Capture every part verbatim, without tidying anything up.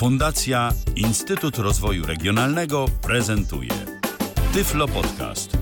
Fundacja Instytut Rozwoju Regionalnego prezentuje Tyflo Podcast.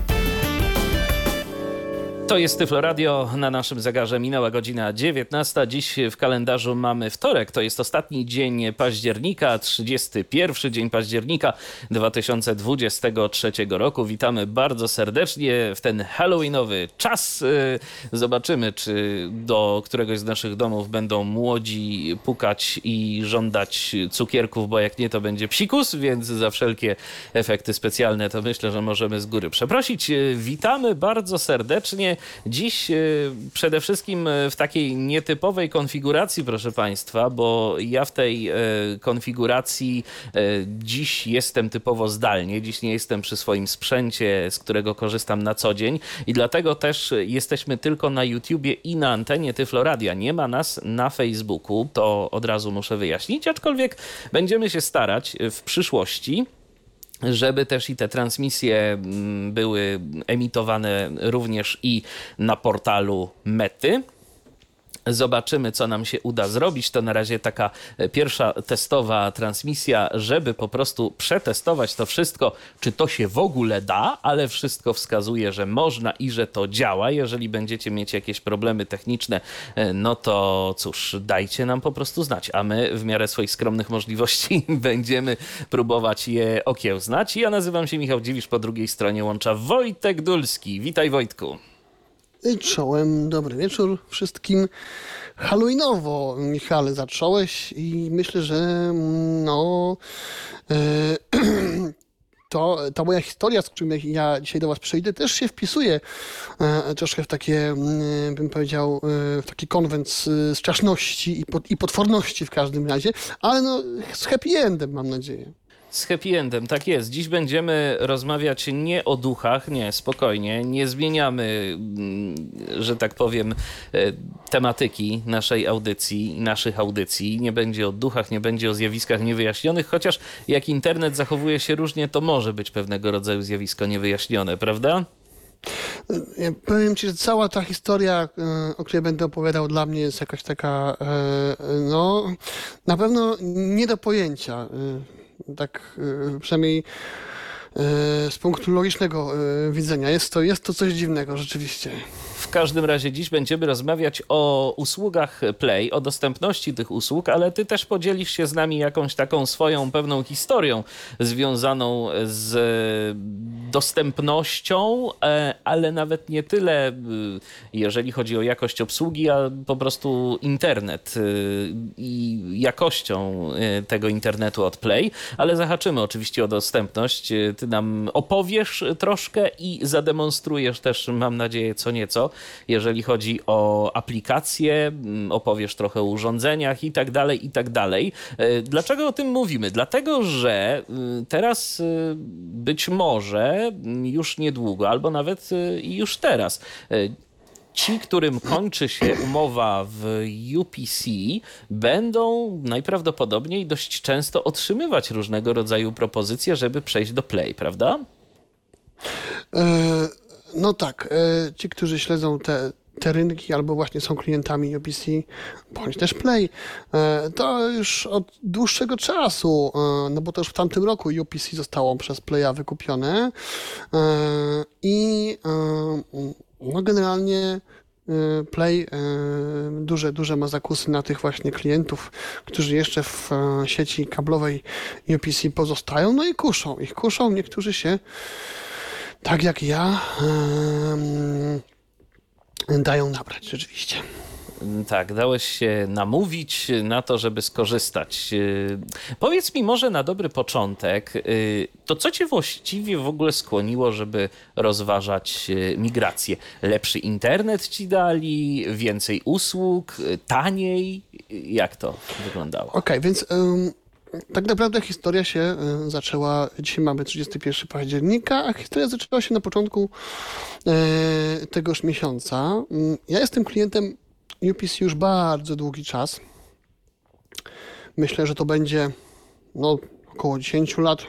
To jest Tyflo Radio. Na naszym zegarze minęła godzina dziewiętnasta. Dziś w kalendarzu mamy wtorek. To jest ostatni dzień października, trzydziesty pierwszy dzień października dwa tysiące dwudziestego trzeciego roku. Witamy bardzo serdecznie w ten halloweenowy czas. Zobaczymy, czy do któregoś z naszych domów będą młodzi pukać i żądać cukierków, bo jak nie, to będzie psikus, więc za wszelkie efekty specjalne to myślę, że możemy z góry przeprosić. Witamy bardzo serdecznie. Dziś przede wszystkim w takiej nietypowej konfiguracji, proszę Państwa, bo ja w tej konfiguracji dziś jestem typowo zdalnie, dziś nie jestem przy swoim sprzęcie, z którego korzystam na co dzień i dlatego też jesteśmy tylko na YouTubie i na antenie Tyflo Radia. Nie ma nas na Facebooku, to od razu muszę wyjaśnić, aczkolwiek będziemy się starać w przyszłości, żeby też i te transmisje były emitowane również i na portalu Mety. Zobaczymy, co nam się uda zrobić. To na razie taka pierwsza testowa transmisja, żeby po prostu przetestować to wszystko, czy to się w ogóle da, ale wszystko wskazuje, że można i że to działa. Jeżeli będziecie mieć jakieś problemy techniczne, no to cóż, dajcie nam po prostu znać, a my w miarę swoich skromnych możliwości będziemy próbować je okiełznać. Ja nazywam się Michał Dziwisz, po drugiej stronie łącza Wojtek Dulski. Witaj, Wojtku. Czołem, dobry wieczór wszystkim. Halloweenowo, Michale, zacząłeś i myślę, że no e, to ta moja historia, z którą ja dzisiaj do was przyjdę, też się wpisuje e, troszkę w takie, e, bym powiedział, e, w taki konwent z straszności i, pot, i potworności w każdym razie, ale no z happy endem, mam nadzieję. Z happy endem, tak jest. Dziś będziemy rozmawiać nie o duchach, nie, spokojnie, nie zmieniamy, że tak powiem, tematyki naszej audycji, naszych audycji. Nie będzie o duchach, nie będzie o zjawiskach niewyjaśnionych, chociaż jak internet zachowuje się różnie, to może być pewnego rodzaju zjawisko niewyjaśnione, prawda? Ja powiem ci, że cała ta historia, o której będę opowiadał, dla mnie jest jakaś taka, no, na pewno nie do pojęcia. Tak przynajmniej z punktu logicznego widzenia. Jest to, jest to coś dziwnego rzeczywiście. W każdym razie dziś będziemy rozmawiać o usługach Play, o dostępności tych usług, ale ty też podzielisz się z nami jakąś taką swoją pewną historią związaną z dostępnością, ale nawet nie tyle, jeżeli chodzi o jakość obsługi, a po prostu internet i jakością tego internetu od Play, ale zahaczymy oczywiście o dostępność. Ty nam opowiesz troszkę i zademonstrujesz też, mam nadzieję, co nieco, jeżeli chodzi o aplikacje, opowiesz trochę o urządzeniach i tak dalej, i tak dalej. Dlaczego o tym mówimy? Dlatego, że teraz być może już niedługo, albo nawet już teraz, ci, którym kończy się umowa w U P C, będą najprawdopodobniej dość często otrzymywać różnego rodzaju propozycje, żeby przejść do Play, prawda? E- No tak, ci, którzy śledzą te, te rynki albo właśnie są klientami U P C, bądź też Play, to już od dłuższego czasu, no bo to już w tamtym roku U P C zostało przez Playa wykupione i no generalnie Play duże, duże ma zakusy na tych właśnie klientów, którzy jeszcze w sieci kablowej U P C pozostają, no i kuszą ich, kuszą, niektórzy się tak jak ja, yy, dają nabrać rzeczywiście. Tak, dałeś się namówić na to, żeby skorzystać. Yy, powiedz mi może na dobry początek, yy, to co cię właściwie w ogóle skłoniło, żeby rozważać yy, migrację? Lepszy internet ci dali, więcej usług, yy, taniej? Jak to wyglądało? Okej, okay, więc... Yy... Tak naprawdę historia się zaczęła, dzisiaj mamy trzydziestego pierwszego października, a historia zaczęła się na początku e, tegoż miesiąca. Ja jestem klientem U P C już bardzo długi czas. Myślę, że to będzie no, około dziesięć lat.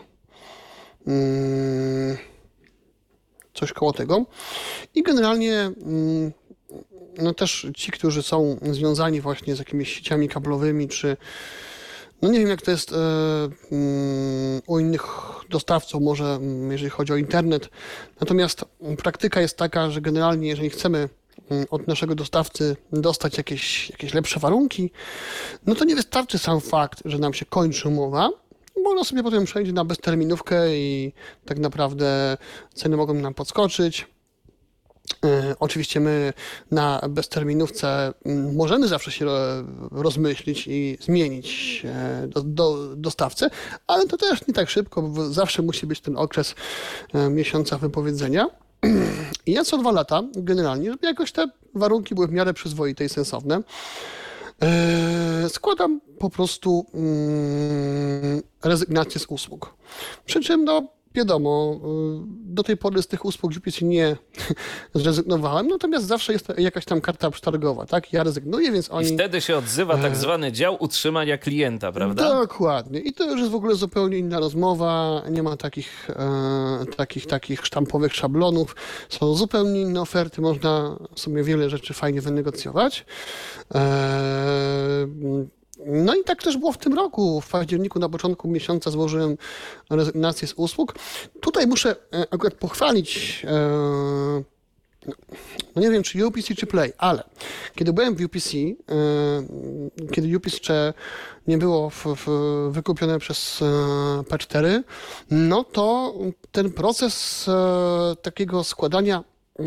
Hmm, coś koło tego. I generalnie hmm, no też ci, którzy są związani właśnie z jakimiś sieciami kablowymi, czy No nie wiem, jak to jest u innych dostawców, może jeżeli chodzi o internet. Natomiast praktyka jest taka, że generalnie jeżeli chcemy od naszego dostawcy dostać jakieś, jakieś lepsze warunki, no to nie wystarczy sam fakt, że nam się kończy umowa. Można sobie potem przejść na bezterminówkę i tak naprawdę ceny mogą nam podskoczyć. E, oczywiście my na bezterminówce możemy zawsze się rozmyślić i zmienić e, do, do, dostawcę, ale to też nie tak szybko, bo zawsze musi być ten okres e, miesiąca wypowiedzenia. I ja co dwa lata generalnie, żeby jakoś te warunki były w miarę przyzwoite i sensowne, e, składam po prostu mm, rezygnację z usług. Przy czym no wiadomo, do tej pory z tych usług U P C nie zrezygnowałem, natomiast zawsze jest jakaś tam karta przetargowa, tak? Ja rezygnuję, więc oni... I wtedy się odzywa tak zwany dział utrzymania klienta, prawda? Dokładnie. I to już jest w ogóle zupełnie inna rozmowa. Nie ma takich, e, takich, takich sztampowych szablonów. Są zupełnie inne oferty. Można sobie wiele rzeczy fajnie wynegocjować. E, No i tak też było w tym roku. W październiku na początku miesiąca złożyłem rezygnację z usług. Tutaj muszę akurat pochwalić, no nie wiem czy U P C czy Play, ale kiedy byłem w U P C, kiedy U P C jeszcze nie było w, w, wykupione przez P cztery, no to ten proces takiego składania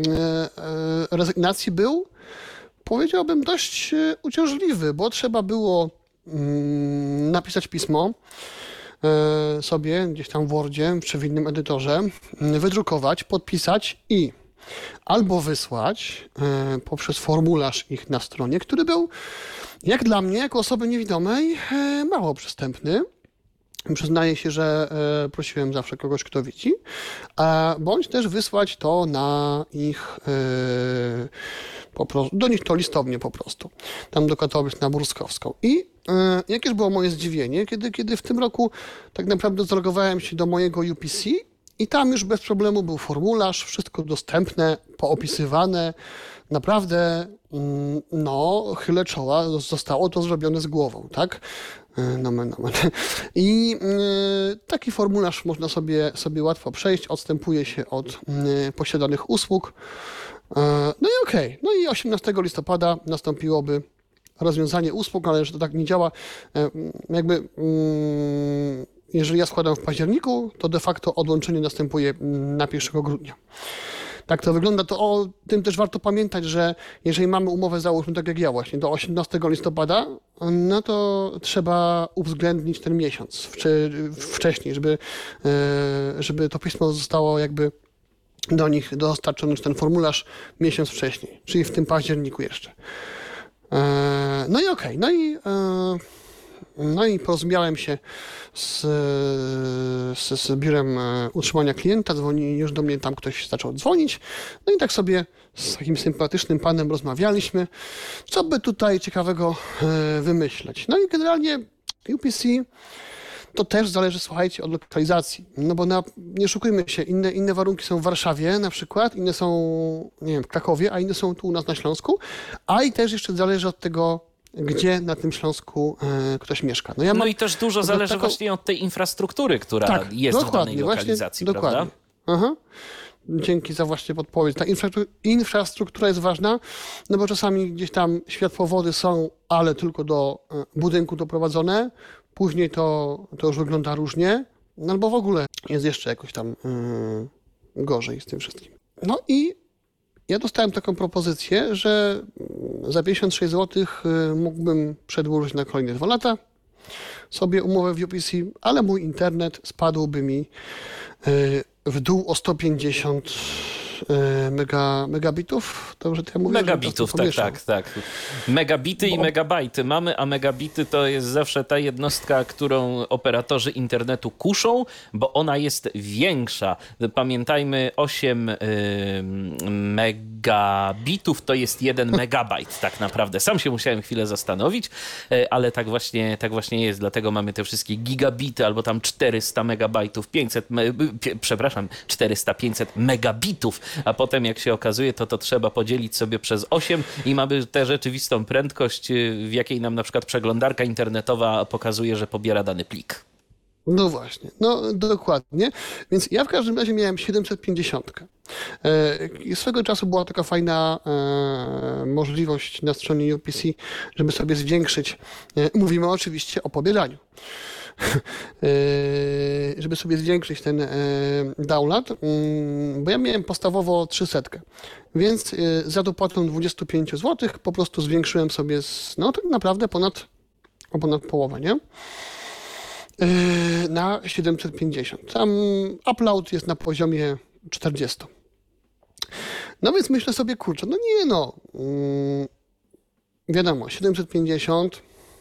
rezygnacji był, powiedziałbym, dość uciążliwy, bo trzeba było napisać pismo sobie gdzieś tam w Wordzie czy w innym edytorze, wydrukować, podpisać i albo wysłać poprzez formularz ich na stronie, który był, jak dla mnie, jako osoby niewidomej, mało przystępny. Przyznaję się, że prosiłem zawsze kogoś, kto widzi, bądź też wysłać to na ich, po prostu, do nich to listownie po prostu, tam do Katowic na Burskowską. I jakież było moje zdziwienie, kiedy, kiedy w tym roku tak naprawdę zalogowałem się do mojego U P C i tam już bez problemu był formularz, wszystko dostępne, poopisywane. Naprawdę, no, chylę czoła, zostało to zrobione z głową, tak? Nomen, nomen. I y, taki formularz można sobie, sobie łatwo przejść, odstępuje się od y, posiadanych usług. Y, no i okej, okay. No i osiemnastego listopada nastąpiłoby rozwiązanie usług, ale że to tak nie działa, y, jakby y, jeżeli ja składam w październiku, to de facto odłączenie następuje na pierwszego grudnia. Tak to wygląda, to o tym też warto pamiętać, że jeżeli mamy umowę, załóżmy tak jak ja właśnie, do osiemnastego listopada, no to trzeba uwzględnić ten miesiąc czy wcześniej, żeby, żeby to pismo zostało jakby do nich dostarczony, czy ten formularz miesiąc wcześniej, czyli w tym październiku jeszcze. No i okej, okay, no i No i porozumiałem się z, z, z biurem utrzymania klienta, dzwoni, już do mnie tam ktoś zaczął dzwonić, no i tak sobie z takim sympatycznym panem rozmawialiśmy, co by tutaj ciekawego wymyśleć. No i generalnie U P C to też zależy, słuchajcie, od lokalizacji, no bo na, nie oszukujmy się, inne, inne warunki są w Warszawie na przykład, inne są, nie wiem, w Krakowie, a inne są tu u nas na Śląsku, a i też jeszcze zależy od tego, gdzie na tym Śląsku e, ktoś mieszka. No, ja no mam, i też dużo zależy taką... właśnie od tej infrastruktury, która tak, jest w danej lokalizacji, właśnie, prawda? Dokładnie. Aha. Dzięki za właśnie podpowiedź. Ta infra- infrastruktura jest ważna, no bo czasami gdzieś tam światłowody są, ale tylko do e, budynku doprowadzone. Później to, to już wygląda różnie, no albo w ogóle jest jeszcze jakoś tam yy, gorzej z tym wszystkim. No i ja dostałem taką propozycję, że za pięćdziesiąt sześć złotych mógłbym przedłużyć na kolejne dwa lata sobie umowę w U P C, ale mój internet spadłby mi w dół o sto pięćdziesiąt mega, megabitów. Dobrze to ja mówię? Megabitów, tak, tak, tak. Megabity Bo... i megabajty mamy, a megabity to jest zawsze ta jednostka, którą operatorzy internetu kuszą, bo ona jest większa. Pamiętajmy, osiem y, megabitów to jest jeden megabajt tak naprawdę. Sam się musiałem chwilę zastanowić, ale tak właśnie, tak właśnie jest. Dlatego mamy te wszystkie gigabity albo tam czterysta megabajtów, pięćset, me, przepraszam, czterysta pięćset megabitów a potem jak się okazuje, to to trzeba podzielić sobie przez osiem i mamy tę rzeczywistą prędkość, w jakiej nam na przykład przeglądarka internetowa pokazuje, że pobiera dany plik. No właśnie, no dokładnie. Więc ja w każdym razie miałem siedemset pięćdziesiąt. E, swego czasu była taka fajna e, możliwość na stronie U P C, żeby sobie zwiększyć, e, mówimy oczywiście o pobieraniu, e, żeby sobie zwiększyć ten e, download, m, bo ja miałem podstawowo trzysta, więc e, za dopłatą dwadzieścia pięć złotych po prostu zwiększyłem sobie z, no tak naprawdę ponad, o ponad połowę, nie? Na siedemset pięćdziesiąt. Tam upload jest na poziomie czterdzieści. No więc myślę sobie, kurczę, no nie no, mm, wiadomo, siedemset pięćdziesiąt,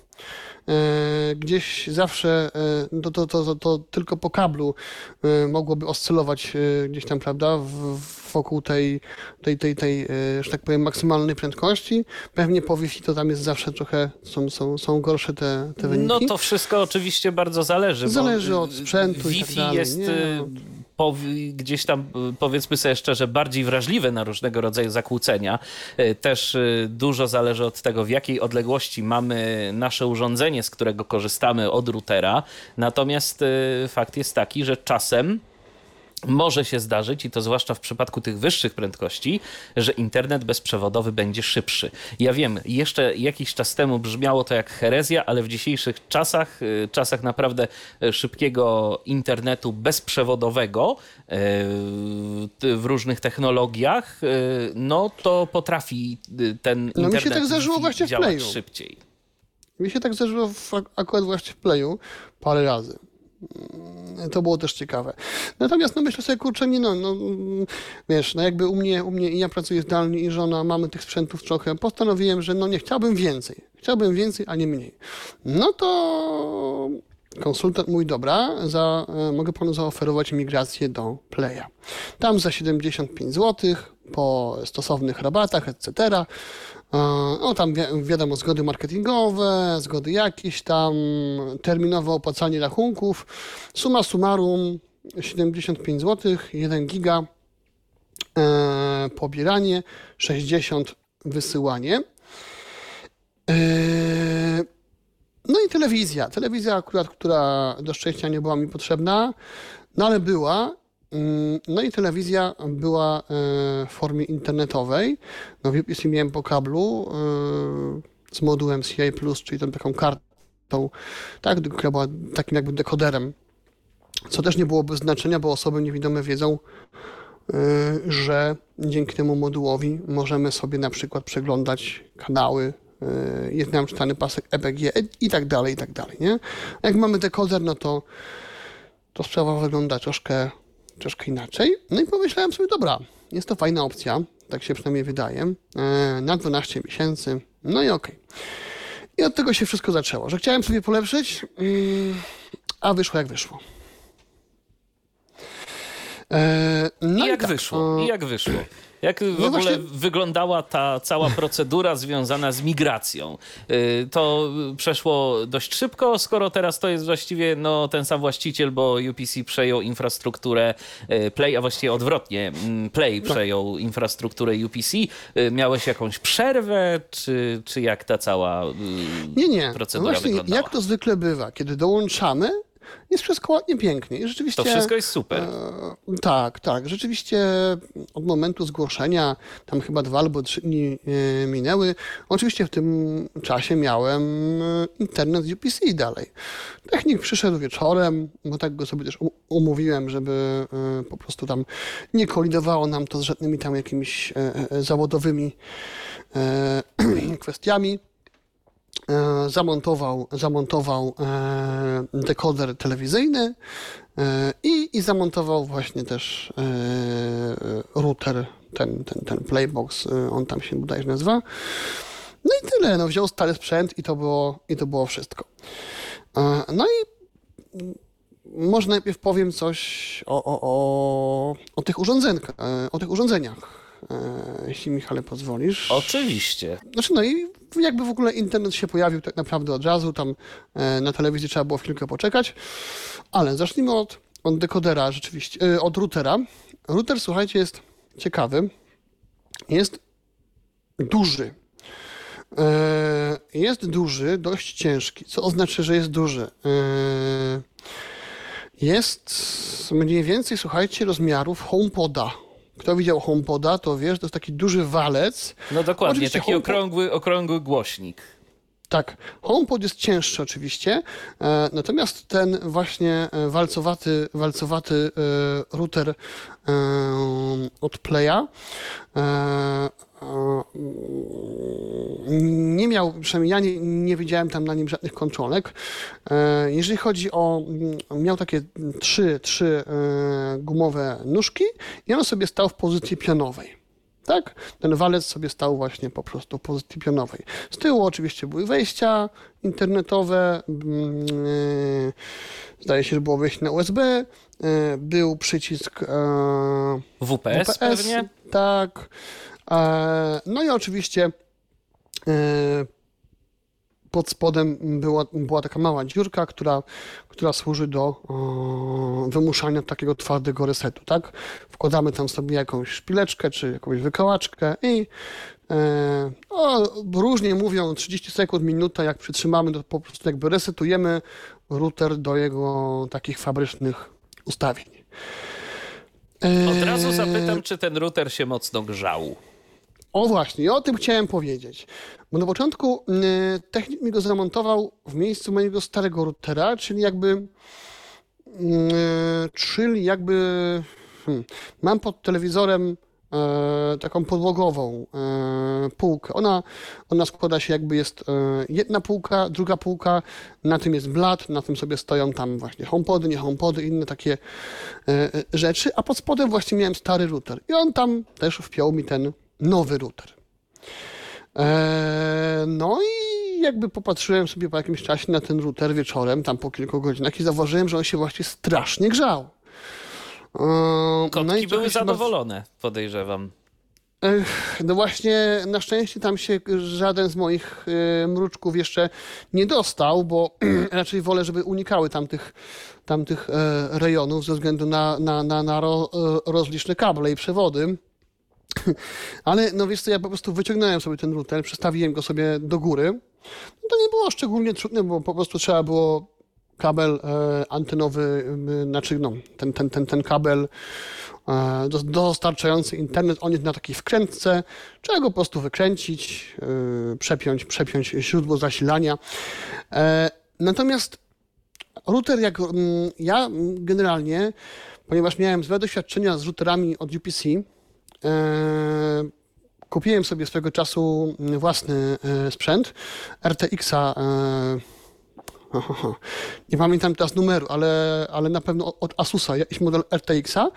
e, gdzieś zawsze e, to, to, to, to tylko po kablu e, mogłoby oscylować e, gdzieś tam, prawda, w, wokół tej, tej, tej, tej e, że tak powiem, maksymalnej prędkości. Pewnie po Wi-Fi to tam jest zawsze trochę, są, są, są gorsze te, te wyniki. No to wszystko oczywiście bardzo zależy. Zależy bo od sprzętu i tak Wi-Fi dalej. jest nie, no. po, gdzieś tam, powiedzmy sobie szczerze, bardziej wrażliwe na różnego rodzaju zakłócenia. Też dużo zależy od tego, w jakiej odległości mamy nasze urządzenie, z którego korzystamy od routera. Natomiast fakt jest taki, że czasem może się zdarzyć, i to zwłaszcza w przypadku tych wyższych prędkości, że internet bezprzewodowy będzie szybszy. Ja wiem, jeszcze jakiś czas temu brzmiało to jak herezja, ale w dzisiejszych czasach, czasach naprawdę szybkiego internetu bezprzewodowego w różnych technologiach, no to potrafi ten internet no mi się tak zdarzyło właśnie w działać Playu. szybciej. Mi się tak zdarzyło w, akurat właśnie w Playu parę razy. To było też ciekawe. Natomiast no myślę sobie, kurczę, nie no, no wiesz, no jakby u mnie, u mnie i ja pracuję zdalnie i żona, mamy tych sprzętów trochę, postanowiłem, że no nie, chciałbym więcej. Chciałbym więcej, a nie mniej. No to konsultant mówi, dobra, za, mogę panu zaoferować migrację do Playa. Tam za siedemdziesiąt pięć złotych, po stosownych rabatach, et cetera. No tam wi wiadomo, zgody marketingowe, zgody jakieś tam, terminowe opłacanie rachunków. Summa summarum siedemdziesiąt pięć złotych, jeden giga, e, pobieranie, sześćdziesiąt wysyłanie. E, no i telewizja. Telewizja akurat, która do szczęścia nie była mi potrzebna, no ale była. No i telewizja była w formie internetowej. No w U P C miałem po kablu z modułem C I plus, czyli tą taką kartą, tak, która była takim jakby dekoderem, co też nie było bez znaczenia, bo osoby niewidome wiedzą, że dzięki temu modułowi możemy sobie na przykład przeglądać kanały, jest nam czytany pasek E P G i tak dalej, i tak dalej, nie? Jak mamy dekoder, no to, to sprawa wygląda troszkę troszkę inaczej. No i pomyślałem sobie, dobra, jest to fajna opcja, tak się przynajmniej wydaje, na dwanaście miesięcy, no i okej. Okay. I od tego się wszystko zaczęło, że chciałem sobie polepszyć, a wyszło jak wyszło. No I jak i tak, wyszło? I jak wyszło? Jak w no ogóle właśnie... wyglądała ta cała procedura związana z migracją? To przeszło dość szybko, skoro teraz to jest właściwie no, ten sam właściciel, bo U P C przejął infrastrukturę Play, a właściwie odwrotnie, Play przejął no. infrastrukturę U P C. Miałeś jakąś przerwę, czy, czy jak ta cała nie, nie. procedura no właśnie, wyglądała? Jak to zwykle bywa, kiedy dołączamy, jest wszystko ładnie, pięknie. I rzeczywiście, to wszystko jest super. E, tak, tak. Rzeczywiście od momentu zgłoszenia, tam chyba dwa albo trzy dni e, minęły. Oczywiście w tym czasie miałem internet z U P C dalej. Technik przyszedł wieczorem, bo tak go sobie też umówiłem, żeby e, po prostu tam nie kolidowało nam to z żadnymi tam jakimiś e, e, zawodowymi e, kwestiami. Zamontował, zamontował e, dekoder telewizyjny e, i, i zamontował właśnie też e, router, ten, ten, ten Playbox, e, on tam się bodajże nazywa. No i tyle, no wziął stary sprzęt i to było, i to było wszystko. E, no i może najpierw powiem coś o, o, o, o tych urządzeniach, o tych urządzeniach. Jeśli Michale pozwolisz. Oczywiście. Znaczy no i jakby w ogóle internet się pojawił tak naprawdę od razu, tam na telewizji trzeba było chwilkę poczekać, ale zacznijmy od, od dekodera rzeczywiście, od routera. Router, słuchajcie, jest ciekawy, jest duży. Jest duży, dość ciężki, co oznacza, że jest duży. Jest mniej więcej, słuchajcie, rozmiarów HomePoda. Kto widział HomePoda, to wiesz, to jest taki duży walec. No dokładnie, Oczywiście taki HomePod... okrągły, okrągły głośnik. Tak, HomePod jest cięższy oczywiście, e, natomiast ten właśnie walcowaty, walcowaty e, router e, od Playa e, e, nie miał, przynajmniej ja nie, nie widziałem tam na nim żadnych kontrolek. E, jeżeli chodzi o, miał takie trzy, trzy e, gumowe nóżki i on sobie stał w pozycji pionowej. Tak? Ten walec sobie stał właśnie po prostu w pozycji pionowej. Z tyłu oczywiście były wejścia internetowe, yy, zdaje się, że było wejście na U S B, yy, był przycisk yy, W P S, W P S pewnie? Tak. Yy, no i oczywiście yy, pod spodem była, była taka mała dziurka, która, która służy do o, wymuszania takiego twardego resetu, tak? Wkładamy tam sobie jakąś szpileczkę, czy jakąś wykałaczkę i e, o, różnie mówią, trzydzieści sekund, minuta, jak przytrzymamy, to po prostu jakby resetujemy router do jego takich fabrycznych ustawień. E, Od razu zapytam, czy ten router się mocno grzał. O właśnie, o tym chciałem powiedzieć. Bo na początku y, technik mi go zamontował w miejscu mojego starego routera, czyli jakby y, czyli jakby hmm, mam pod telewizorem y, taką podłogową y, półkę. Ona, ona składa się jakby jest y, jedna półka, druga półka, na tym jest blat, na tym sobie stoją tam właśnie HomePody, nie HomePody, inne takie y, y, rzeczy, a pod spodem właśnie miałem stary router i on tam też wpiął mi ten nowy router. Eee, no i jakby popatrzyłem sobie po jakimś czasie na ten router wieczorem, tam po kilku godzinach i zauważyłem, że on się właśnie strasznie grzał. Eee, Kotki no i były zadowolone, bardzo... podejrzewam. Ech, no właśnie, na szczęście tam się żaden z moich y, mruczków jeszcze nie dostał, bo raczej wolę, żeby unikały tamtych, tamtych e, rejonów ze względu na, na, na, na ro, e, rozliczne kable i przewody. Ale no wiesz co, ja po prostu wyciągnąłem sobie ten router, przestawiłem go sobie do góry. No to nie było szczególnie trudne, bo po prostu trzeba było kabel e, antenowy, e, znaczy no, ten, ten, ten, ten kabel e, do, dostarczający internet, on jest na takiej wkrętce, trzeba go po prostu wykręcić, e, przepiąć, przepiąć źródło zasilania. E, natomiast router, jak m, ja generalnie, ponieważ miałem złe doświadczenia z routerami od U P C, kupiłem sobie swego czasu własny sprzęt R T X-a. Nie pamiętam teraz numeru, ale, ale na pewno od Asusa, jakiś model R T X-a.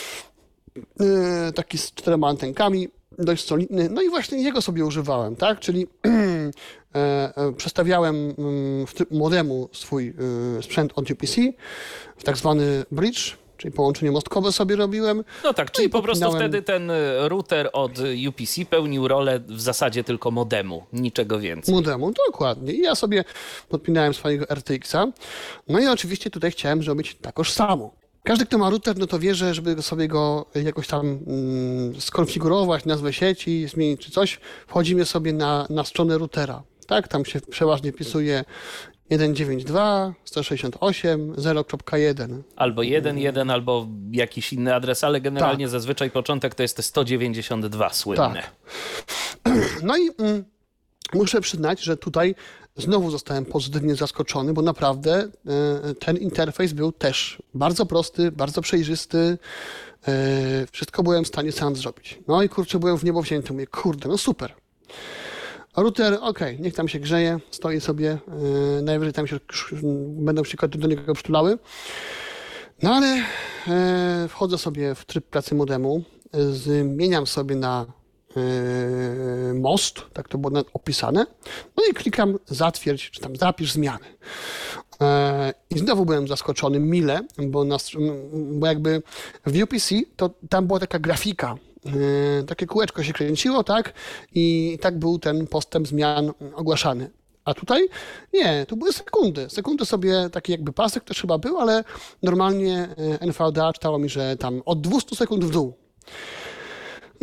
Taki z czterema antenkami, dość solidny. No i właśnie jego sobie używałem, tak? Czyli przestawiałem w tryb modemu swój sprzęt od U P C w tak zwany bridge, czyli połączenie mostkowe sobie robiłem. No tak, czyli no po prostu podpinałem... wtedy ten router od U P C pełnił rolę w zasadzie tylko modemu, niczego więcej. Modemu, dokładnie. I ja sobie podpinałem swojego R T X-a. No i oczywiście tutaj chciałem zrobić takoż samo. Każdy, kto ma router, no to wie, że żeby sobie go jakoś tam mm, skonfigurować, nazwę sieci, zmienić czy coś, wchodzimy sobie na, na stronę routera. Tak, tam się przeważnie wpisuje jeden dziewięć dwa sto sześćdziesiąt osiem zero kropka jeden. Albo jeden jeden, albo jakiś inny adres, ale generalnie tak. Zazwyczaj początek to jest sto dziewięćdziesiąt dwa słynne. Tak. No i mm, muszę przyznać, że tutaj znowu zostałem pozytywnie zaskoczony, bo naprawdę y, ten interfejs był też bardzo prosty, bardzo przejrzysty. Y, wszystko byłem w stanie sam zrobić. No i kurczę, byłem w niebo wzięty. Mówię, kurde, no super. Router, okej, okay, niech tam się grzeje, stoi sobie, yy, najwyżej tam się będą się koty do niego przytulały. No ale yy, wchodzę sobie w tryb pracy modemu, yy, zmieniam sobie na yy, most, tak to było opisane, no i klikam zatwierdź, czy tam zapisz zmiany. Yy, I znowu byłem zaskoczony mile, bo, nas, bo jakby w U P C to tam była taka grafika, Yy, takie kółeczko się kręciło, tak? I tak był ten postęp zmian ogłaszany. A tutaj nie, tu były sekundy. Sekundy sobie taki jakby pasek też chyba był, ale normalnie N V D A czytało mi, że tam od dwieście sekund w dół.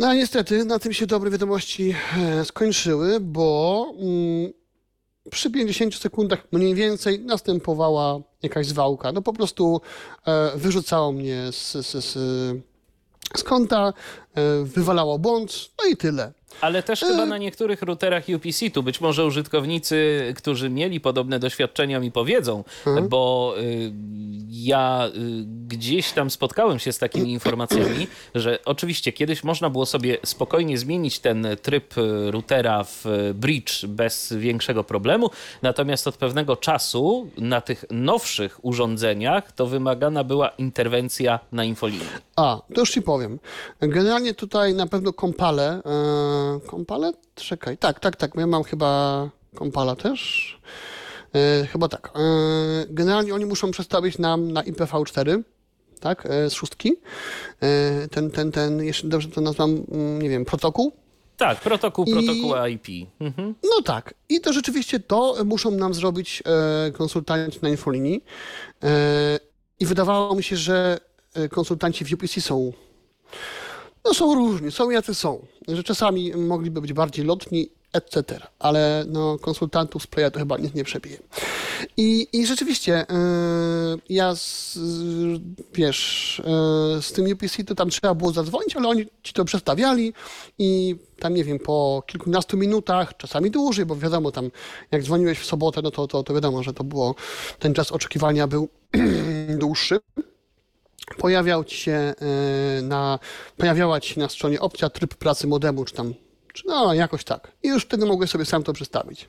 No a niestety na tym się dobre wiadomości e, skończyły, bo mm, przy pięćdziesięciu sekundach mniej więcej następowała jakaś zwałka. No po prostu e, wyrzucało mnie z, z, z, z konta, e, wywalało błąd, no i tyle. Ale też chyba na niektórych routerach U P C, tu być może użytkownicy, którzy mieli podobne doświadczenia, mi powiedzą, mhm. bo y, ja y, gdzieś tam spotkałem się z takimi informacjami, że oczywiście kiedyś można było sobie spokojnie zmienić ten tryb routera w bridge bez większego problemu, natomiast od pewnego czasu na tych nowszych urządzeniach to wymagana była interwencja na infolinii. A, to już ci powiem. Generalnie tutaj na pewno Kompale, e, Kompale? Czekaj, tak, tak, tak, ja mam chyba Kompala też. E, chyba tak. E, generalnie oni muszą przestawić nam na I P v cztery, tak, e, z szóstki. E, ten, ten, ten, jeszcze dobrze to nazwam, nie wiem, protokół. Tak, protokół, I... protokół I P. Mhm. No tak. I to rzeczywiście to muszą nam zrobić e, konsultanci na infolinii. E, I wydawało mi się, że konsultanci w U P C są, no są różni, są jacy są, że czasami mogliby być bardziej lotni, et cetera. Ale no, konsultantów z Playa to chyba nic nie przebije. I, i rzeczywiście yy, ja z, wiesz, yy, z tym U P C to tam trzeba było zadzwonić, ale oni ci to przestawiali i tam nie wiem, po kilkunastu minutach, czasami dłużej, bo wiadomo tam jak dzwoniłeś w sobotę, no to, to, to wiadomo, że to było, ten czas oczekiwania był dłuższy. Pojawiał ci się na, pojawiała ci się na stronie opcja tryb pracy modemu, czy tam, czy no jakoś tak. I już wtedy mogłeś sobie sam to przestawić.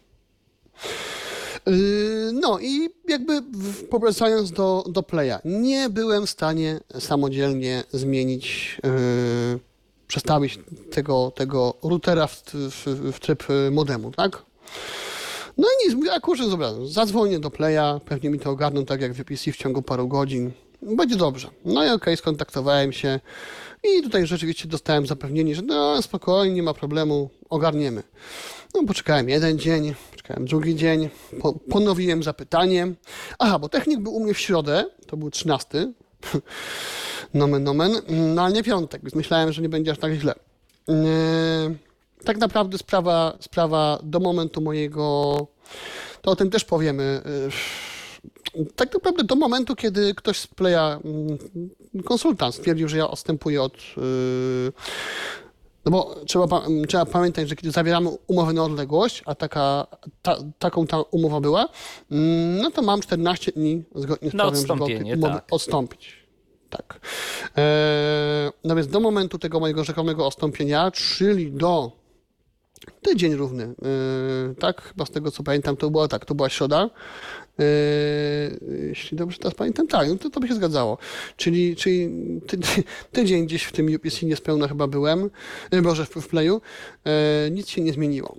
No i jakby powracając do, do Playa, nie byłem w stanie samodzielnie zmienić, yy, przestawić tego, tego routera w, w, w tryb modemu, tak? No i nic, mówię, a kurczę, dobra, zadzwonię do Playa, pewnie mi to ogarną tak jak w U P C w ciągu paru godzin. Będzie dobrze. No i okej, okay, skontaktowałem się i tutaj rzeczywiście dostałem zapewnienie, że no spokojnie, nie ma problemu, ogarniemy. No poczekałem jeden dzień, poczekałem drugi dzień, po, ponowiłem zapytanie. Aha, bo technik był u mnie w środę, to był trzynasty, nomen nomen, no ale nie piątek, więc myślałem, że nie będzie aż tak źle. Yy, tak naprawdę sprawa, sprawa do momentu mojego, to o tym też powiemy, yy, tak naprawdę do momentu, kiedy ktoś z Playa, konsultant stwierdził, że ja odstępuję od... Yy, no bo trzeba, trzeba pamiętać, że kiedy zawieramy umowę na odległość, a taka, ta, taką ta umowa była, no to mam czternaście dni zgodnie z prawem, żeby od tej umowy tak. odstąpić. Tak. Eee, no więc do momentu tego mojego rzekomego odstąpienia, czyli do tydzień równy, yy, tak? Chyba z tego co pamiętam, to była tak, to była środa. Yy, jeśli dobrze teraz pamiętam, tak, no to, to by się zgadzało. Czyli, czyli ty, ty, tydzień gdzieś w tym U P C niespełna chyba byłem, yy, boże, w, w Playu, yy, nic się nie zmieniło.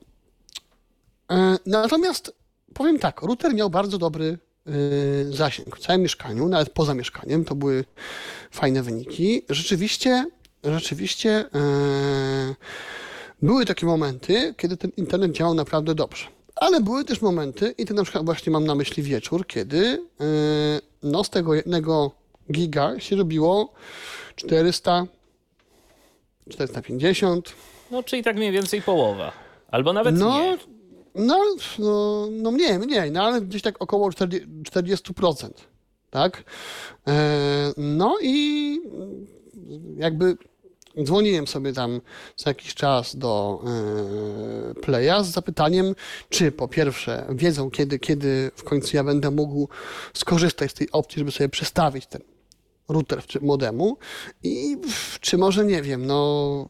Yy, natomiast powiem tak, router miał bardzo dobry yy, zasięg w całym mieszkaniu, nawet poza mieszkaniem, to były fajne wyniki. Rzeczywiście, rzeczywiście yy, były takie momenty, kiedy ten internet działał naprawdę dobrze. Ale były też momenty, i to na przykład właśnie mam na myśli wieczór, kiedy yy, no z tego jednego giga się robiło czterysta, czterysta pięćdziesiąt. No, czyli tak mniej więcej połowa. Albo nawet no, nie. No, no, no mniej, mniej, no ale gdzieś tak około czterdzieści procent. Tak? Yy, no i jakby... Dzwoniłem sobie tam za jakiś czas do yy, Playa z zapytaniem, czy po pierwsze wiedzą, kiedy, kiedy w końcu ja będę mógł skorzystać z tej opcji, żeby sobie przestawić ten router w modemu i czy może, nie wiem, no...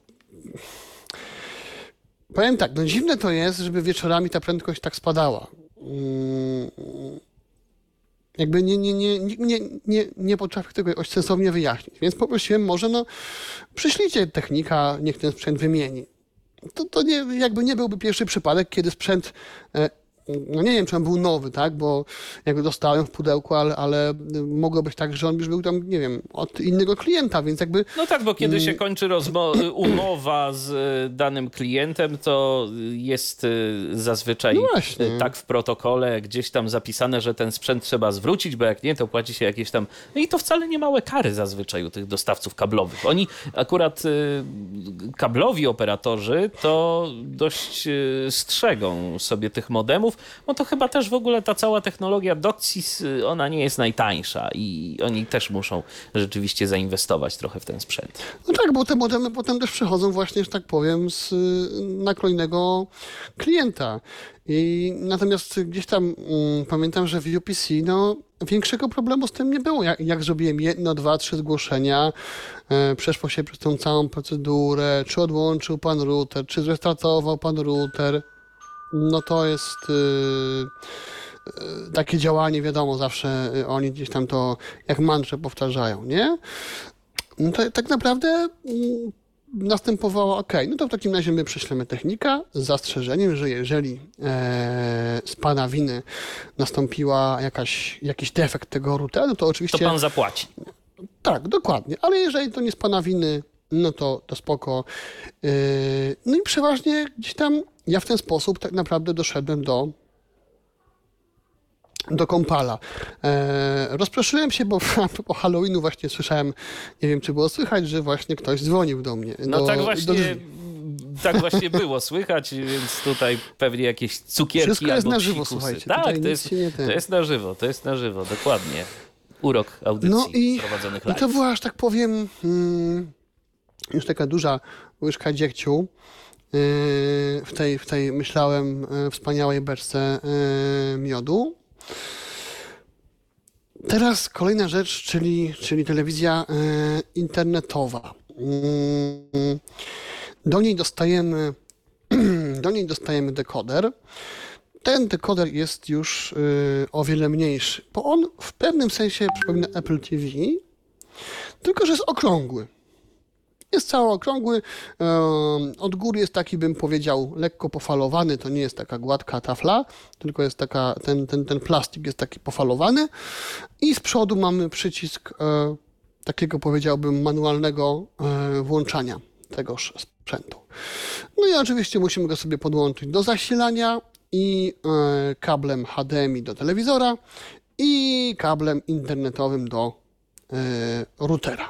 Powiem tak, no dziwne to jest, żeby wieczorami ta prędkość tak spadała. Yy, Jakby nie, nie, nie, nie, nie, nie potrafię tego jakoś sensownie wyjaśnić. Więc poprosiłem, może no przyślijcie technika, niech ten sprzęt wymieni. To, to nie, jakby nie byłby pierwszy przypadek, kiedy sprzęt e, no nie wiem, czy on był nowy, tak, bo jak go dostałem w pudełku, ale, ale mogło być tak, że on już był tam, nie wiem, od innego klienta, więc jakby... No tak, bo kiedy się kończy rozmo- umowa z danym klientem, to jest zazwyczaj No właśnie. tak w protokole gdzieś tam zapisane, że ten sprzęt trzeba zwrócić, bo jak nie, to płaci się jakieś tam... No i to wcale nie małe kary zazwyczaj u tych dostawców kablowych. Oni akurat kablowi operatorzy to dość strzegą sobie tych modemów, bo to chyba też w ogóle ta cała technologia DOCSIS, ona nie jest najtańsza i oni też muszą rzeczywiście zainwestować trochę w ten sprzęt. No tak, bo te modemy potem też przychodzą właśnie, że tak powiem, z naklejnego klienta. I natomiast gdzieś tam mm, pamiętam, że w U P C no, większego problemu z tym nie było. Jak, jak zrobiłem jedno, dwa, trzy zgłoszenia, e, przeszło się przez tą całą procedurę, czy odłączył pan router, czy zrestartował pan router, no to jest y, y, takie działanie, wiadomo, zawsze y, oni gdzieś tam to jak mantrę powtarzają, nie? No to tak naprawdę y, następowało, ok, no to w takim razie my prześlemy technika z zastrzeżeniem, że jeżeli e, z pana winy nastąpiła jakaś, jakiś defekt tego routera, no to oczywiście... To pan zapłaci. Tak, dokładnie, ale jeżeli to nie z pana winy, no to, to spoko. Yy, no i przeważnie gdzieś tam ja w ten sposób tak naprawdę doszedłem do do kompala. E, rozproszyłem się, bo po Halloweenu właśnie słyszałem, nie wiem, czy było słychać, że właśnie ktoś dzwonił do mnie. No do, tak właśnie... Do... Tak właśnie było słychać, więc tutaj pewnie jakieś cukierki Wszystko jest albo na żywo, psikusy. słuchajcie. Tak, to jest, nie to jest na żywo, to jest na żywo, dokładnie. Urok audycji no i, prowadzonych i live. to była, że tak powiem, hmm, już taka duża łyżka dziegciu yy, w tej, w tej, myślałem, yy, wspaniałej beczce yy, miodu. Teraz kolejna rzecz, czyli, czyli telewizja yy, internetowa. Yy, do niej dostajemy do niej dostajemy dekoder. Ten dekoder jest już yy, o wiele mniejszy, bo on w pewnym sensie przypomina Apple T V, tylko że jest okrągły. Jest cały okrągły, yy, od góry jest taki, bym powiedział, lekko pofalowany, to nie jest taka gładka tafla, tylko jest taka, ten, ten, ten plastik jest taki pofalowany i z przodu mamy przycisk yy, takiego, powiedziałbym, manualnego yy, włączania tegoż sprzętu. No i oczywiście musimy go sobie podłączyć do zasilania i yy, kablem H D M I do telewizora i kablem internetowym do yy, routera.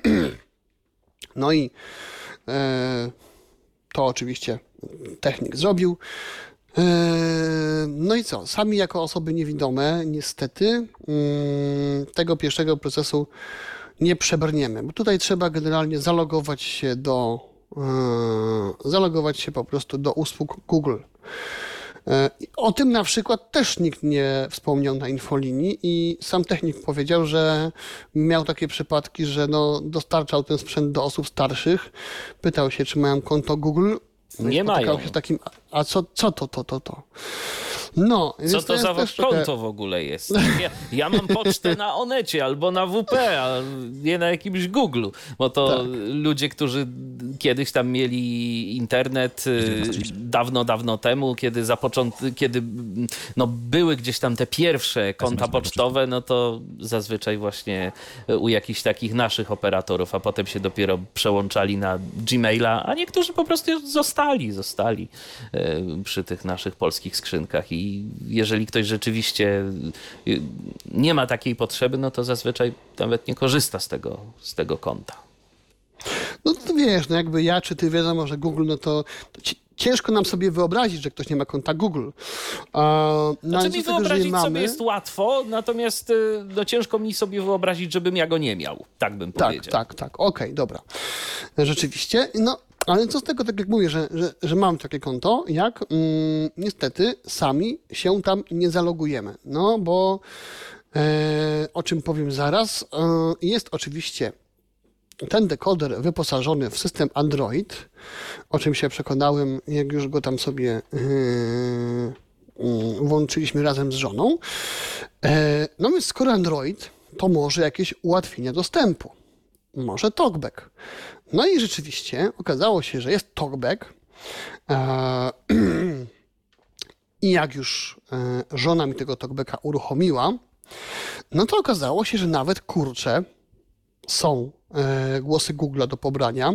No i e, to oczywiście technik zrobił. E, no i co? Sami jako osoby niewidome niestety mm, tego pierwszego procesu nie przebrniemy, bo tutaj trzeba generalnie zalogować się do e, zalogować się po prostu do usług Google. O tym na przykład też nikt nie wspomniał na infolinii i sam technik powiedział, że miał takie przypadki, że no, dostarczał ten sprzęt do osób starszych, pytał się, czy mają konto Google. No nie mają. Się z takim, a co, co to, to, to, to? No, co to, to za konto trochę... w ogóle jest? Ja, ja mam pocztę na Onecie albo na W P, a nie na jakimś Google, bo to tak. Ludzie, którzy kiedyś tam mieli internet dawno, dawno temu, kiedy zapocząt... kiedy no, były gdzieś tam te pierwsze konta pocztowe, no to zazwyczaj właśnie u jakichś takich naszych operatorów, a potem się dopiero przełączali na Gmaila, a niektórzy po prostu zostali, zostali przy tych naszych polskich skrzynkach i I jeżeli ktoś rzeczywiście nie ma takiej potrzeby, no to zazwyczaj nawet nie korzysta z tego, z tego konta. No to wiesz, no jakby ja czy ty wiadomo, że Google, no to, to ciężko nam sobie wyobrazić, że ktoś nie ma konta Google. Uh, no znaczy mi wyobrazić tego, sobie mamy... jest łatwo, natomiast no, ciężko mi sobie wyobrazić, żebym ja go nie miał. Tak bym tak, powiedział. Tak, tak, tak. Okej, okay, dobra. Rzeczywiście. No, ale co z tego, tak jak mówię, że, że, że mam takie konto, jak mm, niestety sami się tam nie zalogujemy. No, bo e, o czym powiem zaraz, e, jest oczywiście ten dekoder wyposażony w system Android, o czym się przekonałem, jak już go tam sobie yy, yy, włączyliśmy razem z żoną. E, no więc skoro Android, to może jakieś ułatwienia dostępu. Może TalkBack. No i rzeczywiście okazało się, że jest TalkBack. E, I jak już żona mi tego talkbacka uruchomiła, no to okazało się, że nawet, kurczę, są głosy Google'a do pobrania.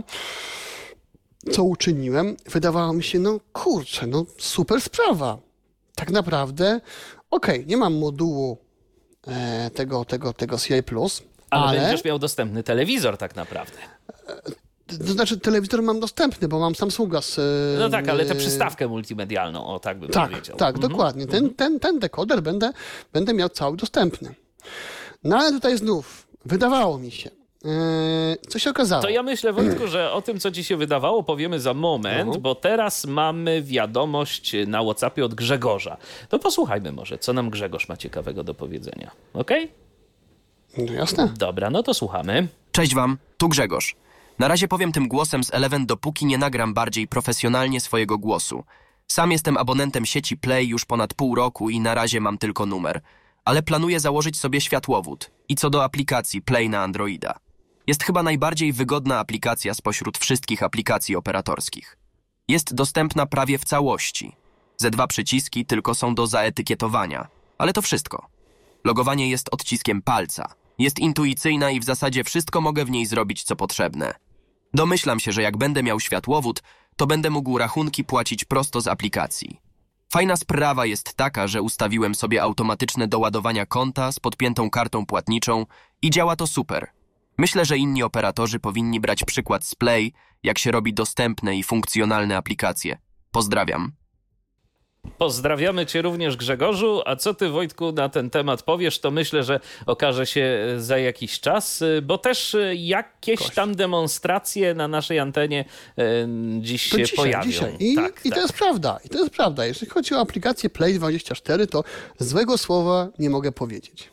Co uczyniłem? Wydawało mi się, no kurczę, no super sprawa. Tak naprawdę, okej, okay, nie mam modułu e, tego, tego, tego C I plus, ale, ale... będziesz miał dostępny telewizor tak naprawdę. To znaczy telewizor mam dostępny, bo mam Samsunga z... No tak, ale tę przystawkę multimedialną, o tak bym tak, powiedział. Tak, mhm. dokładnie. Ten, ten, ten dekoder będę, będę miał cały dostępny. No ale tutaj znów, wydawało mi się, co się okazało? To ja myślę, Wojtku, że o tym, co ci się wydawało, powiemy za moment, uh-huh. bo teraz mamy wiadomość na WhatsAppie od Grzegorza. To posłuchajmy może, co nam Grzegorz ma ciekawego do powiedzenia. Okej? Okay? No jasne. Dobra, no to słuchamy. Cześć wam, tu Grzegorz. Na razie powiem tym głosem z Eleven, dopóki nie nagram bardziej profesjonalnie swojego głosu. Sam jestem abonentem sieci Play już ponad pół roku i na razie mam tylko numer. Ale planuję założyć sobie światłowód. I co do aplikacji Play na Androida. Jest chyba najbardziej wygodna aplikacja spośród wszystkich aplikacji operatorskich. Jest dostępna prawie w całości. Ze dwa przyciski tylko są do zaetykietowania. Ale to wszystko. Logowanie jest odciskiem palca. Jest intuicyjna i w zasadzie wszystko mogę w niej zrobić, co potrzebne. Domyślam się, że jak będę miał światłowód, to będę mógł rachunki płacić prosto z aplikacji. Fajna sprawa jest taka, że ustawiłem sobie automatyczne doładowania konta z podpiętą kartą płatniczą i działa to super. Myślę, że inni operatorzy powinni brać przykład z Play, jak się robi dostępne i funkcjonalne aplikacje. Pozdrawiam. Pozdrawiamy cię również, Grzegorzu, a co ty, Wojtku, na ten temat powiesz, to myślę, że okaże się za jakiś czas, bo też jakieś Kość. tam demonstracje na naszej antenie dziś to się dzisiaj, pojawią. Dzisiaj. I, tak, i tak. to jest prawda, i to jest prawda. Jeśli chodzi o aplikację Play dwadzieścia cztery, to złego słowa nie mogę powiedzieć.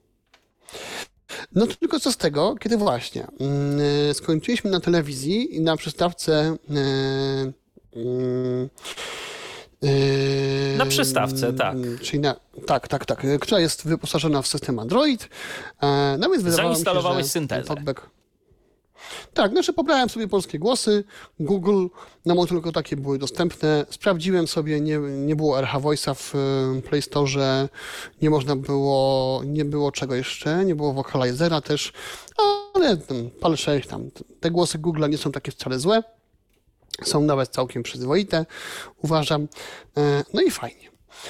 No tylko co z tego, kiedy właśnie yy, skończyliśmy na telewizji i na przystawce yy, yy, Na przystawce, tak. Czyli na, tak, tak, tak, która jest wyposażona w system Android. No więc wydawało Zainstalowałeś mi się, że syntezę. talkback... Tak, znaczy pobrałem sobie polskie głosy, Google, no bo tylko takie były dostępne. Sprawdziłem sobie, nie, nie było R H Voice'a w Play Store, nie można było, nie było czego jeszcze, nie było Vocalizera też, ale tam, parę sześć tam, te głosy Google'a nie są takie wcale złe. Są nawet całkiem przyzwoite, uważam. No i fajnie.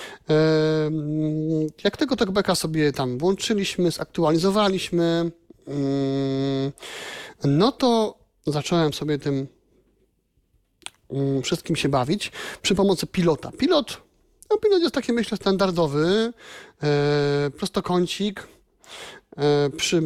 Jak tego talkbacka sobie tam włączyliśmy, zaktualizowaliśmy, no to zacząłem sobie tym wszystkim się bawić przy pomocy pilota. Pilot, no pilot jest taki, myślę, standardowy, prostokącik, Przy,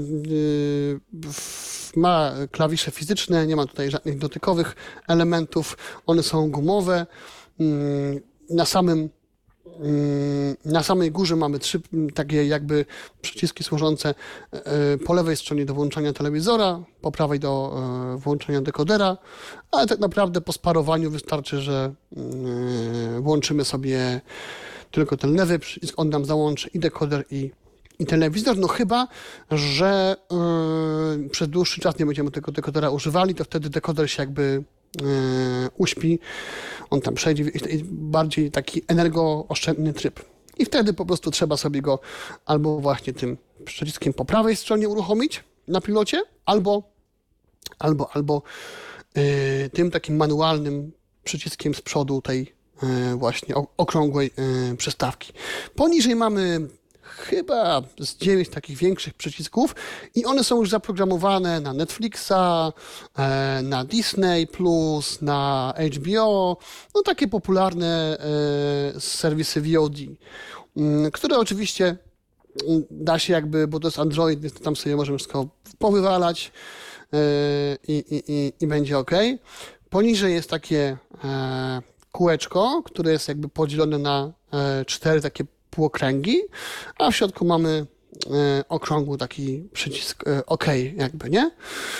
ma klawisze fizyczne, nie ma tutaj żadnych dotykowych elementów, one są gumowe. Na samym, na samej górze mamy trzy takie jakby przyciski służące po lewej stronie do włączania telewizora, po prawej do włączenia dekodera, ale tak naprawdę po sparowaniu wystarczy, że włączymy sobie tylko ten lewy przycisk, on nam załączy i dekoder, i I telewizor, no chyba, że yy, przez dłuższy czas nie będziemy tego dekodera używali, to wtedy dekoder się jakby yy, uśpi, on tam przejdzie w bardziej taki energooszczędny tryb. I wtedy po prostu trzeba sobie go albo właśnie tym przyciskiem po prawej stronie uruchomić na pilocie, albo, albo, albo yy, tym takim manualnym przyciskiem z przodu tej yy, właśnie okrągłej yy, przystawki. Poniżej mamy chyba z dziewięć takich większych przycisków i one są już zaprogramowane na Netflixa, na Disney plus, na H B O, no takie popularne serwisy V O D, które oczywiście da się jakby, bo to jest Android, więc tam sobie możemy wszystko powywalać i, i, i, i będzie ok. Poniżej jest takie kółeczko, które jest jakby podzielone na cztery takie półokręgi, a w środku mamy e, okrągły taki przycisk e, OK jakby, nie?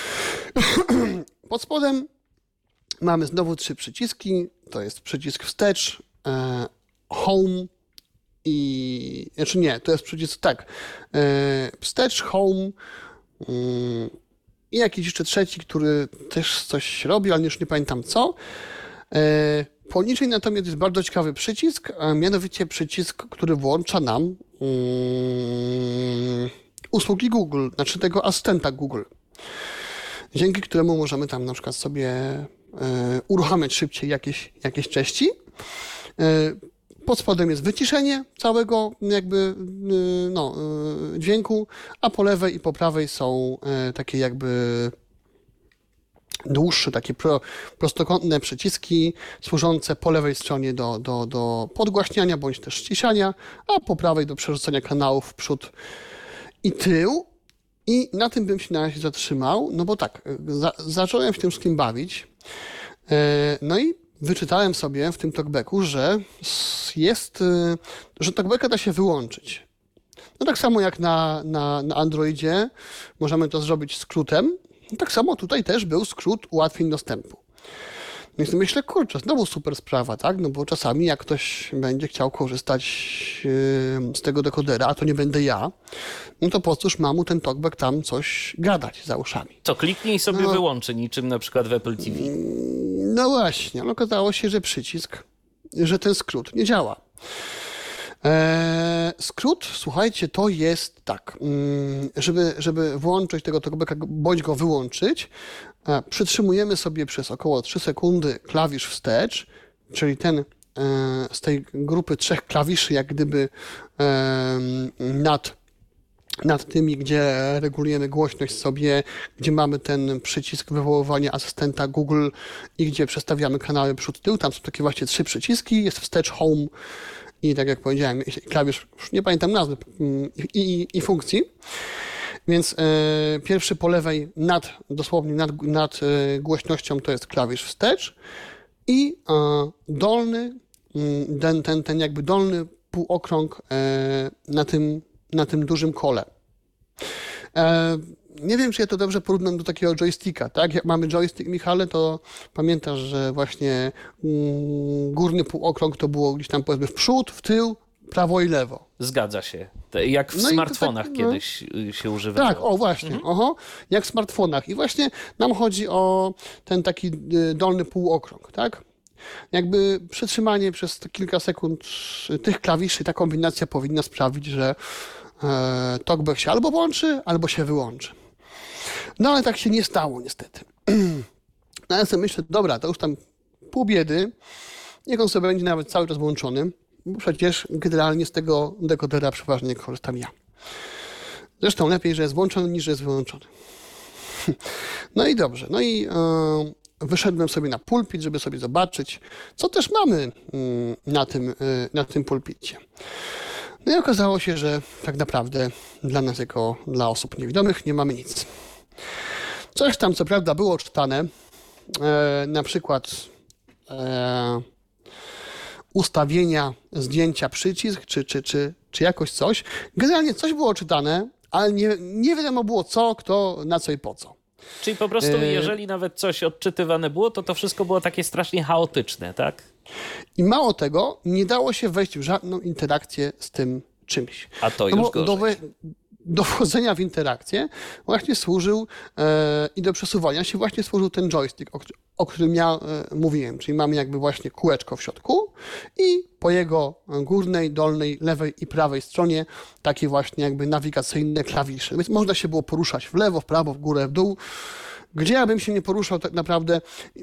Pod spodem mamy znowu trzy przyciski, to jest przycisk wstecz, e, home i... Znaczy nie, to jest przycisk, tak, e, wstecz, home mm, i jakiś jeszcze trzeci, który też coś robi, ale już nie pamiętam co. E, Poniżej natomiast jest bardzo ciekawy przycisk, a mianowicie przycisk, który włącza nam um, usługi Google, znaczy tego asystenta Google, dzięki któremu możemy tam na przykład sobie e, uruchamiać szybciej jakieś, jakieś treści. E, pod spodem jest wyciszenie całego jakby e, no, e, dźwięku, a po lewej i po prawej są e, takie jakby dłuższe, takie pro, prostokątne przyciski służące po lewej stronie do, do, do podgłaśniania bądź też ściszania, a po prawej do przerzucenia kanałów w przód i tył. I na tym bym się na razie zatrzymał, no bo tak, za, zacząłem się tym wszystkim bawić, yy, no i wyczytałem sobie w tym talkbacku, że jest, yy, że talkbacka da się wyłączyć. No tak samo jak na, na, na Androidzie możemy to zrobić skrótem, tak samo tutaj też był skrót ułatwień dostępu. Więc myślę, kurczę, znowu super sprawa, tak? No bo czasami jak ktoś będzie chciał korzystać yy, z tego dekodera, a to nie będę ja, no to po cóż ma mu ten talkback tam coś gadać za uszami. To kliknij sobie No. wyłączy, niczym na przykład w Apple T V. No właśnie, ale okazało się, że przycisk, że ten skrót nie działa. Eee, skrót, słuchajcie, to jest tak, mm, żeby, żeby włączyć tego talkbacka bądź go wyłączyć, e, przytrzymujemy sobie przez około trzy sekundy klawisz wstecz, czyli ten e, z tej grupy trzech klawiszy, jak gdyby e, nad nad tymi, gdzie regulujemy głośność sobie, gdzie mamy ten przycisk wywoływania asystenta Google i gdzie przestawiamy kanały przód-tył. Tam są takie właśnie trzy przyciski, jest wstecz, home i tak jak powiedziałem, klawisz, już nie pamiętam nazwy i, i, i funkcji. Więc e, pierwszy po lewej nad, dosłownie nad, nad e, głośnością to jest klawisz wstecz i e, dolny, ten, ten, ten jakby dolny półokrąg e, na tym na tym dużym kole. E, nie wiem, czy ja to dobrze porównam do takiego joysticka, tak? Jak mamy joystick, Michale, to pamiętasz, że właśnie mm, górny półokrąg to było gdzieś tam powiedzmy w przód, w tył, prawo i lewo. Zgadza się. Te- Jak w No i to smartfonach tak, no. kiedyś y, się używało. Tak, o właśnie, Mhm. oho, jak w smartfonach. I właśnie nam chodzi o ten taki y, dolny półokrąg, tak? Jakby przytrzymanie przez te kilka sekund tych klawiszy, ta kombinacja powinna sprawić, że e, talkback się albo włączy, albo się wyłączy. No ale tak się nie stało niestety. No ja sobie myślę, dobra, to już tam pół biedy, niech on sobie będzie nawet cały czas włączony, bo przecież generalnie z tego dekodera przeważnie korzystam ja. Zresztą lepiej, że jest włączony, niż że jest wyłączony. No i dobrze, no i e, wyszedłem sobie na pulpit, żeby sobie zobaczyć, co też mamy mm, na tym, y, na tym pulpicie. No i okazało się, że tak naprawdę dla nas, jako dla osób niewidomych, nie mamy nic. Coś tam, co prawda, było czytane, e, na przykład e, ustawienia, zdjęcia, przycisk, czy, czy, czy, czy jakoś coś. Generalnie coś było czytane, ale nie, nie wiadomo było co, kto, na co i po co. Czyli po prostu, E, jeżeli nawet coś odczytywane było, to to wszystko było takie strasznie chaotyczne, tak? I mało tego, nie dało się wejść w żadną interakcję z tym czymś. A to No już bo gorzej. do, we, do wchodzenia w interakcję właśnie służył e, i do przesuwania się właśnie służył ten joystick, o, o którym ja e, mówiłem. Czyli mamy jakby właśnie kółeczko w środku i po jego górnej, dolnej, lewej i prawej stronie takie właśnie jakby nawigacyjne klawisze. Więc można się było poruszać w lewo, w prawo, w górę, w dół. Gdzie ja bym się nie poruszał tak naprawdę,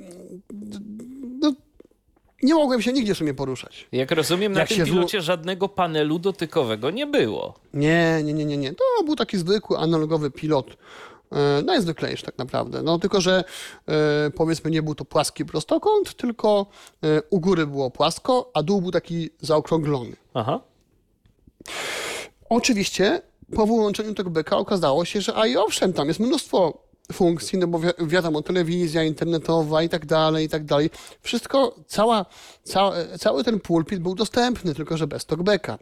no, nie mogłem się nigdzie sobie poruszać. Jak rozumiem, na Jak tym się wło- pilocie żadnego panelu dotykowego nie było. Nie, nie, nie, nie, nie. To był taki zwykły, analogowy pilot. e, Najzwyklejszy tak naprawdę. No tylko, że e, powiedzmy nie był to płaski prostokąt, tylko e, u góry było płasko, a dół był taki zaokrąglony. Aha. Oczywiście po wyłączeniu talkbacka okazało się, że a i owszem, tam jest mnóstwo funkcji, no bo wi wiadomo, telewizja internetowa i tak dalej, i tak dalej. Wszystko, cała, ca cały ten pulpit był dostępny, tylko że bez talkbacka.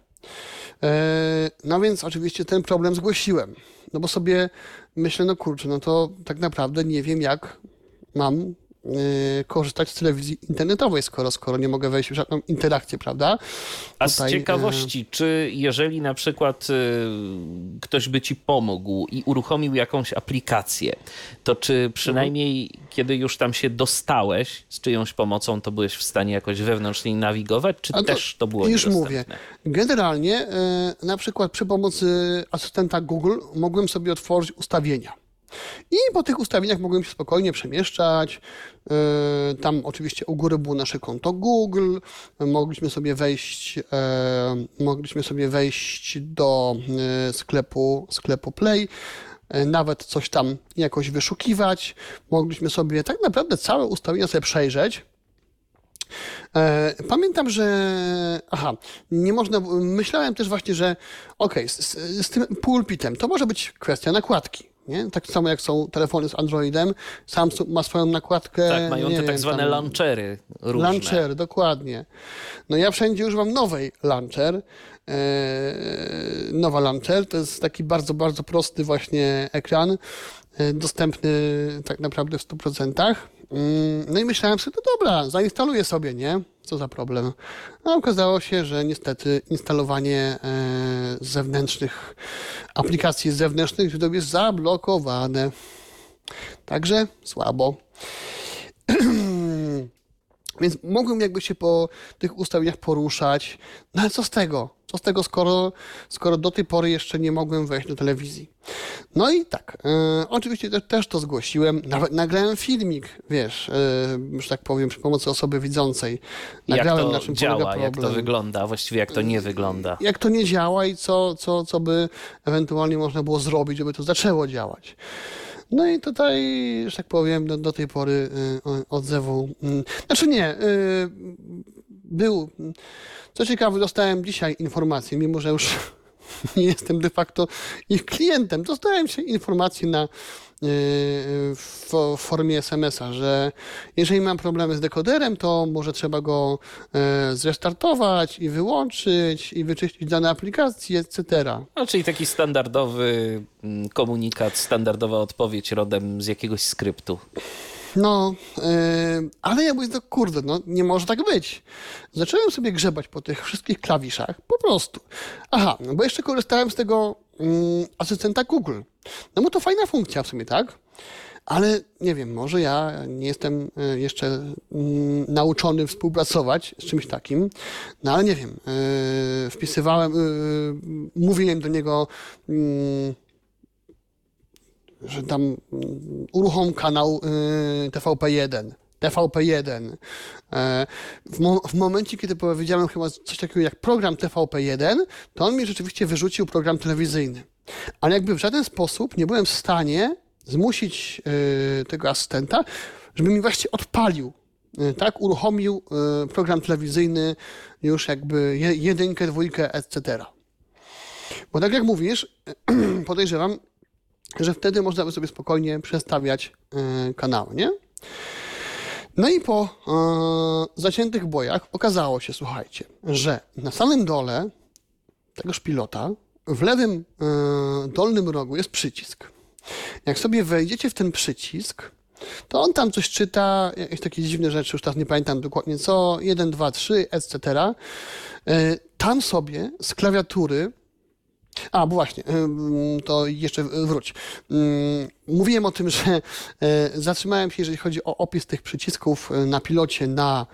E, no więc oczywiście ten problem zgłosiłem, no bo sobie myślę, no kurczę, no to tak naprawdę nie wiem, jak mam y, korzystać z telewizji internetowej, skoro, skoro nie mogę wejść w żadną interakcję, prawda? A Tutaj, z ciekawości, czy jeżeli na przykład y, ktoś by ci pomógł i uruchomił jakąś aplikację, to czy przynajmniej mhm. kiedy już tam się dostałeś z czyjąś pomocą, to byłeś w stanie jakoś wewnątrz niej nawigować, czy to też to było już niedostępne? Mówię. Generalnie y, na przykład przy pomocy asystenta Google mogłem sobie otworzyć ustawienia. I po tych ustawieniach mogłem się spokojnie przemieszczać. Tam oczywiście u góry było nasze konto Google. Mogliśmy sobie wejść, mogliśmy sobie wejść do sklepu, sklepu Play. Nawet coś tam jakoś wyszukiwać. Mogliśmy sobie tak naprawdę całe ustawienia sobie przejrzeć. Pamiętam, że aha, nie można, myślałem też właśnie, że okej, okay, z, z tym pulpitem to może być kwestia nakładki. Nie? Tak samo jak są telefony z Androidem, Samsung ma swoją nakładkę. Tak, mają te wiem, tak zwane tam, launchery różne. Launchery, dokładnie. No ja wszędzie używam nowej launcher. Eee, nowa launcher to jest taki bardzo, bardzo prosty właśnie ekran, e, dostępny tak naprawdę w stu procentach. No i myślałem sobie, no dobra, zainstaluję sobie, nie? Co za problem. A okazało się, że niestety instalowanie e, zewnętrznych aplikacji zewnętrznych źródeł jest zablokowane. Także słabo. Więc mogłem jakby się po tych ustawieniach poruszać. No ale co z tego? Co z tego, skoro, skoro do tej pory jeszcze nie mogłem wejść do telewizji? No i tak, e, oczywiście też, też to zgłosiłem. Nawet nagrałem filmik, wiesz, e, że tak powiem, przy pomocy osoby widzącej. Nagrałem, jak to na czym działa, polega jak problem. to wygląda, a właściwie jak to nie wygląda. Jak to nie działa i co, co, co by ewentualnie można było zrobić, żeby to zaczęło działać. No i tutaj, że tak powiem, do, do tej pory y, odzewu... Y, znaczy nie, y, był... Co ciekawe, dostałem dzisiaj informację, mimo że już nie jestem de facto ich klientem, dostałem się informację na, y, w, w formie es em es a, że jeżeli mam problemy z dekoderem, to może trzeba go y, zrestartować i wyłączyć i wyczyścić dane aplikacje, et cetera. No, czyli taki standardowy komunikat, standardowa odpowiedź rodem z jakiegoś skryptu. No, yy, ale ja mówię, no kurde, no nie może tak być. Zacząłem sobie grzebać po tych wszystkich klawiszach, po prostu. Aha, no bo jeszcze korzystałem z tego yy, asystenta Google. No bo to fajna funkcja w sumie, tak? Ale nie wiem, może ja nie jestem yy, jeszcze yy, nauczony współpracować z czymś takim, no ale nie wiem, yy, wpisywałem, yy, mówiłem do niego... Yy, że tam uruchom kanał y, T V P jeden, T V P jeden. E, w, mo w momencie, kiedy powiedziałem chyba coś takiego jak program T V P jeden, to on mi rzeczywiście wyrzucił program telewizyjny. Ale jakby w żaden sposób nie byłem w stanie zmusić y, tego asystenta, żeby mi właśnie odpalił, y, tak, uruchomił y, program telewizyjny już jakby je, jedynkę, dwójkę, et cetera. Bo tak jak mówisz, podejrzewam, że wtedy można by sobie spokojnie przestawiać y, kanały, nie? No i po y, zaciętych bojach okazało się, słuchajcie, że na samym dole tegoż pilota w lewym y, dolnym rogu jest przycisk. Jak sobie wejdziecie w ten przycisk, to on tam coś czyta, jakieś takie dziwne rzeczy, już teraz nie pamiętam dokładnie co, jeden, dwa, trzy, et cetera. Y, tam sobie z klawiatury A, bo właśnie, to jeszcze wróć. Mówiłem o tym, że zatrzymałem się, jeżeli chodzi o opis tych przycisków na pilocie, na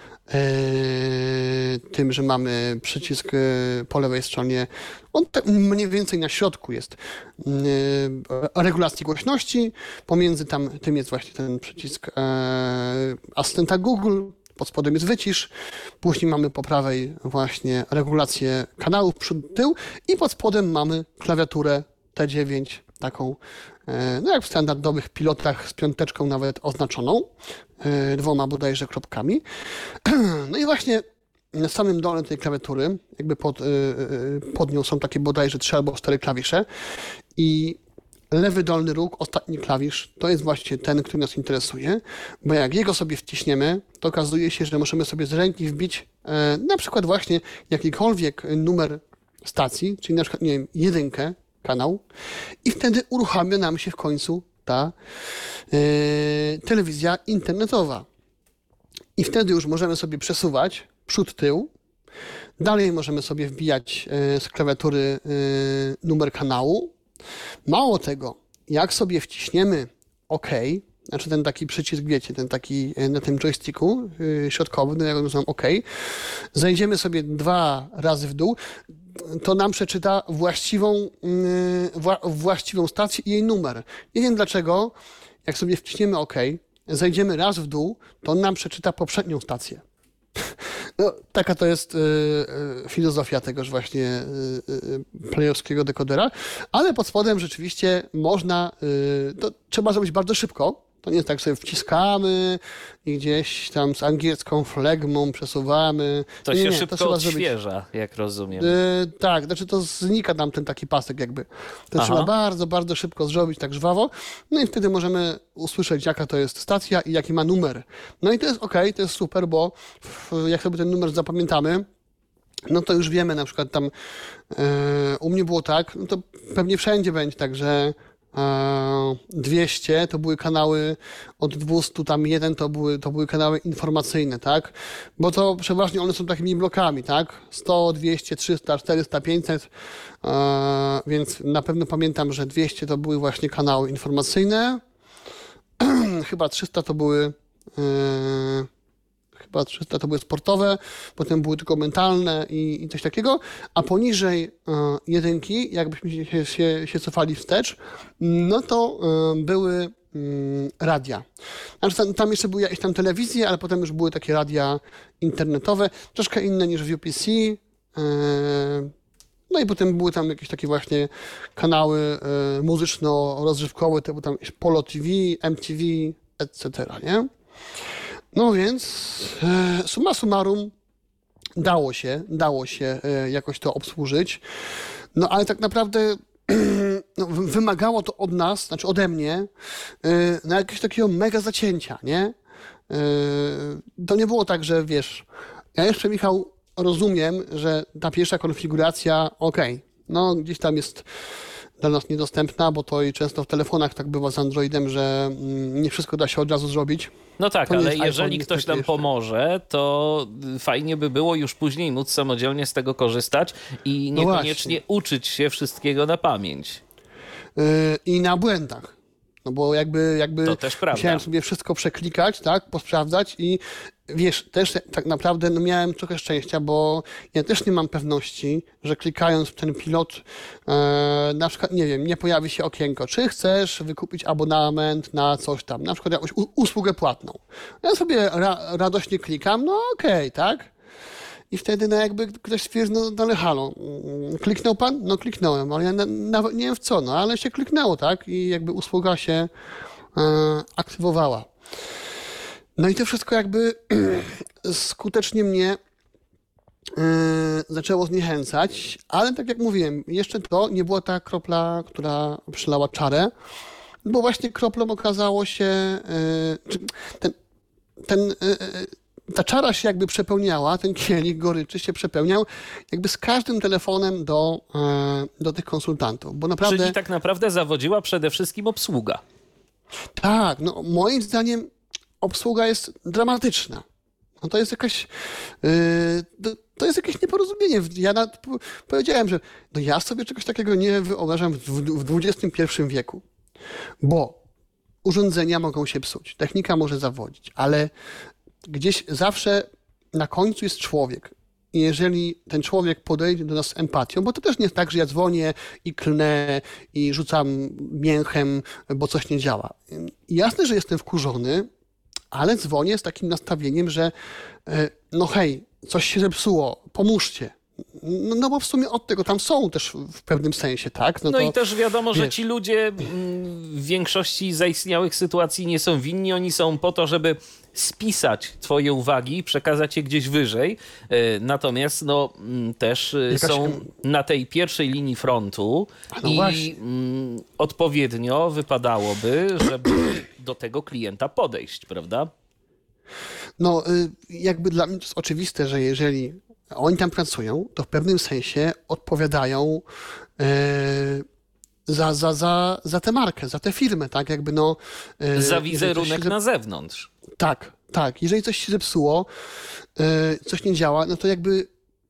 tym, że mamy przycisk po lewej stronie, on mniej więcej na środku jest regulacji głośności, pomiędzy tam tym jest właśnie ten przycisk asystenta Google, pod spodem jest wycisz, później mamy po prawej właśnie regulację kanałów przód, tył i pod spodem mamy klawiaturę T dziewięć, taką, no jak w standardowych pilotach z piąteczką nawet oznaczoną, dwoma bodajże kropkami. No i właśnie na samym dole tej klawiatury, jakby pod, pod nią są takie bodajże trzy albo cztery klawisze i lewy dolny róg, ostatni klawisz, to jest właśnie ten, który nas interesuje, bo jak jego sobie wciśniemy, to okazuje się, że możemy sobie z ręki wbić e, na przykład właśnie jakikolwiek numer stacji, czyli na przykład, nie wiem, jedynkę, kanał i wtedy uruchamia nam się w końcu ta e, telewizja internetowa. I wtedy już możemy sobie przesuwać przód, tył. Dalej możemy sobie wbijać z klawiatury numer kanału. Mało tego, jak sobie wciśniemy OK, znaczy ten taki przycisk, wiecie, ten taki na tym joysticku środkowym, jak nazywam OK, zejdziemy sobie dwa razy w dół, to nam przeczyta właściwą, wła, właściwą stację i jej numer. Nie wiem dlaczego, jak sobie wciśniemy OK, zejdziemy raz w dół, to on nam przeczyta poprzednią stację. No, taka to jest y, y, filozofia tegoż właśnie y, y, playowskiego dekodera, ale pod spodem rzeczywiście można, y, to trzeba zrobić bardzo szybko. To nie jest tak, że sobie wciskamy i gdzieś tam z angielską flegmą przesuwamy. To nie, się nie, szybko to odświeża, zrobić. Jak rozumiem. Yy, tak, znaczy to znika nam ten taki pasek jakby. To Aha. trzeba bardzo, bardzo szybko zrobić, tak żwawo. No i wtedy możemy usłyszeć, jaka to jest stacja i jaki ma numer. No i to jest okej, to jest super, bo w, jak sobie ten numer zapamiętamy, no to już wiemy, na przykład tam yy, u mnie było tak, no to pewnie wszędzie będzie tak, że dwieście to były kanały od dwieście, tam jeden to były, to były kanały informacyjne, tak? Bo to przeważnie one są takimi blokami, tak? sto, dwieście, trzysta, czterysta, pięćset, więc na pewno pamiętam, że dwieście to były właśnie kanały informacyjne, chyba trzysta to były chyba trzysta to były sportowe, potem były tylko mentalne i, i coś takiego, a poniżej y, jedynki, jakbyśmy się, się, się cofali wstecz, no to y, były y, radia. Znaczy tam, tam jeszcze były jakieś tam telewizje, ale potem już były takie radia internetowe, troszkę inne niż w U P C. Y, no i potem były tam jakieś takie właśnie kanały y, muzyczno-rozrywkowe, typu tam Polo T V, M T V, et cetera, nie? No więc e, summa summarum dało się, dało się e, jakoś to obsłużyć, no ale tak naprawdę no, wymagało to od nas, znaczy ode mnie, e, na jakiegoś takiego mega zacięcia, nie? E, to nie było tak, że wiesz, ja jeszcze, Michał, rozumiem, że ta pierwsza konfiguracja, okej, okay, no gdzieś tam jest dla nas niedostępna, bo to i często w telefonach tak bywa z Androidem, że nie wszystko da się od razu zrobić. No tak, to ale jest jeżeli iPhone, ktoś nam jeszcze. pomoże, to fajnie by było już później móc samodzielnie z tego korzystać i No niekoniecznie właśnie. uczyć się wszystkiego na pamięć. Yy, I na błędach. No bo jakby, jakby To też prawda. musiałem sobie wszystko przeklikać, tak, posprawdzać i wiesz, też tak naprawdę no miałem trochę szczęścia, bo ja też nie mam pewności, że klikając w ten pilot, e, na przykład, nie wiem, nie pojawi się okienko, czy chcesz wykupić abonament na coś tam, na przykład jakąś u- usługę płatną. Ja sobie ra- radośnie klikam, no okej, okay, tak? I wtedy no jakby ktoś stwierdzi, no, no ale halo, kliknął pan? No kliknąłem, ale ja na, nawet nie wiem w co, no ale się kliknęło, tak? I jakby usługa się e, aktywowała. No i to wszystko jakby skutecznie mnie e, zaczęło zniechęcać, ale tak jak mówiłem, jeszcze to nie była ta kropla, która przelała czarę, bo właśnie kroplą okazało się e, ten, ten e, ta czara się jakby przepełniała, ten kielich goryczy się przepełniał jakby z każdym telefonem do, do tych konsultantów, bo naprawdę... Czyli tak naprawdę zawodziła przede wszystkim obsługa. Tak, no moim zdaniem obsługa jest dramatyczna. No to jest jakaś... Yy, to, to jest jakieś nieporozumienie. Ja nawet powiedziałem, że no ja sobie czegoś takiego nie wyobrażam w, w dwudziestym pierwszym wieku, bo urządzenia mogą się psuć, technika może zawodzić, ale gdzieś zawsze na końcu jest człowiek. I jeżeli ten człowiek podejdzie do nas z empatią, bo to też nie jest tak, że ja dzwonię i klnę i rzucam mięchem, bo coś nie działa. Jasne, że jestem wkurzony, ale dzwonię z takim nastawieniem, że no hej, coś się zepsuło, pomóżcie. No, no bo w sumie od tego tam są też w pewnym sensie, tak? No, No, no to, i też wiadomo, wiesz, że ci ludzie w większości zaistniałych sytuacji nie są winni. Oni są po to, żeby spisać twoje uwagi i przekazać je gdzieś wyżej. Natomiast no, też Jakaś... są na tej pierwszej linii frontu no i właśnie. odpowiednio wypadałoby, żeby do tego klienta podejść, prawda? No jakby dla mnie to jest oczywiste, że jeżeli oni tam pracują, to w pewnym sensie odpowiadają e, za, za, za, za tę markę, za tę firmę, tak? Jakby no... E, Za jeżeli coś wizerunek się- na zewnątrz. Tak, tak, jeżeli coś się zepsuło, coś nie działa, no to jakby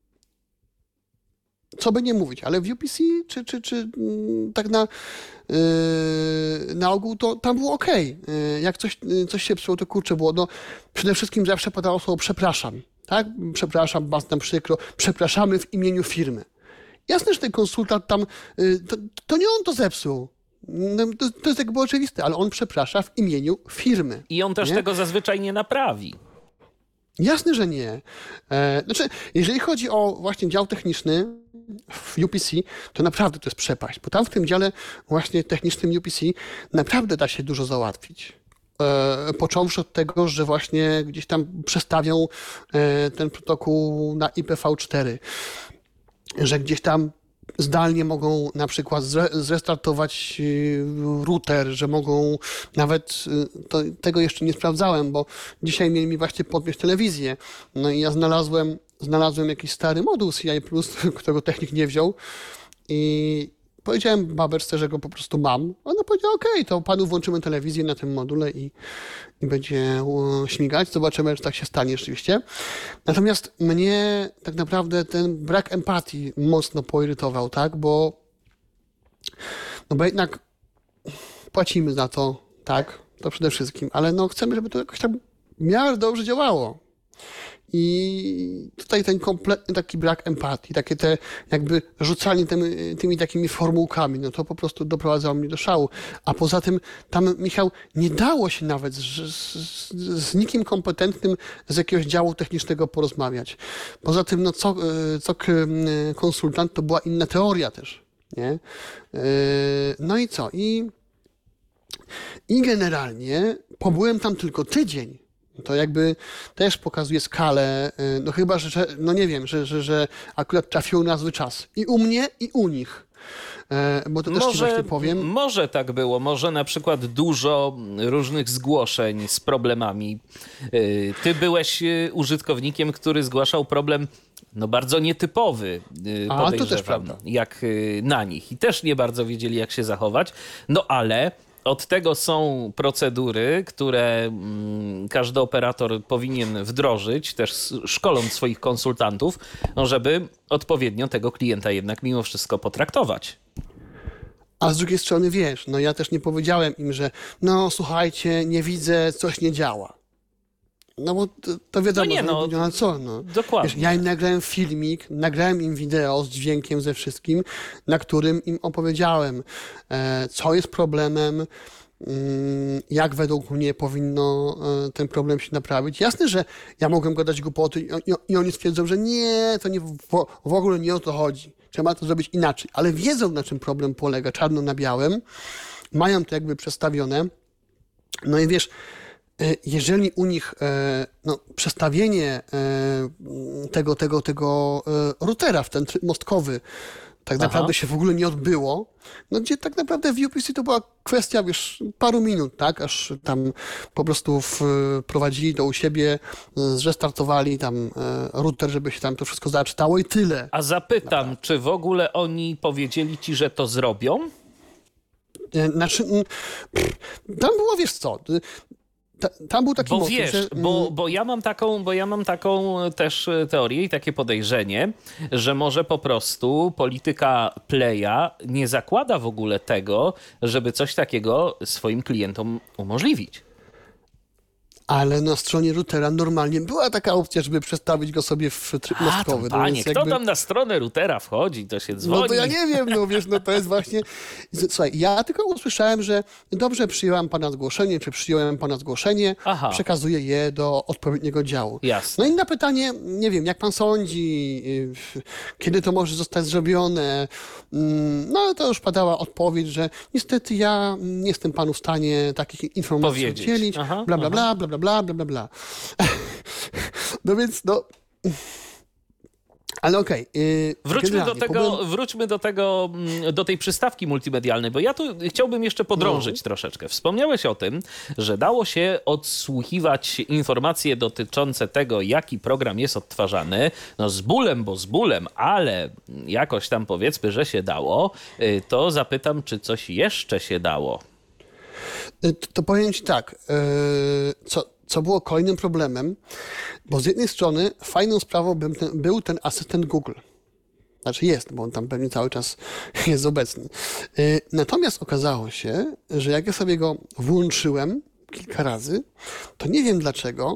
co by nie mówić, ale w U P C czy, czy, czy tak na, na ogół to tam było okej. Okay. Jak coś, coś się psuło, to kurczę było, no przede wszystkim zawsze padało słowo przepraszam, tak? Przepraszam, bardzo nam przykro, przepraszamy w imieniu firmy. Jasne, że ten konsultant tam, to, to nie on to zepsuł. No, to, to jest jakby oczywiste, ale on przeprasza w imieniu firmy. I on też nie? tego zazwyczaj nie naprawi. Jasne, że nie. E, znaczy, jeżeli chodzi o właśnie dział techniczny w U P C, to naprawdę to jest przepaść, bo tam w tym dziale właśnie technicznym U P C naprawdę da się dużo załatwić. E, począwszy od tego, że właśnie gdzieś tam przestawią e, ten protokół na I P v cztery, że gdzieś tam zdalnie mogą na przykład zrestartować router, że mogą nawet, to, tego jeszcze nie sprawdzałem, bo dzisiaj mieli mi właśnie podpiąć telewizję. No i ja znalazłem, znalazłem jakiś stary moduł C I plus, którego technik nie wziął i powiedziałem babeczce, że go po prostu mam. Ona powiedziała, okej, okay, to panu włączymy telewizję na tym module i, i będzie śmigać. Zobaczymy, czy tak się stanie rzeczywiście. Natomiast mnie tak naprawdę ten brak empatii mocno poirytował, tak? Bo, no bo jednak płacimy za to, tak? To przede wszystkim, ale no chcemy, żeby to jakoś tam w miarę dobrze działało. I tutaj ten kompletny taki brak empatii, takie te jakby rzucanie tymi, tymi takimi formułkami, no to po prostu doprowadzało mnie do szału. A poza tym tam, Michał, nie dało się nawet z, z, z nikim kompetentnym z jakiegoś działu technicznego porozmawiać. Poza tym, no co, co konsultant, to była inna teoria też, nie? No i co? I, i generalnie pobyłem tam tylko tydzień. To jakby też pokazuje skalę, no chyba, że, no nie wiem, że, że, że akurat trafił na zły czas. I u mnie, i u nich. Bo to też może, ci właśnie powiem. Może tak było, może na przykład dużo różnych zgłoszeń z problemami. Ty byłeś użytkownikiem, który zgłaszał problem no bardzo nietypowy, A, to też prawda. Jak na nich. I też nie bardzo wiedzieli, jak się zachować. No ale od tego są procedury, które mm, każdy operator powinien wdrożyć, też szkoląc swoich konsultantów, no żeby odpowiednio tego klienta jednak mimo wszystko potraktować. A z drugiej strony, wiesz, no ja też nie powiedziałem im, że no słuchajcie, nie widzę, coś nie działa. No bo to, to wiadomo, no nie, no, no, no co, no. Dokładnie. Wiesz, ja im nagrałem filmik, nagrałem im wideo z dźwiękiem, ze wszystkim, na którym im opowiedziałem, e, co jest problemem, mm, jak według mnie powinno e, ten problem się naprawić. Jasne, że ja mogłem gadać głupoty i, i, i oni stwierdzą, że nie, to nie, w, w ogóle nie o to chodzi. Trzeba to zrobić inaczej. Ale wiedzą, na czym problem polega, czarno na białym, mają to jakby przedstawione. No i wiesz, jeżeli u nich no, przestawienie tego, tego, tego routera w ten tryb mostkowy tak Aha. naprawdę się w ogóle nie odbyło, no gdzie tak naprawdę w U P C to była kwestia, wiesz, paru minut, tak, aż tam po prostu wprowadzili to u siebie, zrestartowali tam router, żeby się tam to wszystko zaczytało i tyle. A zapytam, naprawdę. Czy w ogóle oni powiedzieli ci, że to zrobią? Znaczy, tam było, wiesz co, tam był taki bo motyw, wiesz, że... bo, bo, ja mam taką, bo ja mam taką też teorię i takie podejrzenie, że może po prostu polityka Playa nie zakłada w ogóle tego, żeby coś takiego swoim klientom umożliwić. Ale na stronie routera normalnie była taka opcja, żeby przestawić go sobie w tryb A, mostkowy. to panie, no kto jakby... tam na stronę routera wchodzi, to się dzwoni. No to ja nie wiem, no wiesz, no to jest właśnie... Słuchaj, ja tylko usłyszałem, że dobrze, przyjąłem pana zgłoszenie, czy przyjąłem pana zgłoszenie, Aha. przekazuję je do odpowiedniego działu. Jasne. No i na pytanie, nie wiem, jak pan sądzi, kiedy to może zostać zrobione, no to już padała odpowiedź, że niestety ja nie jestem panu w stanie takich informacji powiedzieć. udzielić, Aha, bla, bla, aha. bla, bla, bla, bla, bla, bla, bla. No więc, no... Ale okej. Okay, yy, wróćmy do tego, pobyłem... wróćmy do tego, do tej przystawki multimedialnej, bo ja tu chciałbym jeszcze podrążyć no. troszeczkę. Wspomniałeś o tym, że dało się odsłuchiwać informacje dotyczące tego, jaki program jest odtwarzany. No z bólem, bo z bólem, ale jakoś tam powiedzmy, że się dało. To zapytam, czy coś jeszcze się dało? To, to powiem ci tak, yy, co co było kolejnym problemem, bo z jednej strony fajną sprawą był ten, był ten asystent Google. Znaczy jest, bo on tam pewnie cały czas jest obecny. Natomiast okazało się, że jak ja sobie go włączyłem kilka razy, to nie wiem dlaczego,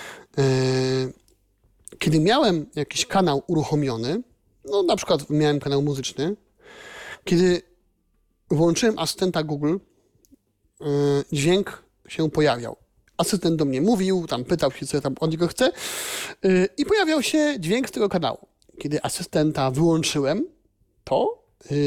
kiedy miałem jakiś kanał uruchomiony, no na przykład miałem kanał muzyczny, kiedy włączyłem asystenta Google, dźwięk się pojawiał. Asystent do mnie mówił, tam pytał się, co ja tam od niego chcę i pojawiał się dźwięk z tego kanału. Kiedy asystenta wyłączyłem, to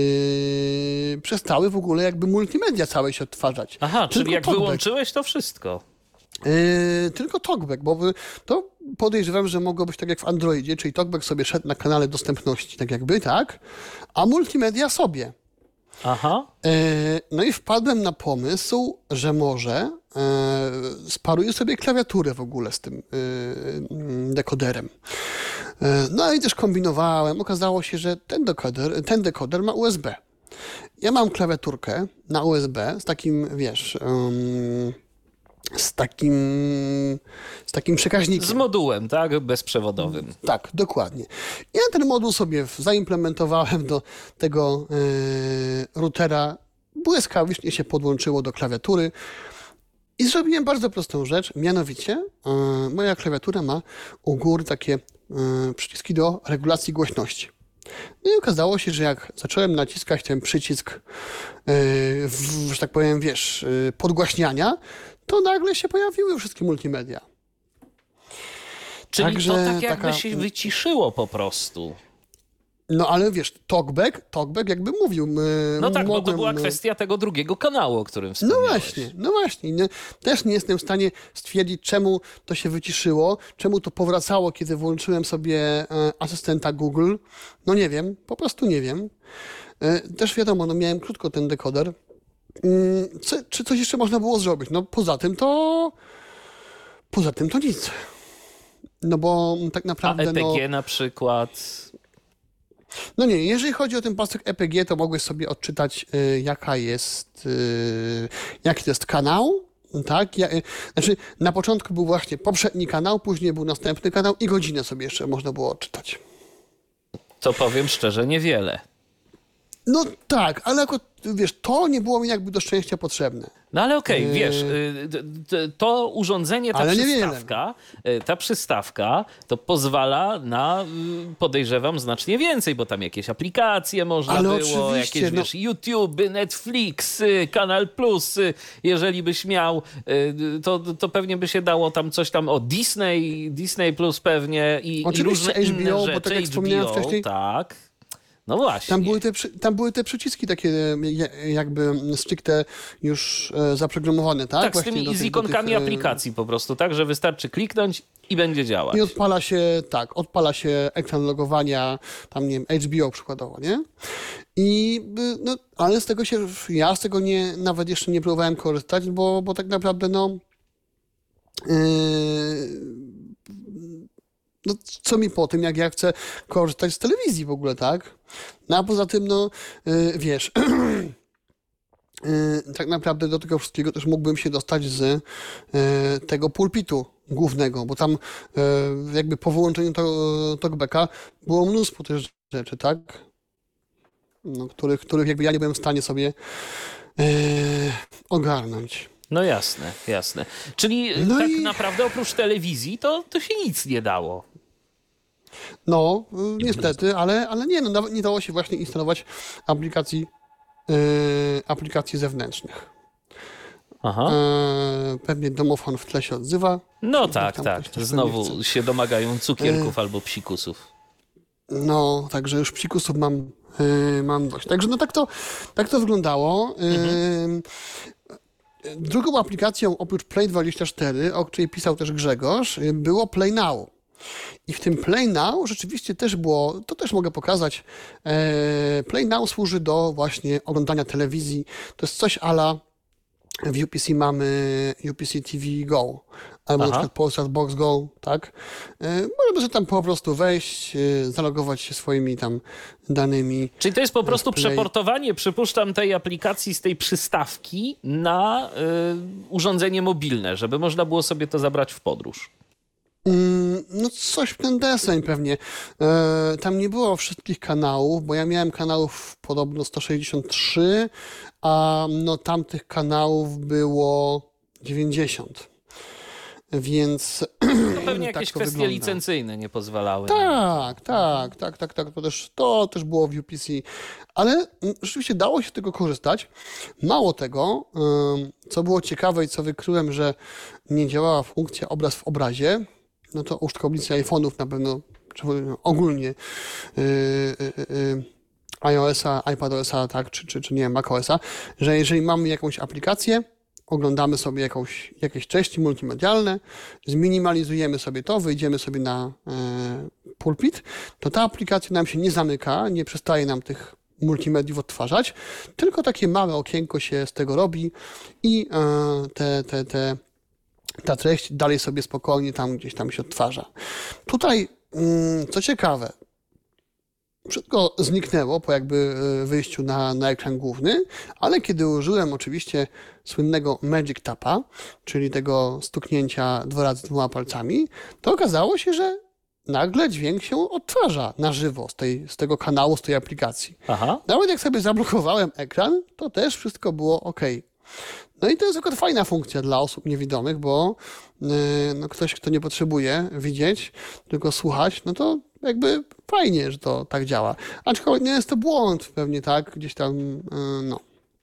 yy, przestały w ogóle jakby multimedia całe się odtwarzać. Aha, Tylko czyli jak talkback. wyłączyłeś, to wszystko. Yy, tylko talkback, bo wy- to podejrzewam, że mogło być tak jak w Androidzie, czyli talkback sobie szedł na kanale dostępności, tak jakby, tak, a multimedia sobie. Aha. Yy, no i wpadłem na pomysł, że może yy, sparuję sobie klawiaturę w ogóle z tym yy, dekoderem. Yy, no i też kombinowałem. Okazało się, że ten dekoder, ten dekoder ma U S B. Ja mam klawiaturkę na U S B z takim, wiesz, yy, z takim, z takim przekaźnikiem. Z modułem, tak? Bezprzewodowym. Tak, dokładnie. Ja ten moduł sobie zaimplementowałem do tego yy, routera. Błyskawicznie się podłączyło do klawiatury i zrobiłem bardzo prostą rzecz, mianowicie yy, moja klawiatura ma u góry takie yy, przyciski do regulacji głośności. No i okazało się, że jak zacząłem naciskać ten przycisk, yy, w, że tak powiem, wiesz, yy, podgłaśniania, to nagle się pojawiły wszystkie multimedia. Czyli Także to tak jakby taka- się wyciszyło po prostu. No ale wiesz, talkback, talkback jakby mówił. My No tak, bo to mogłem, była kwestia tego drugiego kanału, o którym No wspomniałeś. właśnie, no właśnie. Nie, też nie jestem w stanie stwierdzić, czemu to się wyciszyło, czemu to powracało, kiedy włączyłem sobie e, asystenta Google. No nie wiem, po prostu nie wiem. E, też wiadomo, no miałem krótko ten dekoder. Mm, co, czy coś jeszcze można było zrobić? No poza tym to... Poza tym to nic. No bo tak A naprawdę... E P G no, na przykład... No nie, jeżeli chodzi o ten pasek E P G, to mogłeś sobie odczytać, y, jaka jest, y, jaki to jest kanał, tak? Ja, y, znaczy, na początku był właśnie poprzedni kanał, później był następny kanał i godzinę sobie jeszcze można było odczytać. To powiem szczerze, niewiele. No tak, ale jako, wiesz, to nie było mi jakby do szczęścia potrzebne. No ale okej, wiesz, y, d- d- to urządzenie, ta Ale niewiele. przystawka, y, ta przystawka to pozwala na, y, podejrzewam, znacznie więcej, bo tam jakieś aplikacje można Ale było, oczywiście, jakieś, no. wiesz, YouTube, Netflix, y, Kanal Plus, y, jeżeli byś miał, y, to, to pewnie by się dało tam coś tam o Disney, Disney Plus pewnie i, i Oczywiście różne H B O, inne bo rzeczy, tak jak wspomniałem H B O, wcześniej, tak. No właśnie. Tam były, te, przy- tam były te przyciski takie e, jakby stricte już e, zaprogramowane, tak? Tak, z Właśnie tymi do z tych- do ikonkami tych, e, aplikacji po prostu, tak, że wystarczy kliknąć i będzie działać. I odpala się, tak, odpala się ekran logowania, tam nie wiem, H B O przykładowo, nie? I, y, no, ale z tego się, ja z tego nie, nawet jeszcze nie próbowałem korzystać, bo, bo tak naprawdę, no, yy, no, co mi po tym, jak ja chcę korzystać z telewizji w ogóle, tak? No, a poza tym, no, yy, wiesz, yy, tak naprawdę do tego wszystkiego też mógłbym się dostać z yy, tego pulpitu głównego, bo tam yy, jakby po wyłączeniu to, talkbacka było mnóstwo też rzeczy, tak? No, których, których jakby ja nie byłem w stanie sobie yy, ogarnąć. No jasne, jasne. Czyli No tak i- naprawdę oprócz telewizji to, to się nic nie dało. No, y, niestety, ale, ale nie, no, nawet nie dało się właśnie instalować aplikacji, yy, aplikacji zewnętrznych. Aha. Yy, pewnie domofon w tle się odzywa. No Tam tak, ktoś tak. też pewnie Znowu chce. się domagają cukierków albo psikusów. No, także już psikusów mam, yy, mam dość. Także no tak to, tak to wyglądało. Yy, Drugą aplikacją oprócz Play dwadzieścia cztery, o której pisał też Grzegorz, yy, było Play Now. I w tym Play Now rzeczywiście też było, to też mogę pokazać, e, Play Now służy do właśnie oglądania telewizji. To jest coś a la w U P C mamy U P C T V Go. albo Aha. na przykład Polsat Box Go, tak? Yy, możemy sobie tam po prostu wejść, yy, zalogować się swoimi tam danymi. Czyli to jest po prostu Play. przeportowanie, przypuszczam, tej aplikacji z tej przystawki na y, urządzenie mobilne, żeby można było sobie to zabrać w podróż. Mm, No coś w ten deseń pewnie. E, tam nie było wszystkich kanałów, bo ja miałem kanałów podobno sto sześćdziesiąt trzy, a no tamtych kanałów było dziewięćdziesiąt. Więc To pewnie tak jakieś to kwestie wygląda. licencyjne nie pozwalały. Tak, tak, tak, tak, tak. To też, to też było w U P C. Ale mm, rzeczywiście dało się z tego korzystać. Mało tego, ym, co było ciekawe i co wykryłem, że nie działała funkcja obraz w obrazie, no to użytkownicy iPhone'ów na pewno, czy ogólnie yy, yy, yy, iOS-a, iPadOS-a, tak, czy, czy, czy nie wiem, macOS-a, że jeżeli mamy jakąś aplikację, oglądamy sobie jakąś, jakieś treści multimedialne, zminimalizujemy sobie to, wyjdziemy sobie na e, pulpit, to ta aplikacja nam się nie zamyka, nie przestaje nam tych multimediów odtwarzać, tylko takie małe okienko się z tego robi i e, te, te, te, ta treść dalej sobie spokojnie tam gdzieś tam się odtwarza. Tutaj, mm, co ciekawe, wszystko zniknęło po jakby wyjściu na, na ekran główny, ale kiedy użyłem oczywiście słynnego Magic Tapa, czyli tego stuknięcia dwa razy dwoma palcami, to okazało się, że nagle dźwięk się odtwarza na żywo z, tej, z tego kanału, z tej aplikacji. Aha. Nawet jak sobie zablokowałem ekran, to też wszystko było ok. No i to jest akurat fajna funkcja dla osób niewidomych, bo yy, no ktoś, kto nie potrzebuje widzieć, tylko słuchać, no to jakby fajnie, że to tak działa. Aczkolwiek nie jest to błąd pewnie, tak, gdzieś tam, yy, no,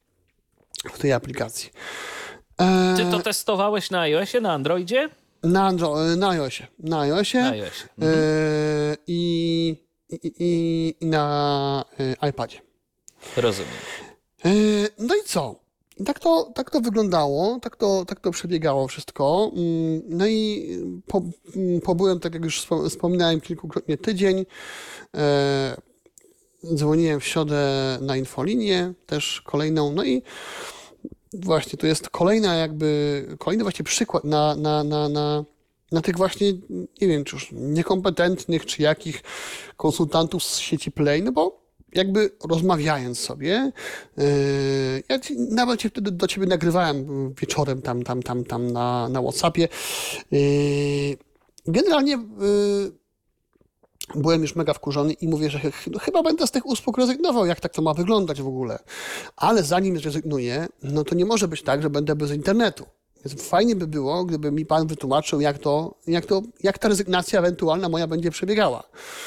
w tej aplikacji. E, Ty to testowałeś na iOSie, na Androidzie? Na, Andro- na iOSie. Na iOSie. Na iOSie. Yy, i, i, i, I na yy, iPadzie. Rozumiem. Yy, No i co? I tak to, tak to wyglądało, tak to, tak to przebiegało wszystko. Yy, No i po, yy, pobyłem, tak jak już wspom- wspominałem kilkukrotnie, tydzień. Yy, Dzwoniłem w środę na infolinię, też kolejną. No i właśnie to jest kolejna jakby, kolejny właśnie przykład na, na, na, na, na tych właśnie, nie wiem, czy już niekompetentnych, czy jakich konsultantów z sieci Play, no bo jakby rozmawiając sobie, yy, ja ci, nawet się wtedy do ciebie nagrywałem wieczorem tam, tam, tam, tam na, na WhatsAppie. Yy, generalnie yy, byłem już mega wkurzony i mówię, że ch- no, chyba będę z tych usług rezygnował, jak tak to ma wyglądać w ogóle. Ale zanim zrezygnuję, no to nie może być tak, że będę bez internetu. Więc fajnie by było, gdyby mi pan wytłumaczył, jak to, jak to, jak ta rezygnacja ewentualna moja będzie przebiegała.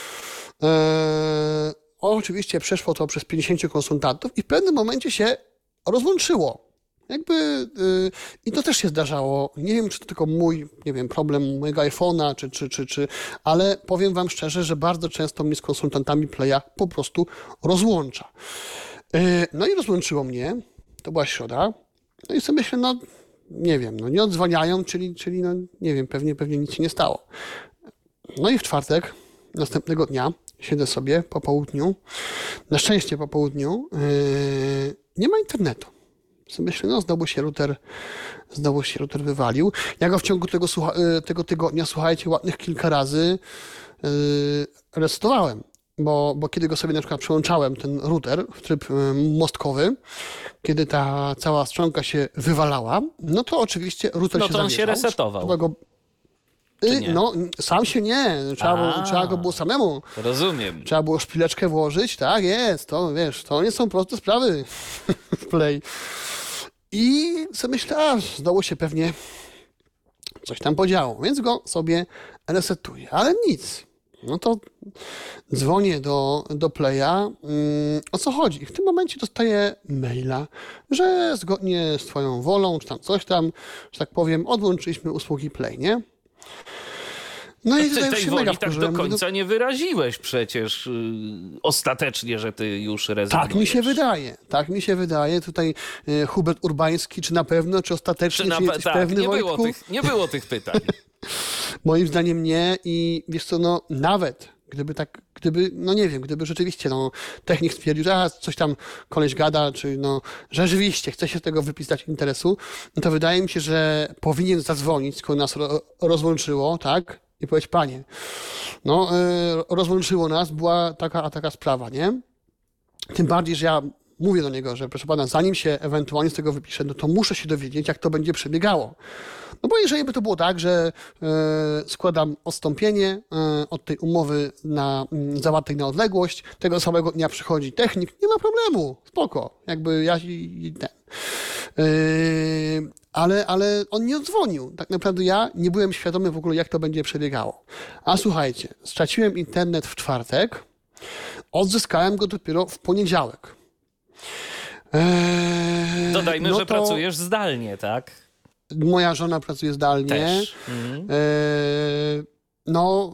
Eee, oczywiście przeszło to przez pięćdziesięciu konsultantów i w pewnym momencie się rozłączyło. Jakby, yy, i to też się zdarzało. Nie wiem, czy to tylko mój, nie wiem, problem mojego iPhone'a, czy, czy, czy, czy, ale powiem wam szczerze, że bardzo często mnie z konsultantami Playa po prostu rozłącza. Yy, no i rozłączyło mnie, to była środa, no i sobie myślę, no nie wiem, no nie odzwaniają, czyli, czyli no nie wiem, pewnie, pewnie nic się nie stało. No i w czwartek, następnego dnia, siedzę sobie po południu, na szczęście po południu, yy, nie ma internetu. Sobie myślę, no znowu się router, znowu się router wywalił. Ja go w ciągu tego, słucha, tego tygodnia, słuchajcie, ładnych kilka razy yy, resetowałem, bo, bo kiedy go sobie na przykład przełączałem, ten router w tryb yy, mostkowy, kiedy ta cała stronka się wywalała, no to oczywiście router No się to on zawieszał. się resetował. Trzeba go, Czy nie? No, sam się nie. Trzeba, było, A. trzeba go było samemu. Rozumiem. Trzeba było szpileczkę włożyć, tak jest, to wiesz, to nie są proste sprawy w Play. I sobie myślę, a znowu się pewnie coś tam podziało, więc go sobie resetuję, ale nic. No to dzwonię do, do Playa, mm, o co chodzi? I w tym momencie dostaję maila, że zgodnie z twoją wolą, czy tam coś tam, że tak powiem, odłączyliśmy usługi Play, nie? No i Ty tutaj już tej się mega woli tak do wkurzyłem. końca nie wyraziłeś przecież yy, ostatecznie, że ty już rezygnujesz. Tak mi się wydaje, tak mi się wydaje. Tutaj e, Hubert Urbański, czy na pewno, czy ostatecznie, Czy czy, na, jesteś tak, pewny, nie, było Wojtku? tych, nie było tych pytań. Moim zdaniem nie i wiesz co, no nawet Gdyby tak, gdyby, no nie wiem, gdyby rzeczywiście no, technik stwierdził, że a, coś tam koleś gada, czy no, że rzeczywiście chce się z tego wypisać interesu, no to wydaje mi się, że powinien zadzwonić, skoro nas ro, rozłączyło, tak? I powiedzieć, panie, no y, rozłączyło nas, była taka a taka sprawa, nie? Tym bardziej, że ja mówię do niego, że proszę pana, zanim się ewentualnie z tego wypiszę, no to muszę się dowiedzieć, jak to będzie przebiegało. No bo jeżeli by to było tak, że y, składam odstąpienie y, od tej umowy na, y, zawartej na odległość, tego samego dnia przychodzi technik, nie ma problemu, spoko, jakby ja i ten. Yy, ale, ale on nie odzwonił. Tak naprawdę ja nie byłem świadomy w ogóle, jak to będzie przebiegało. A słuchajcie, straciłem internet w czwartek, odzyskałem go dopiero w poniedziałek. Eee, Dodajmy, no że to pracujesz zdalnie, tak? moja żona pracuje zdalnie. Też. Mhm. Eee, no...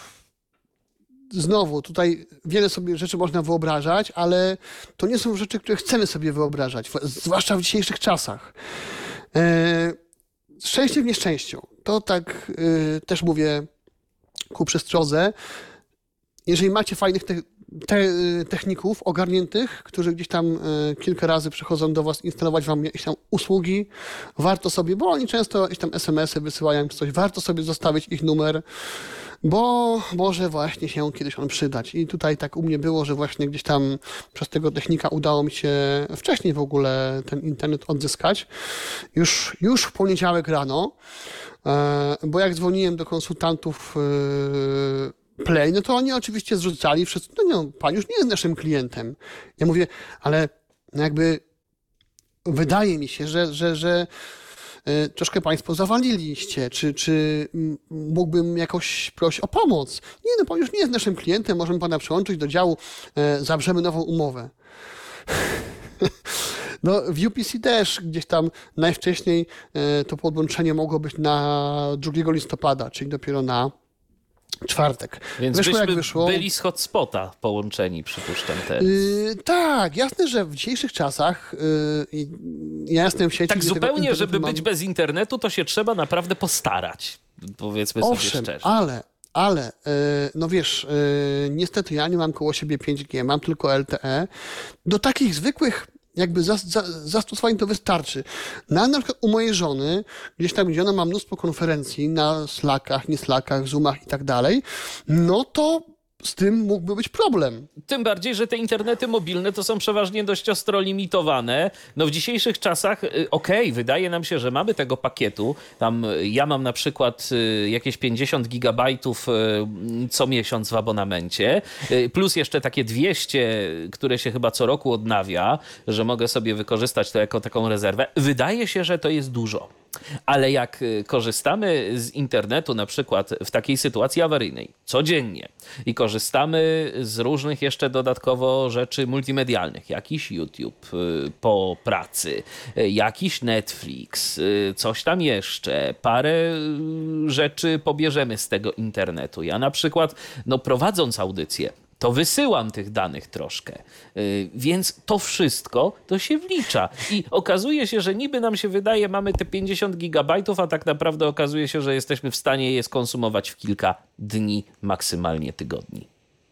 Znowu, tutaj wiele sobie rzeczy można wyobrażać, ale to nie są rzeczy, które chcemy sobie wyobrażać, zwłaszcza w dzisiejszych czasach. E, szczęście w nieszczęściu. To tak e, też mówię ku przestrodze. Jeżeli macie fajnych te, te, techników ogarniętych, którzy gdzieś tam e, kilka razy przychodzą do was instalować wam jakieś tam usługi, warto sobie, bo oni często jakieś tam es em esy wysyłają czy coś, warto sobie zostawić ich numer, bo może właśnie się kiedyś on przydać. I tutaj tak u mnie było, że właśnie gdzieś tam przez tego technika udało mi się wcześniej w ogóle ten internet odzyskać. Już, już w poniedziałek rano, bo jak dzwoniłem do konsultantów Play, no to oni oczywiście zrzucali wszyscy, no nie, pan już nie jest naszym klientem. Ja mówię, ale jakby wydaje mi się, że, że, że troszkę państwo zawaliliście, czy, czy mógłbym jakoś prosić o pomoc? Nie, no pan już nie jest naszym klientem, możemy pana przyłączyć do działu, e, zawrzemy nową umowę. No w U P C też gdzieś tam najwcześniej e, to podłączenie mogło być na drugiego listopada, czyli dopiero na czwartek. Więc wyszło byśmy jak wyszło. byli z hotspota połączeni, przypuszczam też. Yy, tak, jasne, że w dzisiejszych czasach yy, ja jestem w sieci. Tak zupełnie, żeby mam... być bez internetu, to się trzeba naprawdę postarać. Powiedzmy sobie Owszem, szczerze. ale, ale, yy, no wiesz, yy, niestety ja nie mam koło siebie pięć G, mam tylko L T E. Do takich zwykłych jakby za, za, zastosowań to wystarczy. Na, na przykład u mojej żony, gdzieś tam, gdzie ona ma mnóstwo konferencji na Slackach, nie Slackach, Zoomach i tak dalej, no to z tym mógłby być problem. Tym bardziej, że te internety mobilne to są przeważnie dość ostro limitowane. No w dzisiejszych czasach, okej, okay, wydaje nam się, że mamy tego pakietu. Tam ja mam na przykład jakieś pięćdziesiąt gigabajtów co miesiąc w abonamencie, plus jeszcze takie dwieście, które się chyba co roku odnawia, że mogę sobie wykorzystać to jako taką rezerwę. Wydaje się, że to jest dużo. Ale jak korzystamy z internetu na przykład w takiej sytuacji awaryjnej codziennie i korzystamy z różnych jeszcze dodatkowo rzeczy multimedialnych, jakiś YouTube po pracy, jakiś Netflix, coś tam jeszcze, parę rzeczy pobierzemy z tego internetu. Ja na przykład, no prowadząc audycję, to wysyłam tych danych troszkę. Yy, więc to wszystko to się wlicza. I okazuje się, że niby nam się wydaje, mamy te pięćdziesiąt gigabajtów, a tak naprawdę okazuje się, że jesteśmy w stanie je skonsumować w kilka dni, maksymalnie tygodni.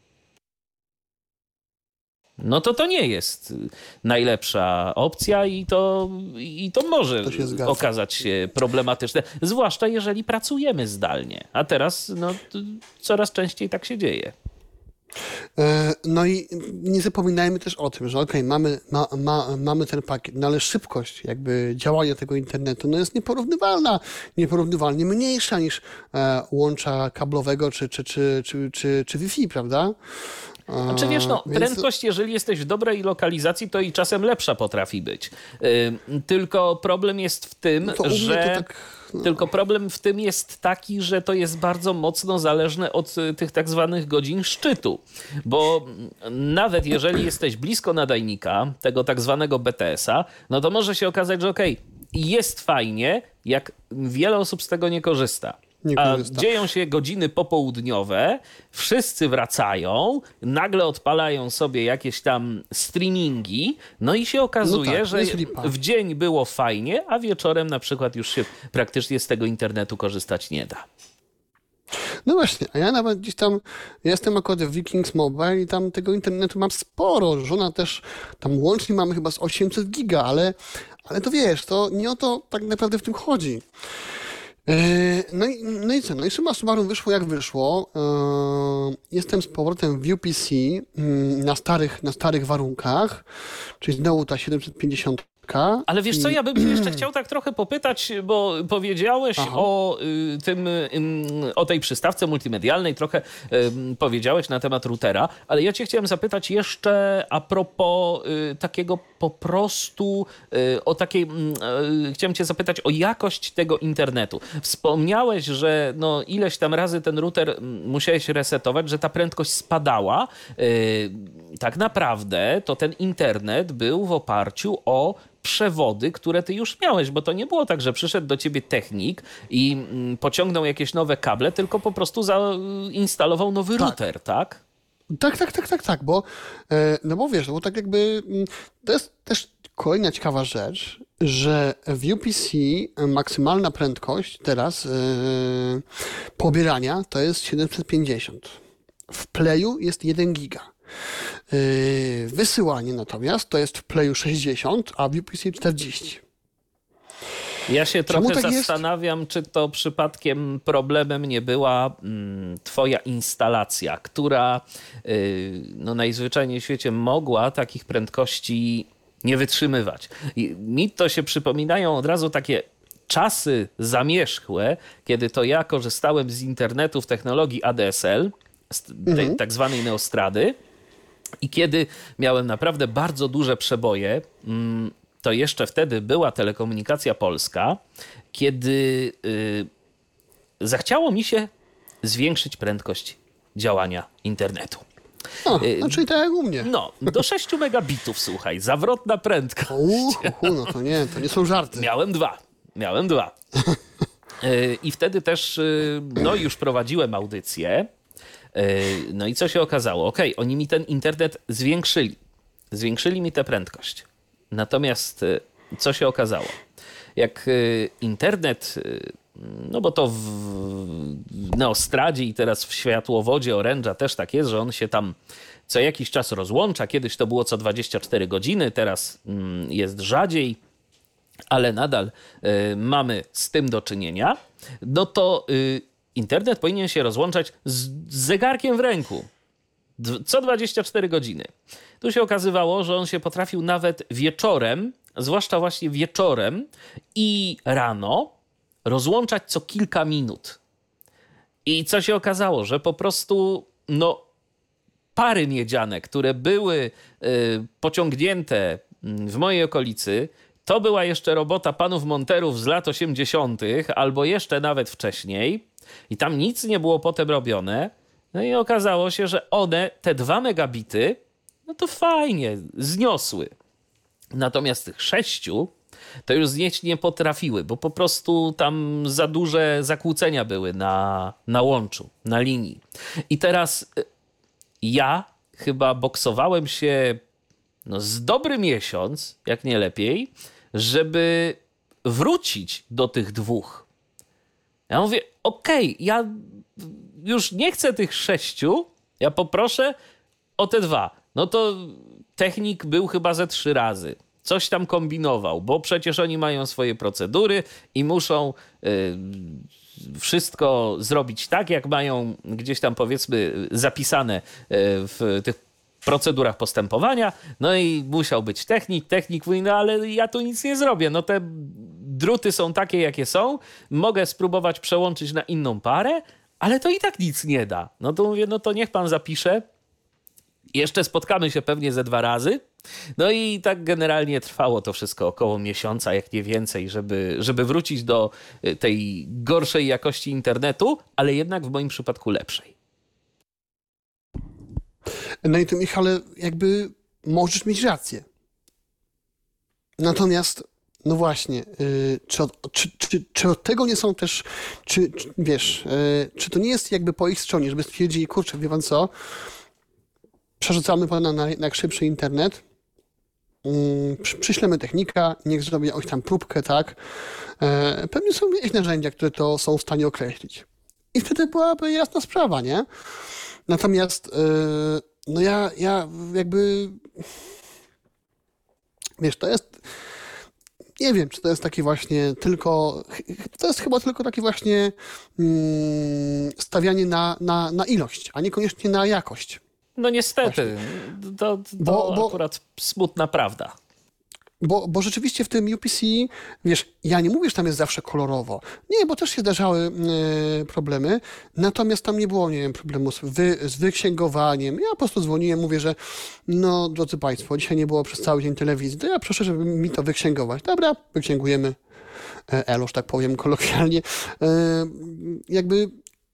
No to to nie jest najlepsza opcja i to, i to może to się okazać się problematyczne. Zwłaszcza jeżeli pracujemy zdalnie. A teraz no, coraz częściej tak się dzieje. No i nie zapominajmy też o tym, że okej, okay, mamy, ma, ma, mamy ten pakiet, no ale szybkość jakby działania tego internetu no jest nieporównywalna, nieporównywalnie mniejsza niż e, łącza kablowego czy, czy, czy, czy, czy, czy Wi-Fi, prawda? Znaczy wiesz, no, Więc... prędkość, jeżeli jesteś w dobrej lokalizacji, to i czasem lepsza potrafi być. Yy, tylko problem jest w tym, no że... Tak, no. Tylko problem w tym jest taki, że to jest bardzo mocno zależne od tych tak zwanych godzin szczytu. Bo nawet jeżeli jesteś blisko nadajnika, tego tak zwanego B T S a, no to może się okazać, że okej, okay, jest fajnie, jak wiele osób z tego nie korzysta. A dzieją się godziny popołudniowe, wszyscy wracają, nagle odpalają sobie jakieś tam streamingi, no i się okazuje, no tak, że w dzień było fajnie, a wieczorem na przykład już się praktycznie z tego internetu korzystać nie da. No właśnie, a ja nawet gdzieś tam, ja jestem akurat w Vikings Mobile i tam tego internetu mam sporo. Żona też, tam łącznie mamy chyba z osiemset giga, ale, ale to wiesz, to nie o to tak naprawdę w tym chodzi. No i, no i co? No i summa summarum wyszło jak wyszło. Jestem z powrotem w U P C na starych, na starych warunkach, czyli znowu ta siedemset pięćdziesiąt. Ale wiesz co, ja bym cię jeszcze chciał tak trochę popytać, bo powiedziałeś o y, tym, y, o tej przystawce multimedialnej, trochę y, powiedziałeś na temat routera, ale ja cię chciałem zapytać jeszcze a propos y, takiego po prostu, y, o takiej, y, chciałem cię zapytać o jakość tego internetu. Wspomniałeś, że no ileś tam razy ten router musiałeś resetować, że ta prędkość spadała. Y, tak naprawdę to ten internet był w oparciu o przewody, które ty już miałeś, bo to nie było tak, że przyszedł do ciebie technik i mm, pociągnął jakieś nowe kable, tylko po prostu zainstalował nowy tak. router, tak? Tak, tak, tak, tak, tak, bo e, no bo wiesz, no bo tak jakby mm, to jest też kolejna ciekawa rzecz, że w U P C maksymalna prędkość teraz e, pobierania to jest siedemset pięćdziesiąt. W Playu jest jeden giga. Yy, wysyłanie natomiast to jest w Playu sześćdziesiąt, a w U P C czterdzieści. Ja się Czemu trochę tak zastanawiam, jest? Czy to przypadkiem problemem nie była mm, twoja instalacja, która yy, no najzwyczajniej w świecie mogła takich prędkości nie wytrzymywać. I mi to się przypominają od razu takie czasy zamierzchłe, kiedy to ja korzystałem z internetu w technologii A D S L, z tej mhm. tak zwanej neostrady. I kiedy miałem naprawdę bardzo duże przeboje, to jeszcze wtedy była Telekomunikacja Polska, kiedy zachciało mi się zwiększyć prędkość działania internetu. O, no czyli tak jak u mnie. No, do sześciu megabitów, słuchaj, zawrotna prędkość. Uhu, no to nie, to nie są żarty. Miałem dwa, miałem dwa. I wtedy też no, już prowadziłem audycję. No i co się okazało? Okej, okay, oni mi ten internet zwiększyli. Zwiększyli mi tę prędkość. Natomiast co się okazało? Jak internet, no bo to w Neostradzie i teraz w światłowodzie Orange'a też tak jest, że on się tam co jakiś czas rozłącza. Kiedyś to było co dwadzieścia cztery godziny, teraz jest rzadziej, ale nadal mamy z tym do czynienia. No to internet powinien się rozłączać z, z zegarkiem w ręku. Co dwadzieścia cztery godziny. Tu się okazywało, że on się potrafił nawet wieczorem, zwłaszcza właśnie wieczorem i rano, rozłączać co kilka minut. I co się okazało, że po prostu no, pary miedziane, które były y, pociągnięte w mojej okolicy, to była jeszcze robota panów monterów z lat osiemdziesiątych albo jeszcze nawet wcześniej. I tam nic nie było potem robione. No i okazało się, że one, te dwa megabity, no to fajnie, zniosły. Natomiast tych sześciu to już znieść nie potrafiły, bo po prostu tam za duże zakłócenia były na, na łączu, na linii. I teraz ja chyba boksowałem się no, z dobry miesiąc, jak nie lepiej, żeby wrócić do tych dwóch. Ja mówię, okej, okay, ja już nie chcę tych sześciu, ja poproszę o te dwa. No to technik był chyba ze trzy razy. Coś tam kombinował, bo przecież oni mają swoje procedury i muszą y, wszystko zrobić tak, jak mają gdzieś tam powiedzmy zapisane y, w tych procedurach postępowania. No i musiał być technik. Technik mówi, no ale ja tu nic nie zrobię. No te druty są takie, jakie są. Mogę spróbować przełączyć na inną parę, ale to i tak nic nie da. No to mówię, no to niech pan zapisze. Jeszcze spotkamy się pewnie ze dwa razy. No i tak generalnie trwało to wszystko około miesiąca, jak nie więcej, żeby, żeby wrócić do tej gorszej jakości internetu, ale jednak w moim przypadku lepszej. No i to, Michale, jakby możesz mieć rację. Natomiast, no właśnie, yy, czy, od, czy, czy, czy od tego nie są też, czy, czy wiesz, yy, czy to nie jest jakby po ich stronie, żeby stwierdzili, kurczę, wie pan co, przerzucamy pana na, na szybszy internet, yy, przy, przyślemy technika, niech zrobi jakąś tam próbkę, tak. Yy, pewnie są jakieś narzędzia, które to są w stanie określić. i wtedy byłaby jasna sprawa, nie? Natomiast yy, no ja, ja jakby wiesz, to jest nie wiem, czy to jest taki właśnie tylko to jest chyba tylko takie właśnie mm, stawianie na, na, na ilość, a niekoniecznie na jakość. No niestety, to, to Bo- bo- akurat smutna prawda. Bo, bo rzeczywiście w tym U P C, wiesz, ja nie mówię, że tam jest zawsze kolorowo. Nie, bo też się zdarzały e, problemy, natomiast tam nie było, nie wiem, problemu z, wy, z wyksięgowaniem. Ja po prostu dzwoniłem, mówię, że no, drodzy Państwo, dzisiaj nie było przez cały dzień telewizji, to ja proszę, żeby mi to wyksięgować. Dobra, wyksięgujemy. E, Elo, że tak powiem kolokwialnie. E, jakby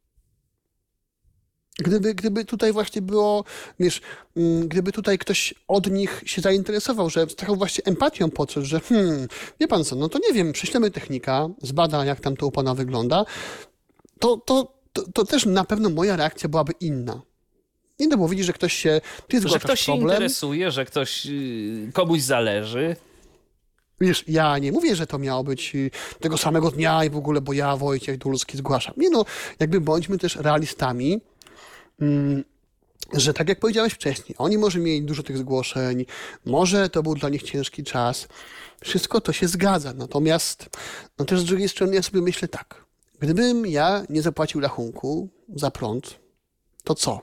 Gdyby, gdyby tutaj właśnie było, wiesz, mm, gdyby tutaj ktoś od nich się zainteresował, że z taką właśnie empatią podszedł, że hmm, wie pan co, no to nie wiem, prześlemy technika, zbada jak tam to u pana wygląda, to, to, to, to też na pewno moja reakcja byłaby inna. Nie no, bo widzisz, że ktoś się, ty Że zgłaszasz ktoś się problem, interesuje, że ktoś yy, komuś zależy. wiesz, ja nie mówię, że to miało być y, tego samego dnia i w ogóle, bo ja, Wojciech Dulski, zgłaszam. Nie no, jakby bądźmy też realistami, Mm, że tak jak powiedziałeś wcześniej, oni może mieli dużo tych zgłoszeń, może to był dla nich ciężki czas, wszystko to się zgadza, natomiast no też z drugiej strony ja sobie myślę tak, gdybym ja nie zapłacił rachunku za prąd, to co?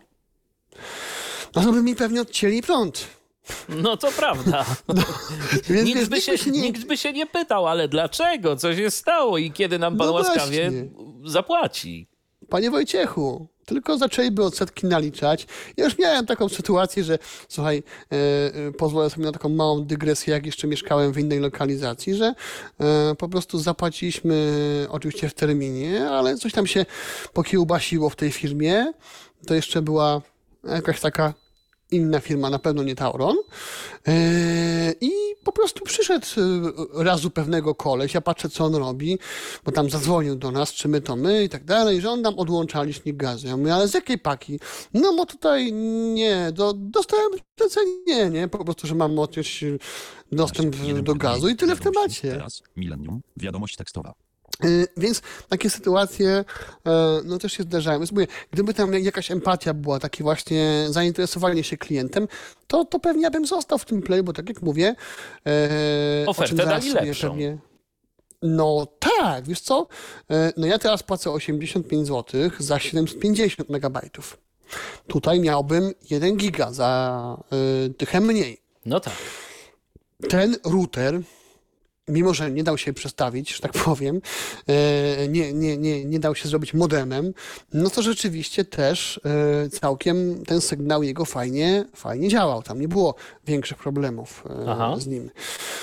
No to by mi pewnie odcięli prąd. No to prawda. Więc Nikt wiesz, by, się, nikt by się nie- nikt by się nie pytał, ale dlaczego? Co się stało i kiedy nam pan No łaskawie właśnie. zapłaci? Panie Wojciechu, tylko zaczęliby odsetki naliczać. Ja już miałem taką sytuację, że słuchaj, e, e, pozwolę sobie na taką małą dygresję, jak jeszcze mieszkałem w innej lokalizacji, że e, po prostu zapłaciliśmy oczywiście w terminie, ale coś tam się pokiełbasiło w tej firmie. To jeszcze była jakaś taka inna firma, na pewno nie Tauron. Yy, I po prostu przyszedł yy, razu pewnego koleś, ja patrzę, co on robi, bo tam zadzwonił do nas, czy my to my i tak dalej, że on nam odłącza licznik gazu. Ja mówię, ale z jakiej paki? No bo tutaj nie, do, dostałem zlecenie, nie, po prostu, że mam odnieść yy, dostęp Jeden do portal, gazu i tyle w wiadomości, temacie. Teraz, Millennium, wiadomość tekstowa. Yy, Więc takie sytuacje yy, no też się zdarzają. Więc mówię, gdyby tam jakaś empatia była, takie właśnie zainteresowanie się klientem, to, to pewnie ja bym został w tym play, bo tak jak mówię, yy, o Ofertę czym zaraz dali sobie lepszą. pewnie- No tak, wiesz co? Yy, No ja teraz płacę osiemdziesiąt pięć złotych za siedemset pięćdziesiąt megabajtów. Tutaj miałbym jeden giga za yy, dychę mniej. No tak. Ten router, mimo że nie dał się przestawić, że tak powiem, e, nie, nie, nie, nie dał się zrobić modemem, no to rzeczywiście też e, całkiem ten sygnał jego fajnie, fajnie działał. Tam nie było większych problemów e, Aha. z nim.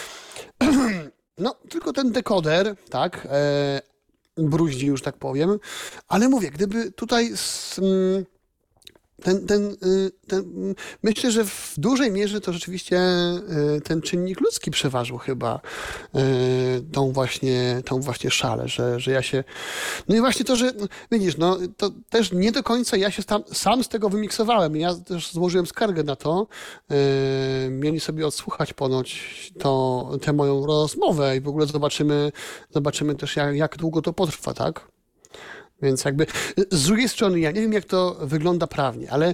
No, tylko ten dekoder, tak, e, bruździ już, tak powiem, ale mówię, gdyby tutaj s, mm, ten, ten, y, ten, mm, myślę, że w dużej mierze to rzeczywiście y, ten czynnik ludzki przeważył chyba y, tą właśnie, tą właśnie szalę, że, że ja się... No i właśnie to, że no, widzisz, no to też nie do końca ja się tam, sam z tego wymiksowałem. Ja też złożyłem skargę na to. Y, Mieli sobie odsłuchać ponoć to, tę moją rozmowę i w ogóle zobaczymy, zobaczymy też jak, jak długo to potrwa, tak? Więc jakby z drugiej strony ja nie wiem, jak to wygląda prawnie, ale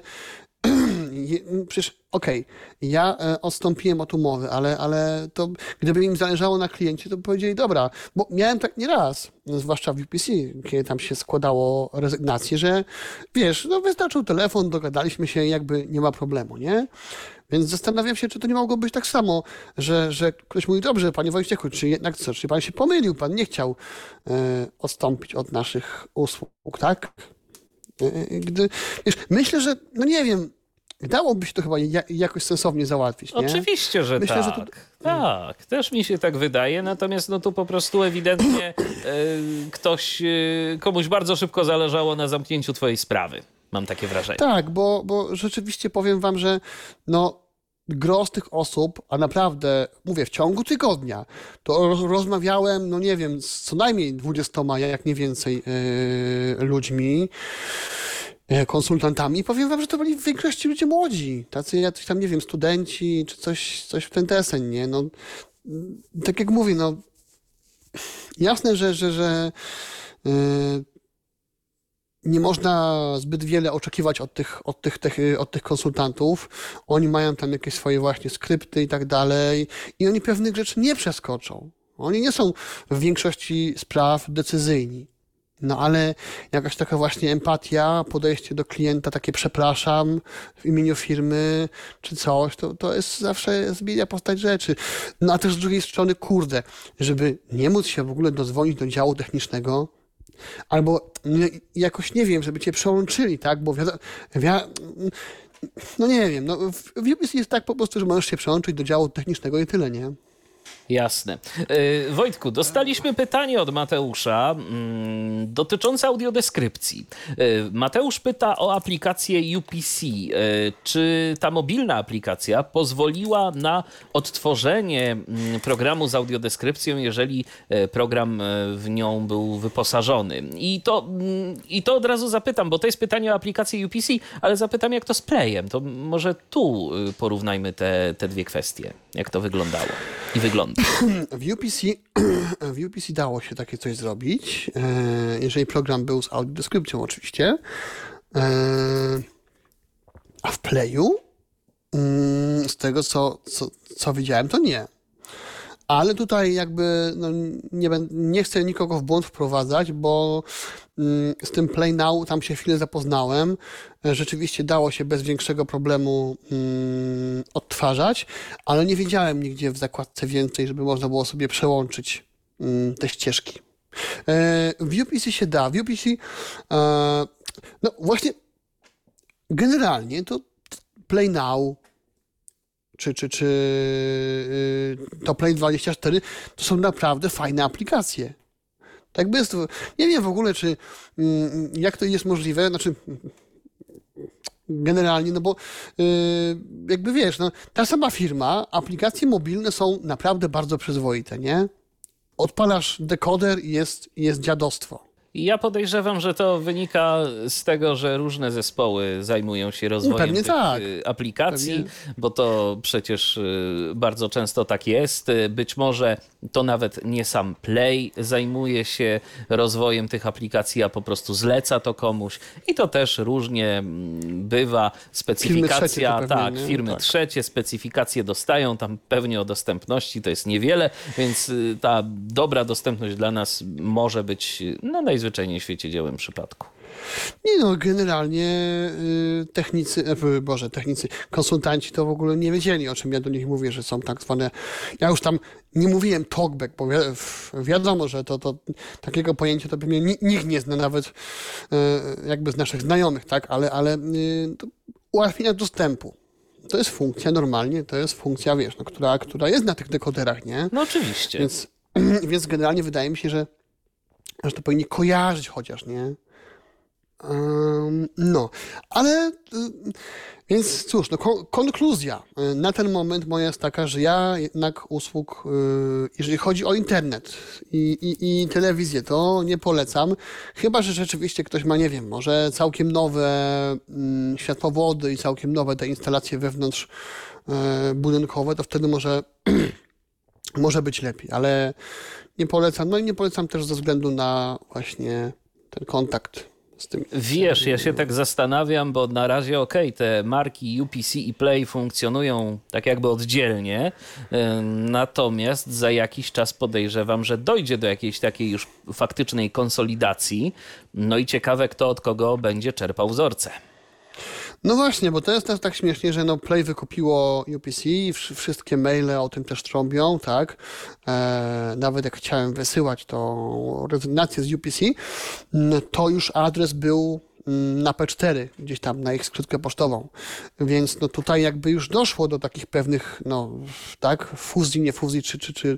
je- przecież okej, ja e, odstąpiłem od umowy, ale, ale to gdyby im zależało na kliencie, to by powiedzieli, dobra, bo miałem tak nieraz, zwłaszcza w U P C, kiedy tam się składało rezygnację, że wiesz, no wystarczył telefon, dogadaliśmy się, jakby nie ma problemu, nie? Więc zastanawiam się, czy to nie mogło być tak samo, że, że ktoś mówi, dobrze, panie Wojciechu, czy jednak co, czy pan się pomylił, pan nie chciał e, odstąpić od naszych usług, tak? E, gdy, wiesz, myślę, że, no nie wiem, dałoby się to chyba ja, jakoś sensownie załatwić, nie? Oczywiście, że Myślę, tak. że tu- Tak, też mi się tak wydaje, natomiast no tu po prostu ewidentnie e, ktoś, e, komuś bardzo szybko zależało na zamknięciu twojej sprawy. Mam takie wrażenie. Tak, bo, bo rzeczywiście powiem wam, że no, gros tych osób, a naprawdę, mówię, w ciągu tygodnia, to roz- rozmawiałem, no nie wiem, z co najmniej dwudziestoma, jak nie więcej yy, ludźmi, yy, konsultantami i powiem wam, że to byli w większości ludzie młodzi, tacy jacyś tam, nie wiem, studenci, czy coś, coś w ten deseń, nie? No, mm, tak jak mówię, no, jasne, że, że, że yy, nie można zbyt wiele oczekiwać od tych, od tych, tych, od tych konsultantów. Oni mają tam jakieś swoje właśnie skrypty i tak dalej i oni pewnych rzeczy nie przeskoczą. Oni nie są w większości spraw decyzyjni. No ale jakaś taka właśnie empatia, podejście do klienta, takie przepraszam w imieniu firmy czy coś, to, to jest zawsze zmienia postać rzeczy. No a też z drugiej strony, kurde, żeby nie móc się w ogóle dodzwonić do działu technicznego, albo nie, jakoś, nie wiem, żeby cię przełączyli, tak, bo wiadomo, wi- no nie wiem, no w, w U B C jest tak po prostu, że możesz się przełączyć do działu technicznego i tyle, nie? Jasne. Yy, Wojtku, dostaliśmy pytanie od Mateusza yy, dotyczące audiodeskrypcji. Yy, Mateusz pyta o aplikację U P C. Yy, czy ta mobilna aplikacja pozwoliła na odtworzenie yy, programu z audiodeskrypcją, jeżeli yy, program yy, w nią był wyposażony? I to, yy, I to od razu zapytam, bo to jest pytanie o aplikację U P C, ale zapytam, jak to z Playem. To może tu yy, porównajmy te, te dwie kwestie. Jak to wyglądało i wygląda. W U P C, w U P C dało się takie coś zrobić, jeżeli program był z audiodeskrypcją oczywiście, a w Playu z tego co, co, co widziałem, to nie. Ale tutaj jakby no, nie, nie chcę nikogo w błąd wprowadzać, bo mm, z tym Play Now tam się chwilę zapoznałem. Rzeczywiście dało się bez większego problemu mm, odtwarzać, ale nie wiedziałem nigdzie w zakładce więcej, żeby można było sobie przełączyć mm, te ścieżki. E, w U P C się da. W U P C e, no właśnie generalnie to Play Now czy, czy, czy to Play dwadzieścia cztery, to są naprawdę fajne aplikacje. Tak by jest, nie wiem w ogóle, czy jak to jest możliwe, znaczy generalnie, no bo jakby wiesz, no, ta sama firma, aplikacje mobilne są naprawdę bardzo przyzwoite, nie? Odpalasz dekoder i jest, jest dziadostwo. Ja podejrzewam, że to wynika z tego, że różne zespoły zajmują się rozwojem Pewnie tych tak. aplikacji, Pewnie. bo to przecież bardzo często tak jest. Być może to nawet nie sam Play zajmuje się rozwojem tych aplikacji, a po prostu zleca to komuś i to też różnie bywa. Specyfikacja, firmy trzecie tak, pewnie, firmy tak. trzecie specyfikacje dostają, tam pewnie o dostępności to jest niewiele, więc ta dobra dostępność dla nas może być no, najzwyczajniej w świecie dziełem przypadku. Nie no, generalnie y, technicy, e, boże, technicy, konsultanci to w ogóle nie wiedzieli, o czym ja do nich mówię, że są tak zwane, ja już tam nie mówiłem talkback, bo wi wiadomo, że to, to takiego pojęcia to pewnie ni nikt nie zna, nawet y, jakby z naszych znajomych, tak, ale, ale y, to ułatwienia dostępu. To jest funkcja normalnie, to jest funkcja, wiesz, no, która, która jest na tych dekoderach, nie? No oczywiście. Więc, więc generalnie wydaje mi się, że, że to powinni kojarzyć chociaż, nie? Um, no, ale y, więc cóż, no, ko konkluzja y, na ten moment moja jest taka, że ja jednak usług, y, jeżeli chodzi o internet i, i, i telewizję, to nie polecam, chyba że rzeczywiście ktoś ma, nie wiem, może całkiem nowe y, światłowody i całkiem nowe te instalacje wewnątrz y, budynkowe, to wtedy może może być lepiej, ale nie polecam, no i nie polecam też ze względu na właśnie ten kontakt z tym. Wiesz, ja się tak zastanawiam, bo na razie okej, okay, te marki U P C i Play funkcjonują tak jakby oddzielnie, natomiast za jakiś czas podejrzewam, że dojdzie do jakiejś takiej już faktycznej konsolidacji, no i ciekawe, kto od kogo będzie czerpał wzorce. No właśnie, bo to jest też tak śmiesznie, że no Play wykupiło U P C i wszystkie maile o tym też trąbią, tak? E, nawet jak chciałem wysyłać tą rezygnację z U P C, to już adres był na P cztery, gdzieś tam na ich skrytkę pocztową. Więc no tutaj jakby już doszło do takich pewnych, no tak, fuzji, nie fuzji, czy, czy, czy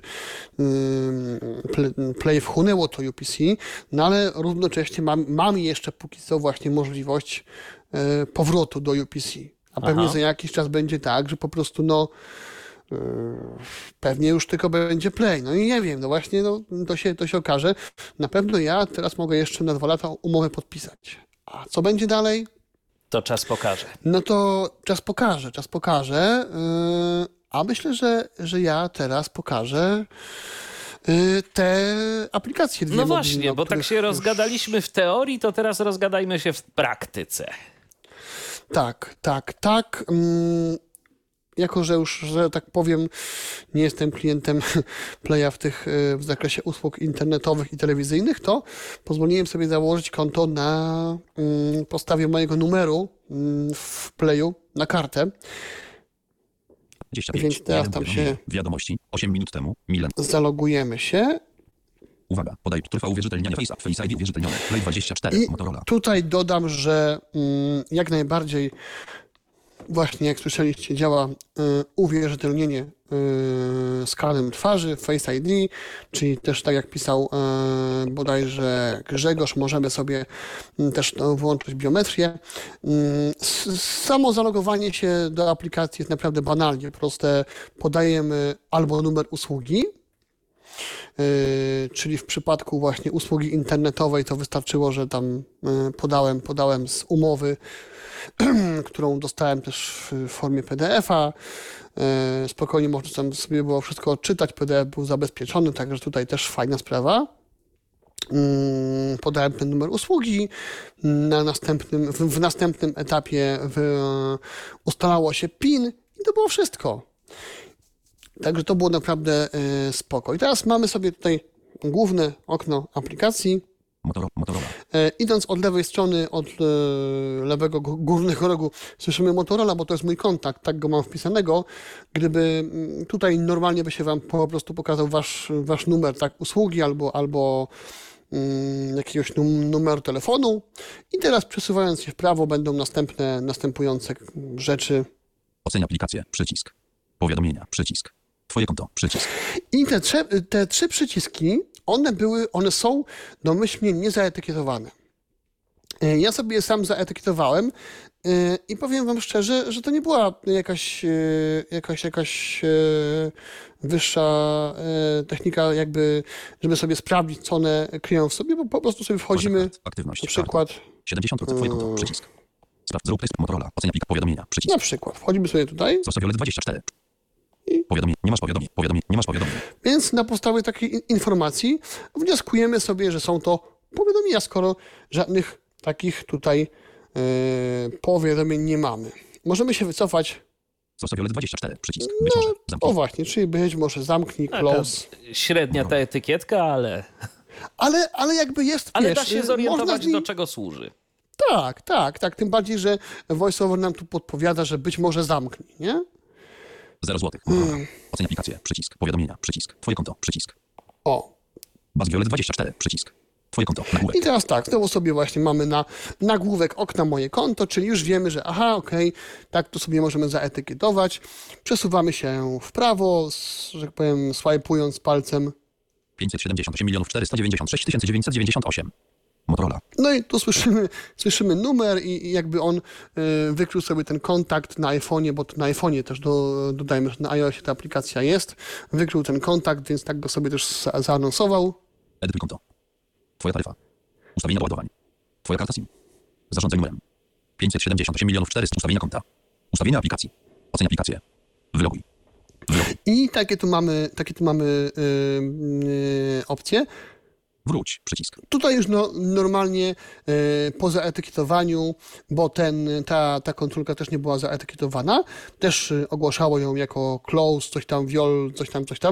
yy, Play wchłonęło to U P C, no ale równocześnie mam, mam jeszcze póki co właśnie możliwość yy, powrotu do U P C. A pewnie Aha. za jakiś czas będzie tak, że po prostu no yy, pewnie już tylko będzie Play. No i nie wiem, no właśnie no, to, się, to się okaże. Na pewno ja teraz mogę jeszcze na dwa lata umowę podpisać. A co będzie dalej? To czas pokaże. No to czas pokaże, czas pokaże. Yy, a myślę, że, że ja teraz pokażę y, te aplikacje dwie No mobilne, właśnie, o bo tak których się już- rozgadaliśmy w teorii, to teraz rozgadajmy się w praktyce. Tak, tak, tak. Mm, jako, że już, że tak powiem, nie jestem klientem Playa w tych, y, w zakresie usług internetowych i telewizyjnych, to pozwoliłem sobie założyć konto na mm, podstawie mojego numeru mm, w Playu na kartę. dwadzieścia pięć. Więc teraz jeden tam powiadomienie. się- Wiadomości. osiem minut temu. Milen. Zalogujemy się Uwaga. Podaj trwa uwierzytelnianie FaceApp. Face I D uwierzytelnione. Play dwadzieścia cztery. i Motorola. tutaj dodam, że mm, jak najbardziej właśnie jak słyszeliście działa y, uwierzytelnienie y, skanem twarzy, Face I D, czyli też tak jak pisał y, bodajże Grzegorz, możemy sobie y, też no, włączyć biometrię. Y, s- samo zalogowanie się do aplikacji jest naprawdę banalnie proste. Podajemy albo numer usługi, Yy, czyli w przypadku właśnie usługi internetowej to wystarczyło, że tam yy, podałem, podałem z umowy, którą dostałem też w formie P D F-a. Yy, spokojnie można tam sobie było wszystko odczytać, P D F był zabezpieczony, także tutaj też fajna sprawa. Yy, podałem ten numer usługi. Na następnym, w, w następnym etapie w, ustalało się PIN i to było wszystko. Także to było naprawdę y, spoko. I teraz mamy sobie tutaj główne okno aplikacji. Motorola. Motorola. E, idąc od lewej strony, od e, lewego g- górnego rogu, słyszymy Motorola, bo to jest mój kontakt, tak go mam wpisanego. Gdyby mm, tutaj normalnie by się wam po prostu pokazał wasz, wasz numer tak, usługi albo, albo mm, jakiegoś num- numeru telefonu. I teraz przesuwając się w prawo będą następne, następujące rzeczy. Oceń aplikację. Przycisk. Powiadomienia. Przycisk. Twoje konto. Przycisk. I te, trze- te trzy przyciski, one były, one są domyślnie niezaetykietowane. E, Ja sobie je sam zaetykietowałem e, i powiem wam szczerze, że to nie była jakaś, e, jakaś, jakaś e, wyższa e, technika, jakby, żeby sobie sprawdzić, co one kryją w sobie, bo po prostu sobie wchodzimy, Kart. Aktywność. na przykład, Kart. siedemdziesiąt procent. Twoje konto. Przycisk. Sprawdź. Zrób test. Motorola. Oceń aplikacji. Powiadomienia. Przycisk. na przykład, wchodzimy sobie tutaj, Zostaw Violet dwadzieścia cztery. Powiadomienie. Nie masz powiadomień. Powiadomień. Nie masz powiadomień. więc na podstawie takiej in- informacji wnioskujemy sobie, że są to powiadomienia, skoro żadnych takich tutaj e, powiadomień nie mamy. Możemy się wycofać. Zostaw Violet dwadzieścia cztery. Przycisk. Być może. O Zamknij. właśnie, czyli być może zamknij, Taka close. średnia ta etykietka, ale, Ale, ale jakby jest, ale wiesz, da się można zorientować, z niej- do czego służy. Tak, tak, tak. Tym bardziej, że VoiceOver nam tu podpowiada, że być może zamknij, nie? zero złotych. Motorola. Oceń aplikację. Przycisk. Powiadomienia. Przycisk. Twoje konto. Przycisk. O. Baz Violet dwadzieścia cztery. Przycisk. Twoje konto. Nagłówek. I teraz tak, znowu sobie właśnie mamy na nagłówek okna moje konto, czyli już wiemy, że aha, okej, tak to sobie możemy zaetykietować. Przesuwamy się w prawo, s- że tak powiem, swajpując palcem. pięćset siedemdziesiąt osiem milionów czterysta dziewięćdziesiąt sześć tysięcy dziewięćset dziewięćdziesiąt osiem. Motorola. No i tu słyszymy, słyszymy numer i, i jakby on y, wykrył sobie ten kontakt na iPhone'ie, bo to na iPhone'ie też do, dodajmy, że na iOSie ta aplikacja jest. Wykrył ten kontakt, więc tak go sobie też za, zaanonsował. Edytuj konto. Twoja taryfa. Ustawienia doładowań. Twoja karta SIM. Zarządzaj numerem. pięćset siedemdziesiąt osiem milionów czterysta. Ustawienia konta. Ustawienia aplikacji. Oceń aplikację. Wyloguj. Wyloguj. I takie tu mamy, takie tu mamy y, y, opcje. Wróć. Przycisk. Tutaj już no, normalnie y, po zaetykietowaniu, bo ten, ta, ta kontrolka też nie była zaetykietowana, też y, ogłaszało ją jako close, coś tam, viol, coś tam, coś tam.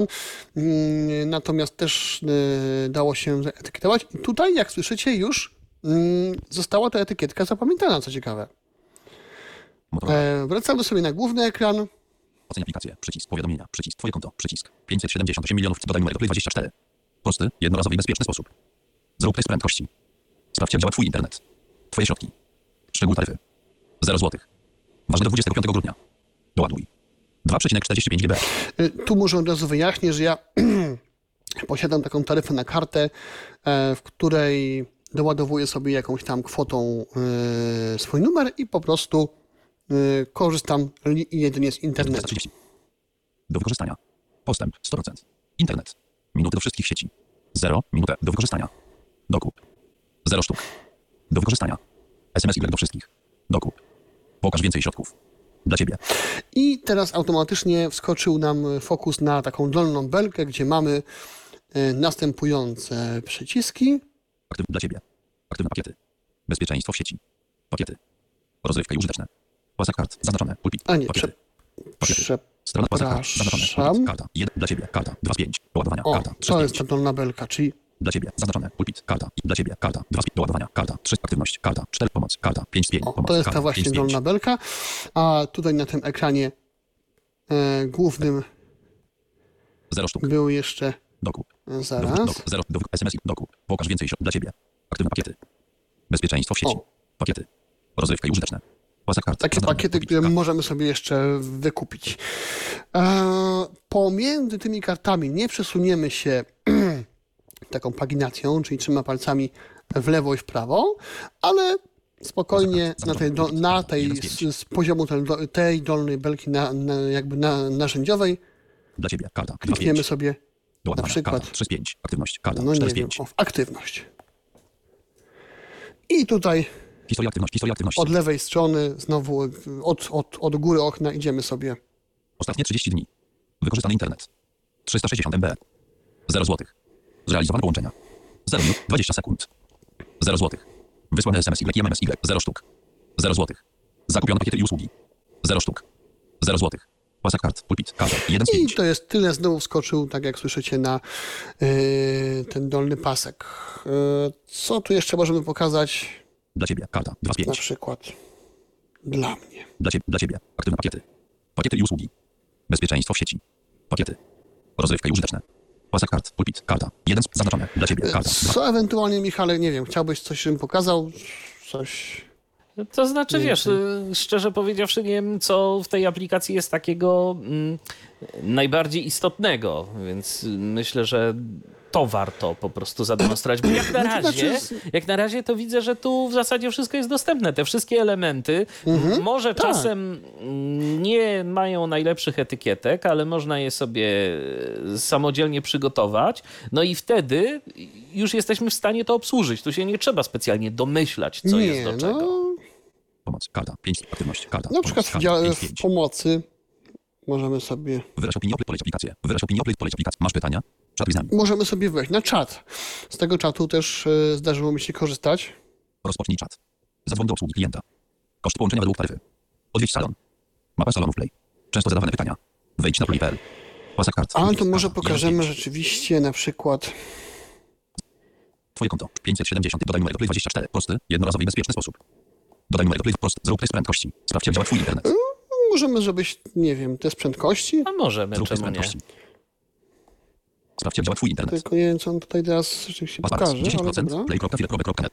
Y, natomiast też y, dało się zaetykietować. I tutaj, jak słyszycie, już y, została ta etykietka zapamiętana, co ciekawe. Motorola. E, wracamy sobie na główny ekran. Oceń aplikację. Przycisk. Powiadomienia. Przycisk. Twoje konto. Przycisk. pięćset siedemdziesiąt osiem milionów. Dodaj numer do Play dwadzieścia cztery. Prosty, jednorazowy i bezpieczny sposób. Zrób test prędkości. Sprawdź, jak działa Twój internet. Twoje środki. Szczegół taryfy. zero złotych. Ważne do dwudziestego piątego grudnia. Doładuj. dwa przecinek czterdzieści pięć giga. Y, Tu może od razu wyjaśnię, że ja posiadam taką taryfę na kartę, e, w której doładowuję sobie jakąś tam kwotą e, swój numer i po prostu e, korzystam li- jedynie z internetu. dwieście trzydzieści. Do wykorzystania. Postęp sto procent. Internet. Minuty do wszystkich sieci. zero. Minutę do wykorzystania. Dokup. zero sztuk. Do wykorzystania. S M S Y do wszystkich. Dokup. Pokaż więcej środków. Dla Ciebie. I teraz automatycznie wskoczył nam fokus na taką dolną belkę, gdzie mamy y, następujące przyciski. Aktywne dla Ciebie. Aktywne pakiety. Bezpieczeństwo w sieci. Pakiety. Rozrywka i użyteczne. Pasek kart. Zaznaczone. Pulpit. A nie, Pakiety. Pakiety. prze, Strona pasek kart. Zaznaczone. przepraszam. Pulpit. Karta. jeden dla Ciebie. Karta. dwa z pięć. Do ładowania. O, Karta. trzy z to jest ta pięć. dolna belka, czyli Dla Ciebie. Zaznaczone. Pulpit. Karta. I dla Ciebie. Karta. dwa z pięć. Do ładowania. Karta. trzy. Aktywność. Karta. cztery. Pomoc. Karta. pięć z pięć. o, Pomoc. to jest ta karta. właśnie pięć z pięć. dolna belka. A tutaj na tym ekranie e, głównym zero sztuk. był jeszcze Dokup. zaraz. Dokup. zero. Dokup. S M S i dokup. Pokaż więcej środków dla Ciebie. Aktywne pakiety. Bezpieczeństwo w sieci. O. Pakiety. Rozrywka i użyteczne. Pasek kart. Takie Zaznaczone. pakiety, Pulpit. które Karta. możemy sobie jeszcze wykupić. E, pomiędzy tymi kartami nie przesuniemy się taką paginacją, czyli trzema palcami w lewo i w prawo, ale spokojnie na tej, do, na tej z, z poziomu tej, tej dolnej belki na, na, jakby na, narzędziowej Dla Ciebie. Karta. dwa z pięć. klikniemy sobie Do ładowania. przykład- Karta. trzy z pięć. Aktywność. Karta. no nie cztery z wiem, pięć. o, w aktywność. I tutaj Historia aktywności. Historia aktywności. od lewej strony znowu od, od, od góry okna idziemy sobie. Ostatnie trzydzieści dni. Wykorzystany internet. trzysta sześćdziesiąt megabytów. zero złotych. Zrealizowane połączenia. zero minut dwadzieścia sekund. zero złotych. Wysłane S M S Y i M M S Y. zero sztuk. zero złotych. Zakupione pakiety i usługi. zero sztuk. zero złotych. Pasek kart. Pulpit. Karta. jeden z I pięć. to jest tyle. Znowu wskoczył, tak jak słyszycie, na yy, ten dolny pasek. Yy, co tu jeszcze możemy pokazać? Dla Ciebie. Karta. dwa z Na pięć. przykład dla mnie. Dla Ciebie. Dla Ciebie. Aktywne pakiety. Pakiety i usługi. Bezpieczeństwo w sieci. Pakiety. Rozrywka i użyteczne. Pasek kart. Pulpit. Karta. jeden z zaznaczone. Dla Ciebie. Karta. dwa. Co ewentualnie, Michale, nie wiem, chciałbyś coś, żebym pokazał? Coś... To znaczy, Mniej wiesz, y, szczerze powiedziawszy, nie wiem, co w tej aplikacji jest takiego mm, najbardziej istotnego, więc y, myślę, że to warto po prostu zademonstrować, bo jak na No to razie, znaczy- jak na razie to widzę, że tu w zasadzie wszystko jest dostępne. Te wszystkie elementy może tak. czasem mm, nie mają najlepszych etykietek, ale można je sobie e, samodzielnie przygotować, no i wtedy już jesteśmy w stanie to obsłużyć. Tu się nie trzeba specjalnie domyślać, co nie, jest do czego. no, Pomoc. Karta. pięć. Aktywność. Karta. na przykład w, Pomoc. dzia- Karta. pięć z w pięć. pomocy możemy sobie, Wyraź opinię, poleć aplikację. Wyraź opinię, poleć aplikację. Masz pytania? Czatuj z nami. możemy sobie wejść na czat. Z tego czatu też y, zdarzyło mi się korzystać. Rozpocznij czat. Zadzwoń do obsługi klienta. Koszt połączenia według taryfy. Odwiedź salon. Mapa salonów Play. Często zadawane pytania. Wejdź na play kropka p l. Pasek kart. Ale to Pulpit. może Karta. pokażemy jeden z pięć. rzeczywiście na przykład Twoje konto. pięćset siedemdziesiąt. Dodaj numer do Play dwadzieścia cztery. Prosty, jednorazowy i bezpieczny sposób. Dodaj numer do Play. Prost. Zrób test prędkości. Sprawdź, jak działa Twój internet. możemy zrobić, nie wiem, test prędkości. A możemy, Zrób test czemu nie? prędkości. Sprawdź, jak działa Twój internet. Tylko nie wiem, co on tutaj teraz rzeczywiście Pas pokaże, dziesięć ale procent. dobra. play kropka firek kropka net.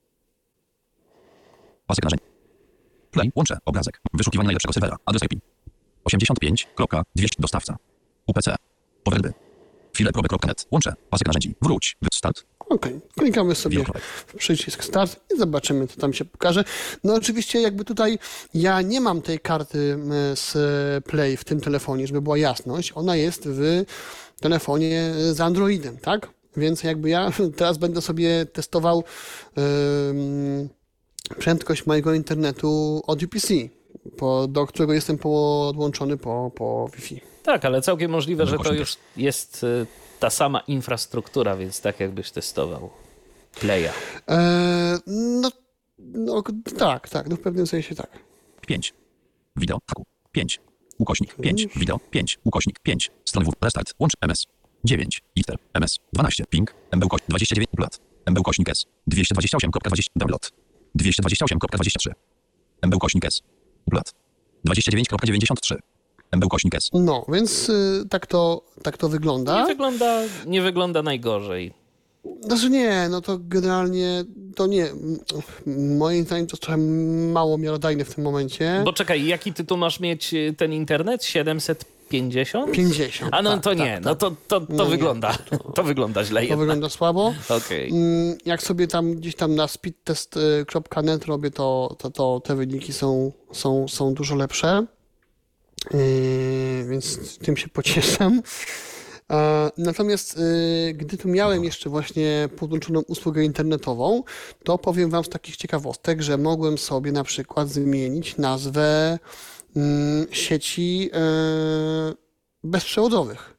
Pasek narzędzi. Play. Łącze. Obrazek. Wyszukiwanie najlepszego serwera. Adres I P. osiemdziesiąt pięć kropka dwieście. Dostawca. U P C. Powerby. file kropka net. Łącze. Pasek narzędzi. Wróć. Wy- Start. Okej, klikamy sobie Wielkopek. w przycisk start i zobaczymy, co tam się pokaże. No oczywiście jakby tutaj ja nie mam tej karty m, z Play w tym telefonie, żeby była jasność. Ona jest w telefonie z Androidem, tak? Więc jakby ja teraz będę sobie testował ym, prędkość mojego internetu od U P C, po, do którego jestem podłączony po, po Wi-Fi. Tak, ale całkiem możliwe, że to Wykośnik. już jest y, ta sama infrastruktura, więc tak jakbyś testował Playa. E, no, no tak, tak, no w pewnym sensie tak. pięć. Wideo. Haku. pięć. Ukośnik. pięć. Wideo. pięć. Ukośnik. pięć. Strony W. Restart. Łącz M S. dziewięć. Ether. M S. dwanaście. Ping. M B ukośnik. dwadzieścia dziewięć. Uplat. M B ukośnik S. dwieście dwadzieścia osiem kropka dwadzieścia. Download. dwieście dwadzieścia osiem kropka dwadzieścia trzy. M B ukośnik S. Uplat. dwadzieścia dziewięć kropka dziewięćdziesiąt trzy. M B ukośnik S. No, więc y, tak, to, tak to Nie wygląda. wygląda, nie wygląda najgorzej. Znaczy nie, no to generalnie to nie. M- Moim zdaniem to jest trochę mało miarodajne w tym momencie. Bo czekaj, jaki ty tu masz mieć y, ten internet? siedemset pięćdziesiąt? pięćdziesiąt. A no tak, to nie, tak, no tak. to, to, to No nie, wygląda, to wygląda źle To jednak. wygląda słabo. Okej. Mm, Jak sobie tam gdzieś tam na speedtest kropka net robię, to, to, to te wyniki są, są, są dużo lepsze. Yy, więc tym się pocieszam. E, Natomiast y, gdy tu miałem jeszcze właśnie podłączoną usługę internetową, to powiem wam z takich ciekawostek, że mogłem sobie na przykład zmienić nazwę mm, sieci e, bezprzewodowych.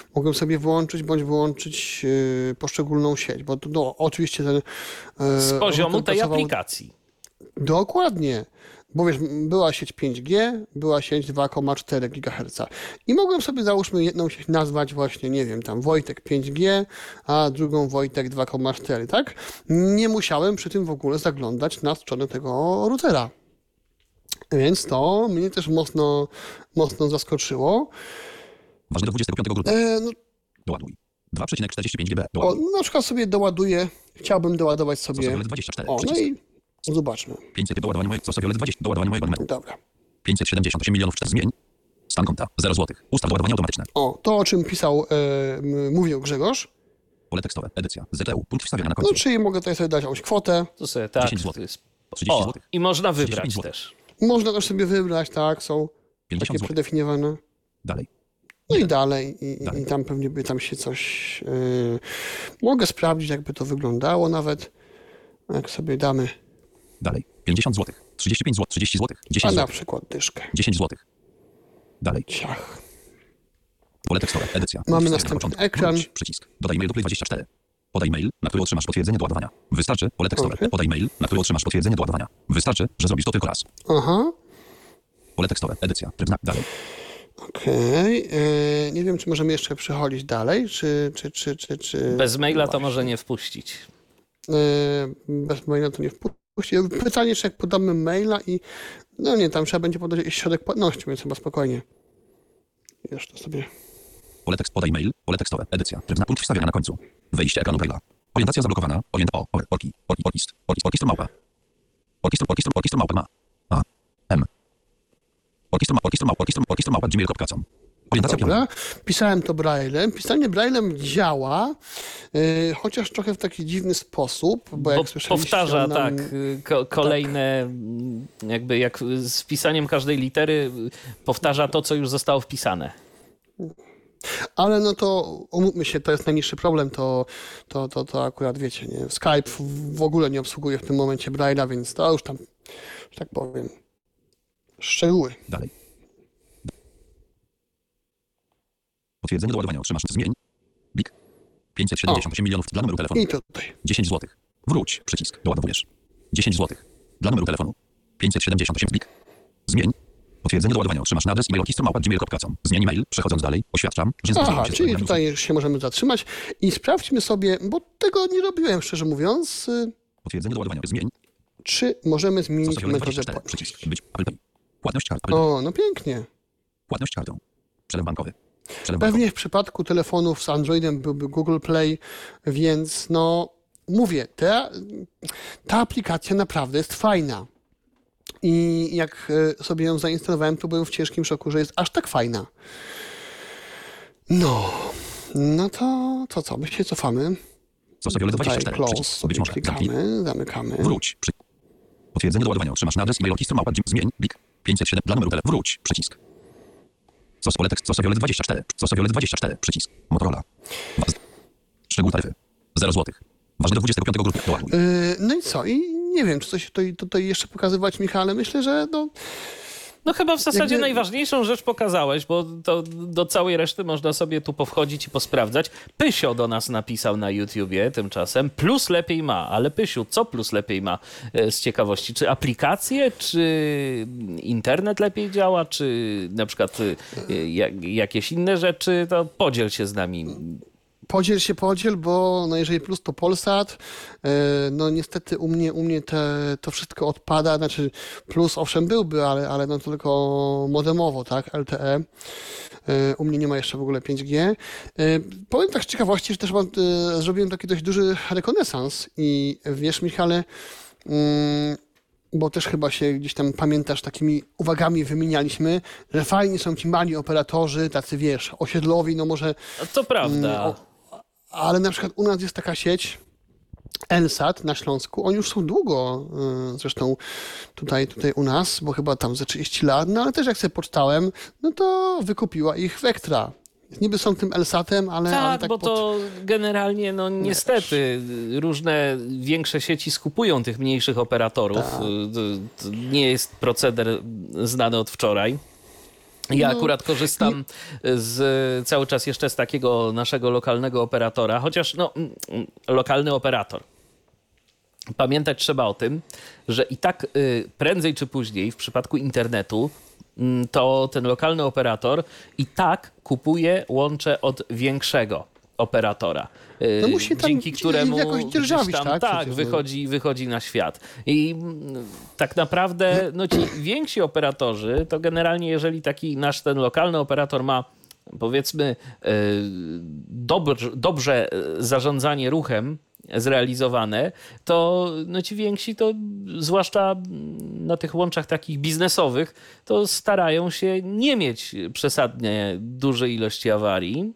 mogłem sobie włączyć bądź wyłączyć yy, poszczególną sieć, bo to, no, oczywiście ten... Yy, Z poziomu router tej pracował... aplikacji. Dokładnie. Bo wiesz, była sieć pięć G, była sieć dwa przecinek cztery gigaherca. I mogłem sobie, załóżmy, jedną sieć nazwać właśnie, nie wiem, tam Wojtek pięć G, a drugą Wojtek dwa przecinek cztery, tak? Nie musiałem przy tym w ogóle zaglądać na stronę tego routera. Więc to mnie też mocno, mocno zaskoczyło. Ważne do dwudziestego piątego grudnia. E, no, Doładuj. dwa przecinek czterdzieści pięć giga. o, Doładuj. na przykład sobie doładuję, chciałbym doładować sobie... Sosowiolet dwadzieścia cztery. O, no Przycisk. i zobaczmy. pięćset doładowanie mojego. Sosowiolet dwadzieścia. Doładowanie mojego numeru. Dobra. pięćset siedemdziesiąt osiem milionów cztery. Zmień. Stan konta. zero złotych. Ustaw doładowanie automatyczne. O, to o czym pisał, e, m, mówił Grzegorz. Pole tekstowe. Edycja. Z T U. Punkt wstawienia na końcu. No, czyli mogę tutaj sobie dać jakąś kwotę. To sobie tak. dziesięć złotych. to jest- trzydzieści O, złotych. i można trzydzieści wybrać pięć złotych. też. Można też sobie wybrać, tak, są pięćdziesiąt takie złotych. przedefiniowane. Dalej. No i dalej. I, Dalej. i tam pewnie by tam się coś... Yy, mogę sprawdzić, jakby to wyglądało nawet. Jak sobie damy, Dalej. pięćdziesiąt złotych. trzydzieści pięć złotych. trzydzieści złotych. a dziesięć na złotych. przykład dyszkę. dziesięć złotych. Dalej. Ciach. Pole tekstowe. Edycja. Mamy Wstawienia następny na początek. ekran. Wróć. Przycisk. Dodaj mail do Play dwadzieścia cztery. Podaj mail, na który otrzymasz potwierdzenie do ładowania. Wystarczy. Pole tekstowe. Okej. Podaj mail, na który otrzymasz potwierdzenie do ładowania. Wystarczy, że zrobisz to tylko raz. Aha, Pole tekstowe. Edycja. Tryb na... Dalej. okej. Yy, nie wiem, czy możemy jeszcze przechodzić dalej, czy... czy, czy, czy, czy... Bez maila to może nie wpuścić. Yy, bez maila to nie wpuści. Pytanie, czy jak podamy maila i... No nie, tam trzeba będzie podać jakiś środek płatności, więc chyba spokojnie. Już to sobie... Pole tekst. Podaj mail. Pole tekstowe. Edycja. Tryb na punkt wstawiania na końcu. Wejście ekranu maila. Orientacja zablokowana. Orient o. Or. Orki. Orki. Orkist. Orkist. Orkistr małpa. Orkistr. Orkistr. Orkistr małpa ma. A. M. Orkistr ma. Orkistr małpa. Orkistr. Orkistr małpa. gmail kropka com. Orientacja Dobra, piąta. pisałem to Braillem. Pisanie Braillem działa, yy, chociaż trochę w taki dziwny sposób, bo jak Bo słyszeliście... powtarza nam- tak y, ko- kolejne, mm, jakby jak z wpisaniem każdej litery y, powtarza to, co już zostało wpisane. Ale no to umówmy się, to jest najniższy problem, to, to, to, to akurat wiecie, nie? Skype w ogóle nie obsługuje w tym momencie Braille'a, więc to już tam, że tak powiem, szczegóły. Dalej. Potwierdzenie do ładowania otrzymasz. Zmień. Blik. pięćset siedemdziesiąt osiem milionów dla numeru telefonu. I tutaj. dziesięć złotych. Wróć. Przycisk. Doładowujesz. dziesięć złotych. Dla numeru telefonu. pięćset siedemdziesiąt osiem. Blik. Zmień. Potwierdzenie do ładowania otrzymasz na adres e-mail orkistr małpa gmail kropka com. Zmień mail. Przechodząc dalej, oświadczam, że Aha, zgadzam się z czyli twoim tutaj się możemy zatrzymać i sprawdźmy sobie, bo tego nie robiłem, szczerze mówiąc, y, Potwierdzenie do ładowania. Zmień. czy możemy zmienić Sosowiolet metodę dwadzieścia cztery. płatności. Przycisk. Być. Apple Pay. Płatność kart. Apple Pay. O, no pięknie. Płatność kartą. Przelew bankowy. Przelew bankowy. Pewnie w przypadku telefonów z Androidem byłby Google Play, więc no mówię, ta, ta aplikacja naprawdę jest fajna. I jak e, sobie ją zainstalowałem, to byłem w ciężkim szoku, że jest aż tak fajna. No, no to, to co, my się cofamy. Sosowiolet Tutaj dwadzieścia cztery. close Przycisk. sobie Być może. Zamknij. klikamy, zamykamy. Wróć. Przy... Potwierdzenie do ładowania otrzymasz na adres e-mail orkistr małpa. Zmień. Blik. pięćset siedem. Dla numeru telefonu. Wróć. Przycisk. Sos pole tekst. Sosowiolet dwadzieścia cztery. Sosowiolet dwadzieścia cztery. Przycisk. Motorola. Was... Szczegół taryfy. zero złotych. Ważne do dwudziestego piątego grudnia. Doładuj. Yy, no i co? I nie wiem, czy coś tutaj, tutaj jeszcze pokazywać, Michale. Myślę, że no, No chyba w zasadzie Jakby- najważniejszą rzecz pokazałeś, bo to do całej reszty można sobie tu powchodzić i posprawdzać. Pysio do nas napisał na YouTubie tymczasem. Plus lepiej ma, ale Pysiu, co plus lepiej ma e, z ciekawości? Czy aplikacje, czy internet lepiej działa, czy na przykład e, jak, jakieś inne rzeczy? To podziel się z nami. podziel się podziel, bo no jeżeli plus to Polsat, yy, no niestety u mnie, u mnie te, to wszystko odpada, znaczy plus owszem byłby, ale, ale no to tylko modemowo, tak, L T E. Yy, u mnie nie ma jeszcze w ogóle pięć G. Yy, powiem tak z ciekawości, że też mam, yy, zrobiłem taki dość duży rekonesans i wiesz, Michale, yy, bo też chyba się gdzieś tam pamiętasz, takimi uwagami wymienialiśmy, że fajnie są ci mali operatorzy, tacy wiesz, osiedlowi, no może, To prawda. o, ale na przykład u nas jest taka sieć Elsat na Śląsku, oni już są długo, y, zresztą tutaj, tutaj u nas, bo chyba tam ze trzydzieści lat, no ale też jak sobie poczytałem, no to wykupiła ich Vectra. Niby są tym Elsatem, ale Tak, ale tak bo pod... to generalnie, no niestety, różne większe sieci skupują tych mniejszych operatorów. Tak. To, to nie jest proceder znany od wczoraj. Ja No, akurat korzystam z, cały czas jeszcze z takiego naszego lokalnego operatora, chociaż no, lokalny operator. Pamiętać trzeba o tym, że i tak y, prędzej czy później w przypadku internetu y, to ten lokalny operator i tak kupuje łącze od większego operatora. Y, No musi tam dzięki któremu jakoś gdzieś dzierżawić, tam, tak? tak Przecież, no. wychodzi, wychodzi na świat. I mm, tak naprawdę no, ci więksi operatorzy, to generalnie jeżeli taki nasz ten lokalny operator ma powiedzmy y, dobrze, dobrze zarządzanie ruchem zrealizowane, to no ci więksi to zwłaszcza na tych łączach takich biznesowych to starają się nie mieć przesadnie dużej ilości awarii.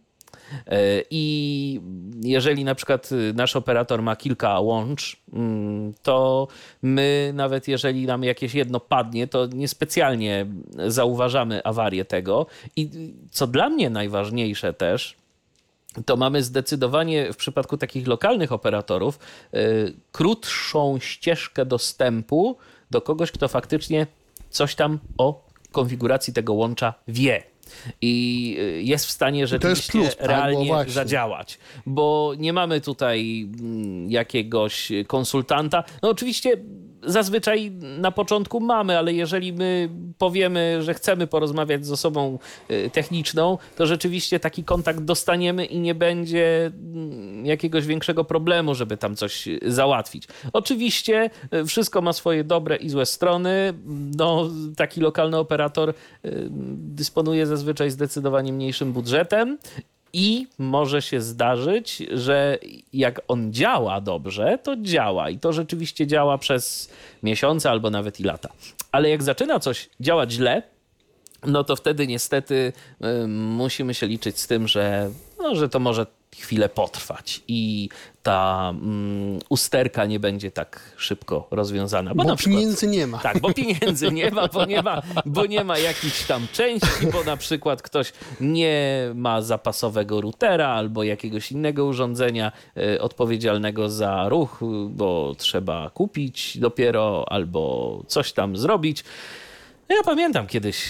I jeżeli na przykład nasz operator ma kilka łącz, to my nawet jeżeli nam jakieś jedno padnie, to niespecjalnie zauważamy awarię tego. I co dla mnie najważniejsze też, to mamy zdecydowanie w przypadku takich lokalnych operatorów yy, krótszą ścieżkę dostępu do kogoś, kto faktycznie coś tam o konfiguracji tego łącza wie. I jest w stanie rzeczywiście plus, tak? realnie zadziałać. Bo nie mamy tutaj jakiegoś konsultanta. No oczywiście zazwyczaj na początku mamy, ale jeżeli my powiemy, że chcemy porozmawiać z osobą techniczną, to rzeczywiście taki kontakt dostaniemy i nie będzie jakiegoś większego problemu, żeby tam coś załatwić. Oczywiście wszystko ma swoje dobre i złe strony. No, taki lokalny operator dysponuje zazwyczaj zdecydowanie mniejszym budżetem. I może się zdarzyć, że jak on działa dobrze, to działa. I to rzeczywiście działa przez miesiące albo nawet i lata. Ale jak zaczyna coś działać źle, no to wtedy niestety y, musimy się liczyć z tym, że, no, że to może chwilę potrwać i ta mm, usterka nie będzie tak szybko rozwiązana. Bo, Bo bo na przykład, pieniędzy nie ma. Tak, bo pieniędzy nie ma, bo nie ma, bo nie ma jakichś tam części, bo na przykład ktoś nie ma zapasowego routera albo jakiegoś innego urządzenia y, odpowiedzialnego za ruch, bo trzeba kupić dopiero albo coś tam zrobić. Ja pamiętam kiedyś,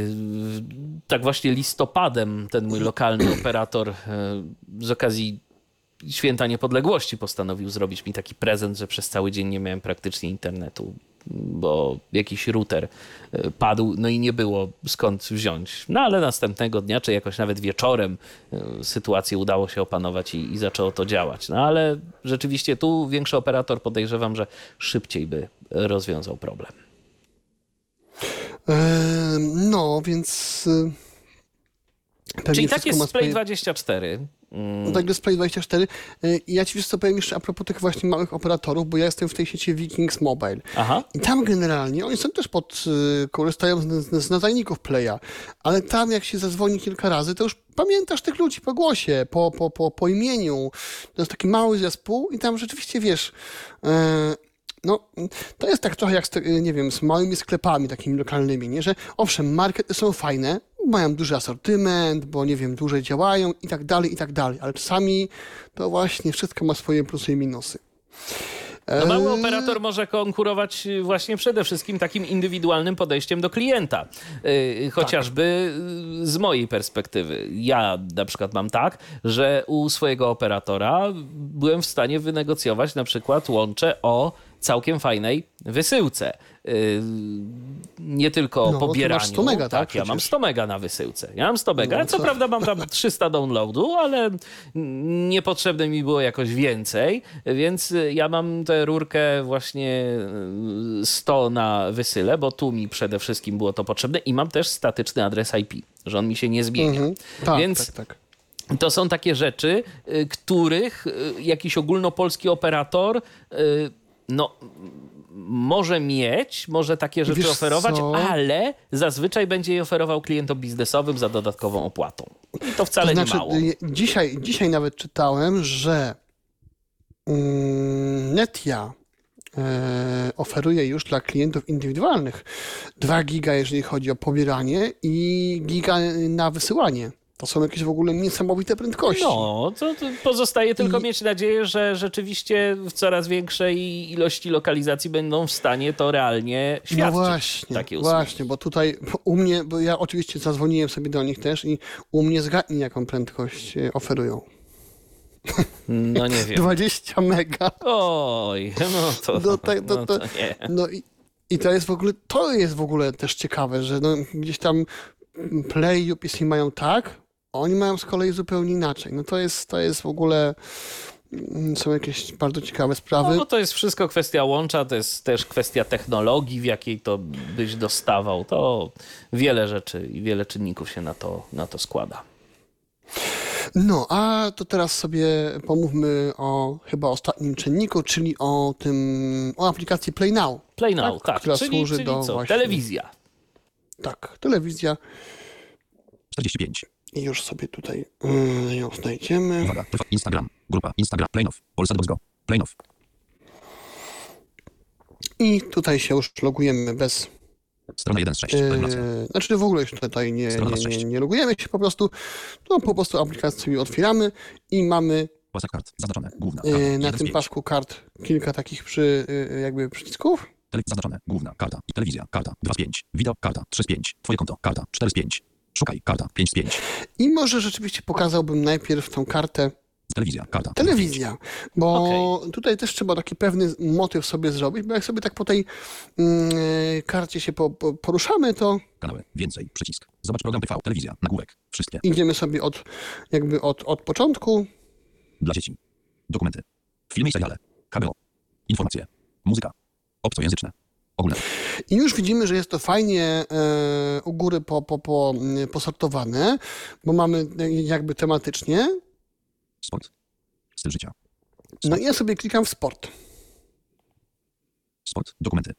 tak właśnie listopadem ten mój lokalny operator z okazji Święta Niepodległości postanowił zrobić mi taki prezent, że przez cały dzień nie miałem praktycznie internetu, bo jakiś router padł, no i nie było skąd wziąć. No ale następnego dnia, czy jakoś nawet wieczorem sytuację udało się opanować i, i zaczęło to działać. No ale rzeczywiście tu większy operator, podejrzewam, że szybciej by rozwiązał problem. No, więc... Czyli tak jest z Play dwadzieścia cztery. Mm. Tak jest z Play dwadzieścia cztery. Ja ci wiesz co powiem jeszcze a propos tych właśnie małych operatorów, bo ja jestem w tej sieci Vikings Mobile. Aha. I tam generalnie, oni są też pod, korzystają z, z, z nadajników Playa, ale tam jak się zadzwoni kilka razy, to już pamiętasz tych ludzi po głosie, po, po, po, po imieniu. To jest taki mały zespół i tam rzeczywiście wiesz... Yy, No, to jest tak trochę jak z, nie wiem, z małymi sklepami takimi lokalnymi, nie? Że owszem, markety są fajne, mają duży asortyment, bo nie wiem, dłużej działają i tak dalej, i tak dalej, ale czasami to właśnie wszystko ma swoje plusy i minusy. No, mały operator może konkurować właśnie przede wszystkim takim indywidualnym podejściem do klienta. Yy, chociażby tak. Z mojej perspektywy. Ja na przykład mam tak, że u swojego operatora byłem w stanie wynegocjować na przykład łącze o całkiem fajnej wysyłce. Yy, nie tylko no, pobieraniu. sto mega, tak, tak ja mam sto mega na wysyłce. Ja mam sto mega. No, co, co prawda mam tam trzysta downloadu, ale niepotrzebne mi było jakoś więcej, więc ja mam tę rurkę właśnie sto na wysyle, bo tu mi przede wszystkim było to potrzebne i mam też statyczny adres I P, że on mi się nie zmienia. Mhm. Tak, więc tak, tak. To są takie rzeczy, których jakiś ogólnopolski operator no, może mieć, może takie rzeczy Wiesz oferować, co? ale zazwyczaj będzie je oferował klientom biznesowym za dodatkową opłatą. I to wcale to znaczy, nie mało. Dzisiaj, dzisiaj nawet czytałem, że um, Netia e, oferuje już dla klientów indywidualnych dwa giga, jeżeli chodzi o pobieranie i giga na wysyłanie. To są jakieś w ogóle niesamowite prędkości. No, to, to pozostaje tylko I- mieć nadzieję, że rzeczywiście w coraz większej ilości lokalizacji będą w stanie to realnie świadczyć. No właśnie, takie usługi. właśnie, bo tutaj bo u mnie, bo ja oczywiście zadzwoniłem sobie do nich też i u mnie zgadnij, jaką prędkość e, oferują. No nie wiem. dwadzieścia mega. Oj, no to, No, tak, no to, to to, nie. no i, i to jest w ogóle, to jest w ogóle też ciekawe, że no, gdzieś tam Play i U P C mają tak, a oni mają z kolei zupełnie inaczej. No to jest, to jest w ogóle, mm, są jakieś bardzo ciekawe sprawy. No bo to jest wszystko kwestia łącza, to jest też kwestia technologii, w jakiej to byś dostawał. To wiele rzeczy i wiele czynników się na to, na to składa. No, a to teraz sobie pomówmy o chyba ostatnim czynniku, czyli o tym, o aplikacji Play Now. Play Now, tak. która Czyli, służy czyli do co? właśnie- Telewizja. Tak, telewizja. czterdzieści pięć. I już sobie tutaj yy, ją znajdziemy. Uwaga, T V, Instagram, grupa, Instagram, Play-Now, Polsat Box Go, Play-Now. I tutaj się już logujemy bez... Strona jeden z sześciu, regulacja. Yy, znaczy w ogóle już tutaj nie, Strona nie, nie, sześć. nie logujemy się po prostu. No po prostu aplikację sobie otwieramy i mamy Pasek kart, zaznaczone, główna, yy, karta, na jeden z tym pięć. pasku kart kilka takich przy, yy, jakby przycisków. Tele, zaznaczone, główna, karta, i telewizja, karta, dwa z pięć, wideo, karta, trzy z pięć, twoje konto, karta, cztery z pięć, szukaj, karta, pięć z pięć, I może rzeczywiście pokazałbym najpierw tą kartę telewizja, karta, telewizja, bo Okej. tutaj też trzeba taki pewny motyw sobie zrobić, bo jak sobie tak po tej yy, karcie się po, po, poruszamy, to kanały, więcej, przycisk, zobacz program T V, telewizja, nagłówek, wszystkie, idziemy sobie od jakby od, od początku. dla dzieci, dokumenty, filmy i seriale, H B O, informacje, muzyka, obcojęzyczne, ogólne, I już widzimy, że jest to fajnie e, u góry po, po, po, m, posortowane, bo mamy e, jakby tematycznie. sport, styl życia, No i ja sobie klikam w sport. sport, dokumenty,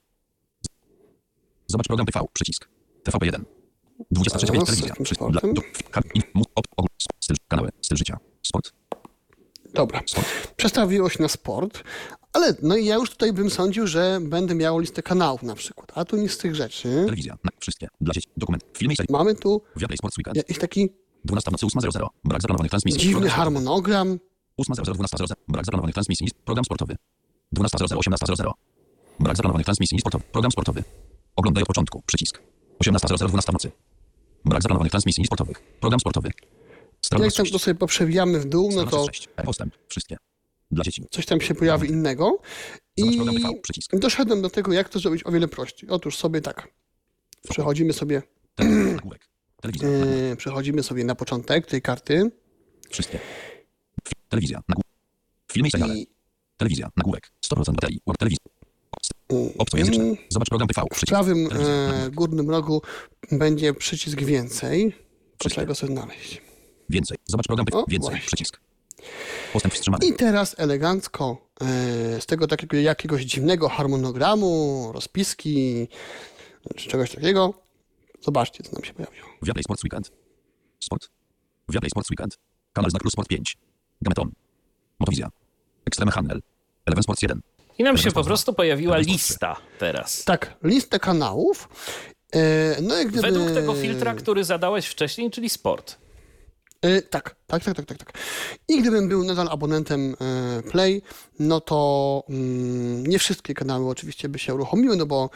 zobacz program T V, przycisk, T V P jeden, dwadzieścia trzy pięć, Teraz telewizja, jakim wszystko, dla, sportem? do, kar, in, mu, op, ogól, styl, kanały, styl życia, sport, Dobra, sport, przestawiło się na sport, ale no i ja już tutaj bym sądził, że będę miał listę kanałów na przykład, a tu nic z tych rzeczy. telewizja, na, wszystkie, dla dzieci, dokument, filmy i seriale, Mamy tu Viaplay Sports Weekend, jakiś taki dwunasta w nocy, ósma zero zero, brak zaplanowanych transmisji, dziwny program sportowy. harmonogram. ósma zero zero, dwunasta zero zero, brak zaplanowanych transmisji, program sportowy, dwunasta zero zero, osiemnasta zero zero, brak zaplanowanych transmisji, sportowy, program sportowy, oglądaj od początku, przycisk, osiemnasta zero zero, dwunasta w nocy, brak zaplanowanych transmisji sportowych, program sportowy, strona Jak tam to sobie poprzewijamy w dół, no to sześć, postęp, wszystkie, dla dzieci, coś tam się pojawi innego. zobacz I program T V, przycisk, doszedłem do tego, jak to zrobić o wiele prościej. Otóż sobie tak, przechodzimy sobie, telewizja, nagłówek, telewizja, nagłówek, yy, przechodzimy sobie na początek tej karty wszystkie, Fi- telewizja, nagłówek, filmy i seriale, i telewizja, nagłówek, sto procent baterii, łap telewizja, yy, obcojęzyczne, yy, zobacz program T V, w przycisk, prawym telewizja, e, nagłówek, górnym rogu będzie przycisk więcej. Wszystkie. Trzeba go sobie znaleźć. więcej, zobacz program T V, O, więcej, właśnie. przycisk, postęp wstrzymany, I teraz elegancko e, z tego takiego jakiegoś dziwnego harmonogramu, rozpiski czy czegoś takiego, zobaczcie, co nam się pojawiło. Viaplay Sports Weekend. Sport. Viaplay Sports Weekend. Kanał Znak Plus Sport pięć. Gameton. Motowizja. Extreme Handel. Eleven Sports jeden. I nam się Eleven po Sports prostu pojawiła Eleven Sports lista teraz. Tak, listę kanałów. E, no i gdyby... Według tego filtra, który zadałeś wcześniej, czyli sport. E, tak, tak, tak, tak, tak, tak. I gdybym był nadal abonentem e, Play, no to mm, nie wszystkie kanały oczywiście by się uruchomiły, no bo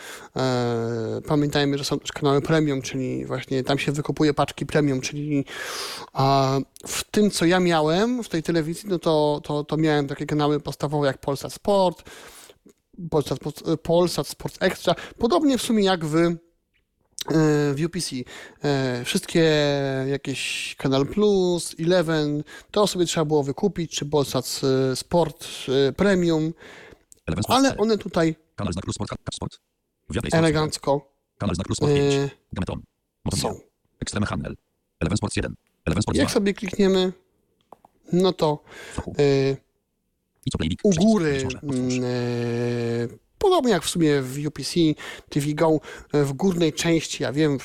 e, pamiętajmy, że są też kanały premium, czyli właśnie tam się wykupuje paczki premium, czyli a, w tym, co ja miałem w tej telewizji, no to, to, to miałem takie kanały podstawowe jak Polsat Sport, Polsat, Polsat Sport Extra, podobnie w sumie jak w w U P C. E, Wszystkie jakieś Kanal Plus, Eleven, to sobie trzeba było wykupić, czy Polsat e, Sport e, Premium, Eleven Sports ale cztery. one tutaj Kanał Znak Plus Sport. Cap Sport. Viaplay Sports Weekend. elegancko Kanał Znak Plus Sport pięć. e, Gameton. Motowizja. są. Extreme Handel. Eleven Sports jeden. Eleven Sports Jak dwa. sobie klikniemy, no to Wokół. e, I co Playlik. u Przycisk. góry, Być może. Otwórz. mm, e, podobnie jak w sumie w U P C, T V Go, e, w górnej części, ja wiem, w,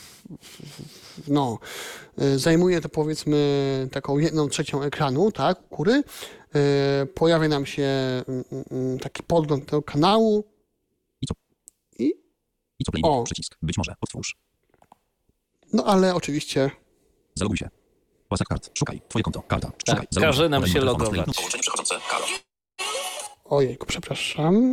w, no, e, zajmuje to powiedzmy taką jedną trzecią ekranu, tak, u góry. E, Pojawia nam się mm, mm, taki podgląd tego kanału I co? i, I co Playlik. O. Przycisk. Być może. Otwórz. no ale oczywiście Zaloguj się. Pasek kart. Szukaj. Twoje konto. Karta. Tak, Szukaj. Zaloguj każe nam podaj się numer telefonu, logować. Połączenie przechodzące. Karo. Ojejku, przepraszam.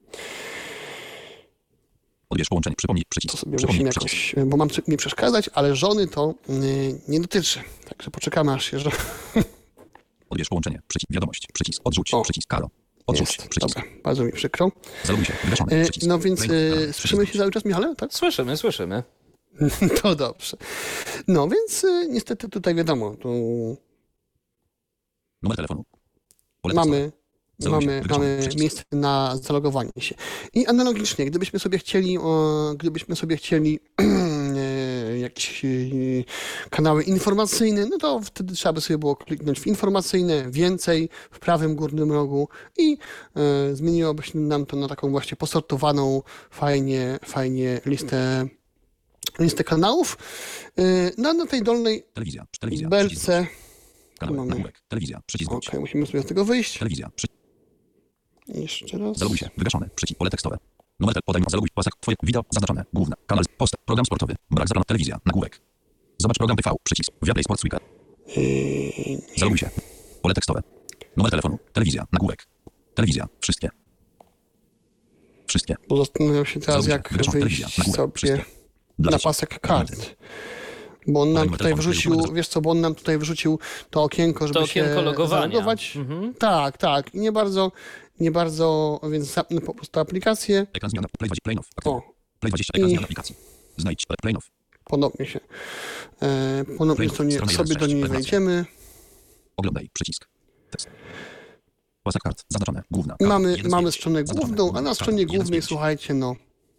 Odbierz połączenie. Przypomnij To przycisk. sobie Przypomnij musimy przycisk. jakoś, bo mam mi przeszkadzać, ale żony to y, nie dotyczy. Także poczekamy aż się, że Odbierz połączenie. Przycisk. Wiadomość. Przycisk. Odrzuć. O. Przycisk. Karo. Odrzuć. jest. Przycisk. Dobra, bardzo mi przykro. Zaloguj się. Wygaszony. Y, Przycisk. no więc Kolejny. y, Karo. słyszymy się Przycisk. cały czas, Michale, tak? Słyszymy, słyszymy. To dobrze. No więc y, niestety tutaj wiadomo, tu Numer telefonu. Pole tekstowe. mamy, Zaloguj się. mamy, Wygaszony. mamy Przycisk. miejsce na zalogowanie się. I analogicznie, gdybyśmy sobie chcieli, o, gdybyśmy sobie chcieli e, jakieś e, kanały informacyjne, no to wtedy trzeba by sobie było kliknąć w informacyjne, więcej w prawym górnym rogu i e, zmieniłoby się nam to na taką właśnie posortowaną, fajnie, fajnie listę, listę kanałów. E, no, na tej dolnej Telewizja. Telewizja. Przycisk. belce, Kanały. mamy. Nagłówek. Telewizja. Przycisk. ok, Wróć. musimy sobie z tego wyjść. Telewizja. Przycisk. Jeszcze raz. Zaloguj się. Wygaszony. Przycisk. Pole tekstowe. Numer tel. Podaj. Zaloguj. Pasek. Twoje wideo. Zaznaczone. Główne. Kanał. Post. Program sportowy. Brak zaplanowania. Telewizja. Nagłówek. Zobacz program T V. Przycisk. Viaplay Sports Weekend. Yy, Zaloguj się. Pole tekstowe. Numer telefonu. Telewizja. Nagłówek. Telewizja. Wszystkie. Wszystkie. Bo zastanawiam się teraz, Zaloguj się. jak Wygaszony. Telewizja. wyjść Nagłówek. sobie Wszystkie. Dla na dzieci. pasek kart. Bo on nam numer tutaj telefonu, wrzucił, numer- wiesz co, bo on nam tutaj wrzucił to okienko, żeby To okienko się logowania. zalogować. Mhm. Tak, tak. I nie bardzo, nie bardzo, więc zapnę po prostu aplikację. Ekran zmiana. Play dwadzieścia. Play now. Aktywny. O, Play dwadzieścia. Ekran I- zmiana aplikacji. Znajdź. Play now. ponownie się. E, ponownie Play, to nie, strona sobie jeden, do sześć, niej prezentacja. wejdziemy. Oglądaj. Przycisk. Tekst. Pasek kart. Zaznaczone. Główna. Karta. Mamy, Jeden z mamy pięć. stronę Zaznaczone. główną, a Główna. na Karta. stronie Jeden z głównej, pięć. słuchajcie, no,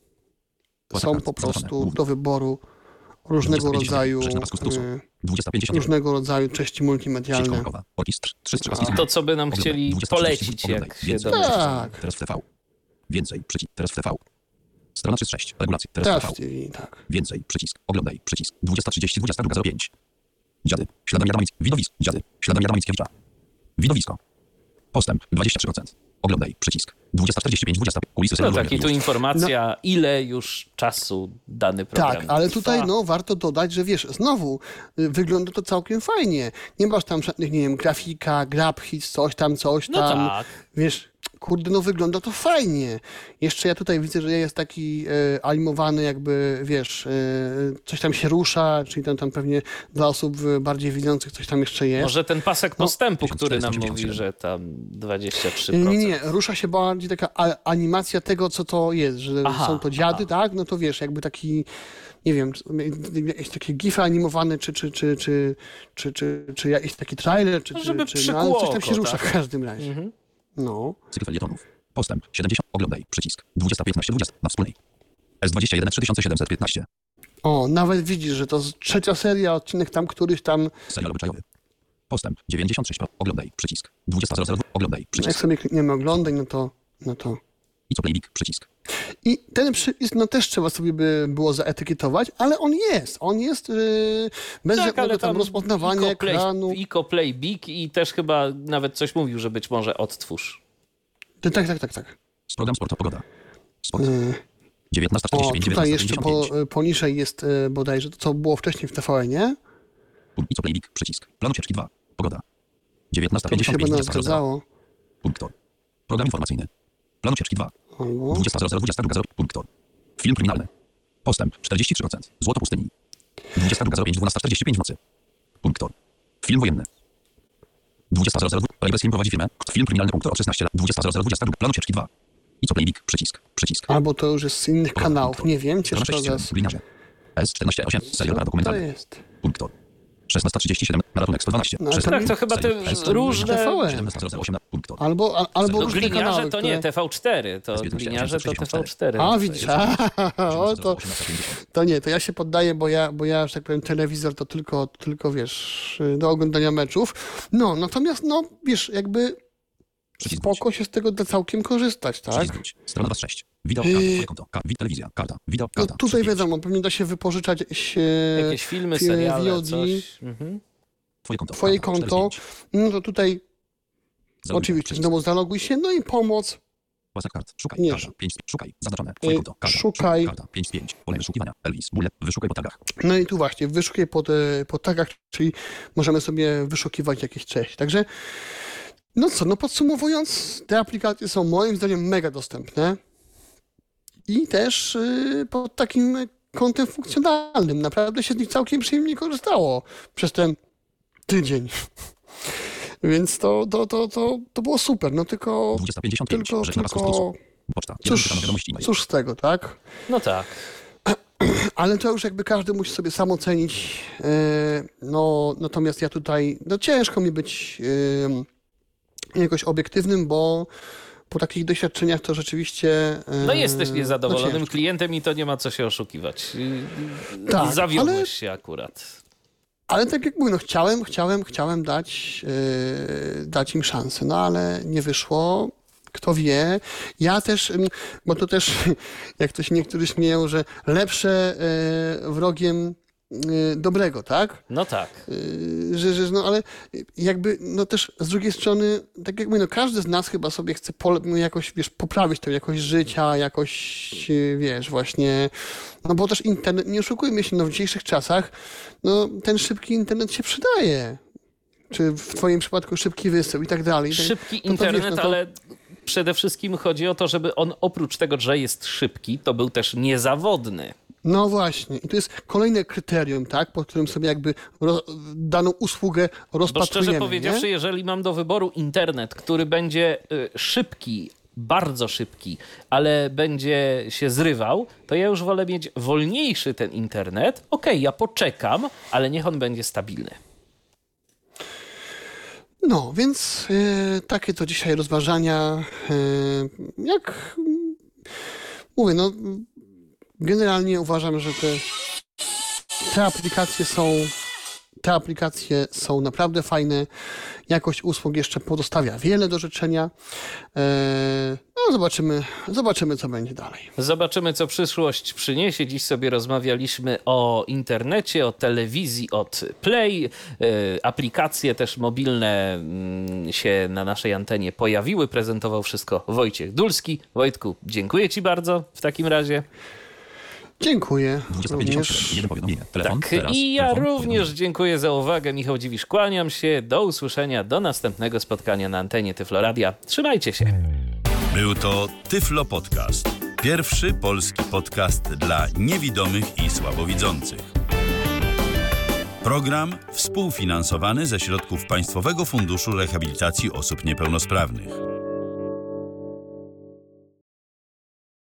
Pasek są kart. po Zaznaczone. prostu Główna. do wyboru różnego dwadzieścia pięć. rodzaju, Rzecz na pasku statusu. e, dwadzieścia pięćdziesiąt jeden. różnego rodzaju treści Sieć multimedialne. komórkowa. Orkistr. trzysta A. To, co by nam chcieli dwadzieścia polecić, oglądaj. jak się Więcej. dowie. Tak. Teraz w T V. Więcej. Przycisk. Teraz w T V. Strona trzysta sześć. Regulacje. Teraz w Teraz T V. T V, tak. Więcej. Przycisk. Oglądaj. Przycisk. dwadzieścia trzydzieści dwadzieścia dwa zero pięć. Dziady. Śladami Adama Mic- Widowisko. Dziady. Śladami Adama Mickiewicza. Widowisko. Postęp. dwadzieścia trzy procent. Oglądaj. Przycisk. dwadzieścia czterdzieści pięć dwadzieścia. Kulisy No serialowe. tak, i tu Miłość. informacja, ile już czasu dany program Tak, ale trwa. tutaj no, warto dodać, że wiesz, znowu y, wygląda to całkiem fajnie. Nie masz tam żadnych, nie wiem, grafika, grab hits, coś tam, coś No tam. tak. Wiesz, kurde, no wygląda to fajnie. Jeszcze ja tutaj widzę, że jest taki e, animowany jakby, wiesz, e, coś tam się rusza, czyli tam, tam pewnie dla osób e, bardziej widzących coś tam jeszcze jest. Może ten pasek No. postępu, który nam tysiąc czterysta mówi, że tam dwadzieścia trzy Nie, procent. nie, nie, rusza się bardziej taka a, animacja tego, co to jest, że Aha, są to dziady, aha. tak? No to wiesz, jakby taki, nie wiem, jakieś takie gify animowane, czy, czy, czy, czy, czy, czy, czy jakiś taki trailer, czy, No, czy, żeby czy no, ale coś tam się przykło rusza oko, w każdym razie. Mhm. No. Cykl felietonów. Postęp. siedemdziesiąt. Oglądaj. Przycisk. dwadzieścia piętnaście dwadzieścia. Na wspólnej. S dwadzieścia jeden trzy tysiące siedemset piętnaście. O, nawet widzisz, że to z- trzecia seria, odcinek tam któryś tam, Serial obyczajowy. Postęp. dziewięćdziesiąt sześć. Oglądaj. Przycisk. dwadzieścia zero zero. Oglądaj. jak Przycisk. sobie klikniemy oglądaj, no to, no to. I co playlik. Przycisk. I ten przycisk, no też trzeba sobie by było zaetykietować, ale on jest, on jest yy, bez Tak, żadnego ale tam tam rozpoznawania Ico Play, ekranu. Ico Play Big i też chyba nawet coś mówił, że być może odtwórz. Tak, tak, tak, tak. Z program sportu pogoda. Sport. Yy, dziewiętnasta o, czterdzieści pięć. tutaj dziewiętnasta jeszcze pięćdziesiąt po, pięć. poniżej jest yy, bodajże to, co było wcześniej w T V N-ie. I co playlik. Przycisk. Plan ucieczki dwa. Pogoda. dziewiętnasta To by się pięćdziesiąt pięć. będą dwadzieścia zero zero. zgadzało. Punktor. Program informacyjny. Plan ucieczki dwa. Albo... dwadzieścia zero zero dwadzieścia dwa zero. Punktor. Film kryminalny. Postęp. czterdzieści trzy procent. Złoto pustyni. dwadzieścia dwa zero pięć. dwunasta czterdzieści pięć w nocy. Punktor. Film wojenny. dwadzieścia zero zero. Rejbers Film prowadzi firmę. Film kryminalny. Punktor. szesnaście lat. dwadzieścia zero zero dwadzieścia dwa. Plan ucieczki dwa. I co playlik. Przycisk. Przycisk. Albo to już jest z innych Pogoda. kanałów, Punktor. nie wiem, ciężko sześć zaraz... gliniarze. S czternaście osiem. Serial Co to dokumentalny. jest? Punktor. szesnasta trzydzieści siedem. Maratonek sto dwanaście. No, ale to Tak, mi- to chyba te różne... T V N. siedemnasta zero zero osiem. Punktor. Albo, a, albo No różne gliniarze kanały, to nie, które... T V cztery, to jest gliniarze to T V cztery. cztery. A, widzisz, a, o, to, to nie, to ja się poddaję, bo ja, bo ja, że tak powiem, telewizor to tylko, tylko, wiesz, do oglądania meczów. No, natomiast, no, wiesz, jakby Przycisk spoko się z tego da całkiem korzystać, tak? Przycisk wróć. Strona dwadzieścia sześć. Wideo, karta, twoje konto. Ka- wi- telewizja, karta, wideo, No karta. tutaj Przycisk. wiadomo, pewnie da się wypożyczać jakieś, e, Jakieś filmy, fi- seriale, V O D, coś. Mhm. Twoje konto. twoje karta, konto, cztery pięć. no to tutaj Zaloguj się, oczywiście przycisk. znowu zaloguj się, no i pomoc, Łasek kart. Szukaj. Nie. Karta. pięć. Szukaj. Zaznaczone. Twoje Y, konto. Karta. szukaj. Karta. pięć z pięć. Pole wyszukiwania. Elvis. Bulle. Wyszukaj po tagach. No i tu właśnie, wyszukuję po, te, po tagach, czyli możemy sobie wyszukiwać jakieś treści. Także, no co, no podsumowując, te aplikacje są moim zdaniem mega dostępne i też yy, pod takim kątem funkcjonalnym. Naprawdę się z nich całkiem przyjemnie korzystało przez ten tydzień. Więc to, to, to, to, to było super, no tylko, dwudziesta pięćdziesiąt pięć. tylko, Rzecz na pasku skrósu. tylko, Poczta. Jeden cóż, czytana wiadomości e-mail. cóż z tego, tak? No tak. Ale to już jakby każdy musi sobie sam ocenić. Yy, no, natomiast ja tutaj, no ciężko mi być yy, jakoś obiektywnym, bo po takich doświadczeniach to rzeczywiście... Yy, No jesteś niezadowolonym no klientem i to nie ma co się oszukiwać. Tak, Zawiodłeś ale- się akurat. Ale tak jak mówię, no chciałem, chciałem, chciałem dać, yy, dać im szansę, no ale nie wyszło. Kto wie. Ja też, ym, bo to też, jak to się niektórzy śmieją, że lepsze yy, wrogiem yy, dobrego, tak? No tak. Yy, że, że, no ale jakby, no też z drugiej strony, tak jak mówię, no każdy z nas chyba sobie chce pole, no jakoś, wiesz, poprawić tą jakość życia, jakoś, yy, wiesz, właśnie, no bo też internet, nie oszukujmy się, no w dzisiejszych czasach, no ten szybki internet się przydaje. Czy w twoim przypadku szybki wysył i tak dalej. Szybki No to internet, wiesz, no to- ale przede wszystkim chodzi o to, żeby on oprócz tego, że jest szybki, to był też niezawodny. No właśnie. I to jest kolejne kryterium, tak, pod którym sobie jakby ro, daną usługę Bo rozpatrujemy. szczerze powiedziawszy, nie? jeżeli mam do wyboru internet, który będzie y, szybki, bardzo szybki, ale będzie się zrywał, to ja już wolę mieć wolniejszy ten internet. Okej, ja poczekam, ale niech on będzie stabilny. No, więc y, takie to dzisiaj rozważania. Y, jak mm, mówię, no generalnie uważam, że te, te aplikacje są te aplikacje są naprawdę fajne. Jakość usług jeszcze pozostawia wiele do życzenia. Y, no zobaczymy, zobaczymy, co będzie dalej. Zobaczymy, co przyszłość przyniesie. Dziś sobie rozmawialiśmy o internecie, o telewizji od Play. Yy, aplikacje też mobilne mm, się na naszej antenie pojawiły. Prezentował wszystko Wojciech Dulski. Wojtku, dziękuję Ci bardzo w takim razie. Dziękuję dwudziesta pięćdziesiąt cztery. również. Jeden powiadomienie. Telefon. Tak, Teraz. i ja Telefon. również Powiadomienie. dziękuję za uwagę. Michał Dziwisz, kłaniam się. Do usłyszenia, do następnego spotkania na antenie Tyfloradia. Trzymajcie się. Był to Tyflo Podcast. Pierwszy polski podcast dla niewidomych i słabowidzących. Program współfinansowany ze środków Państwowego Funduszu Rehabilitacji Osób Niepełnosprawnych.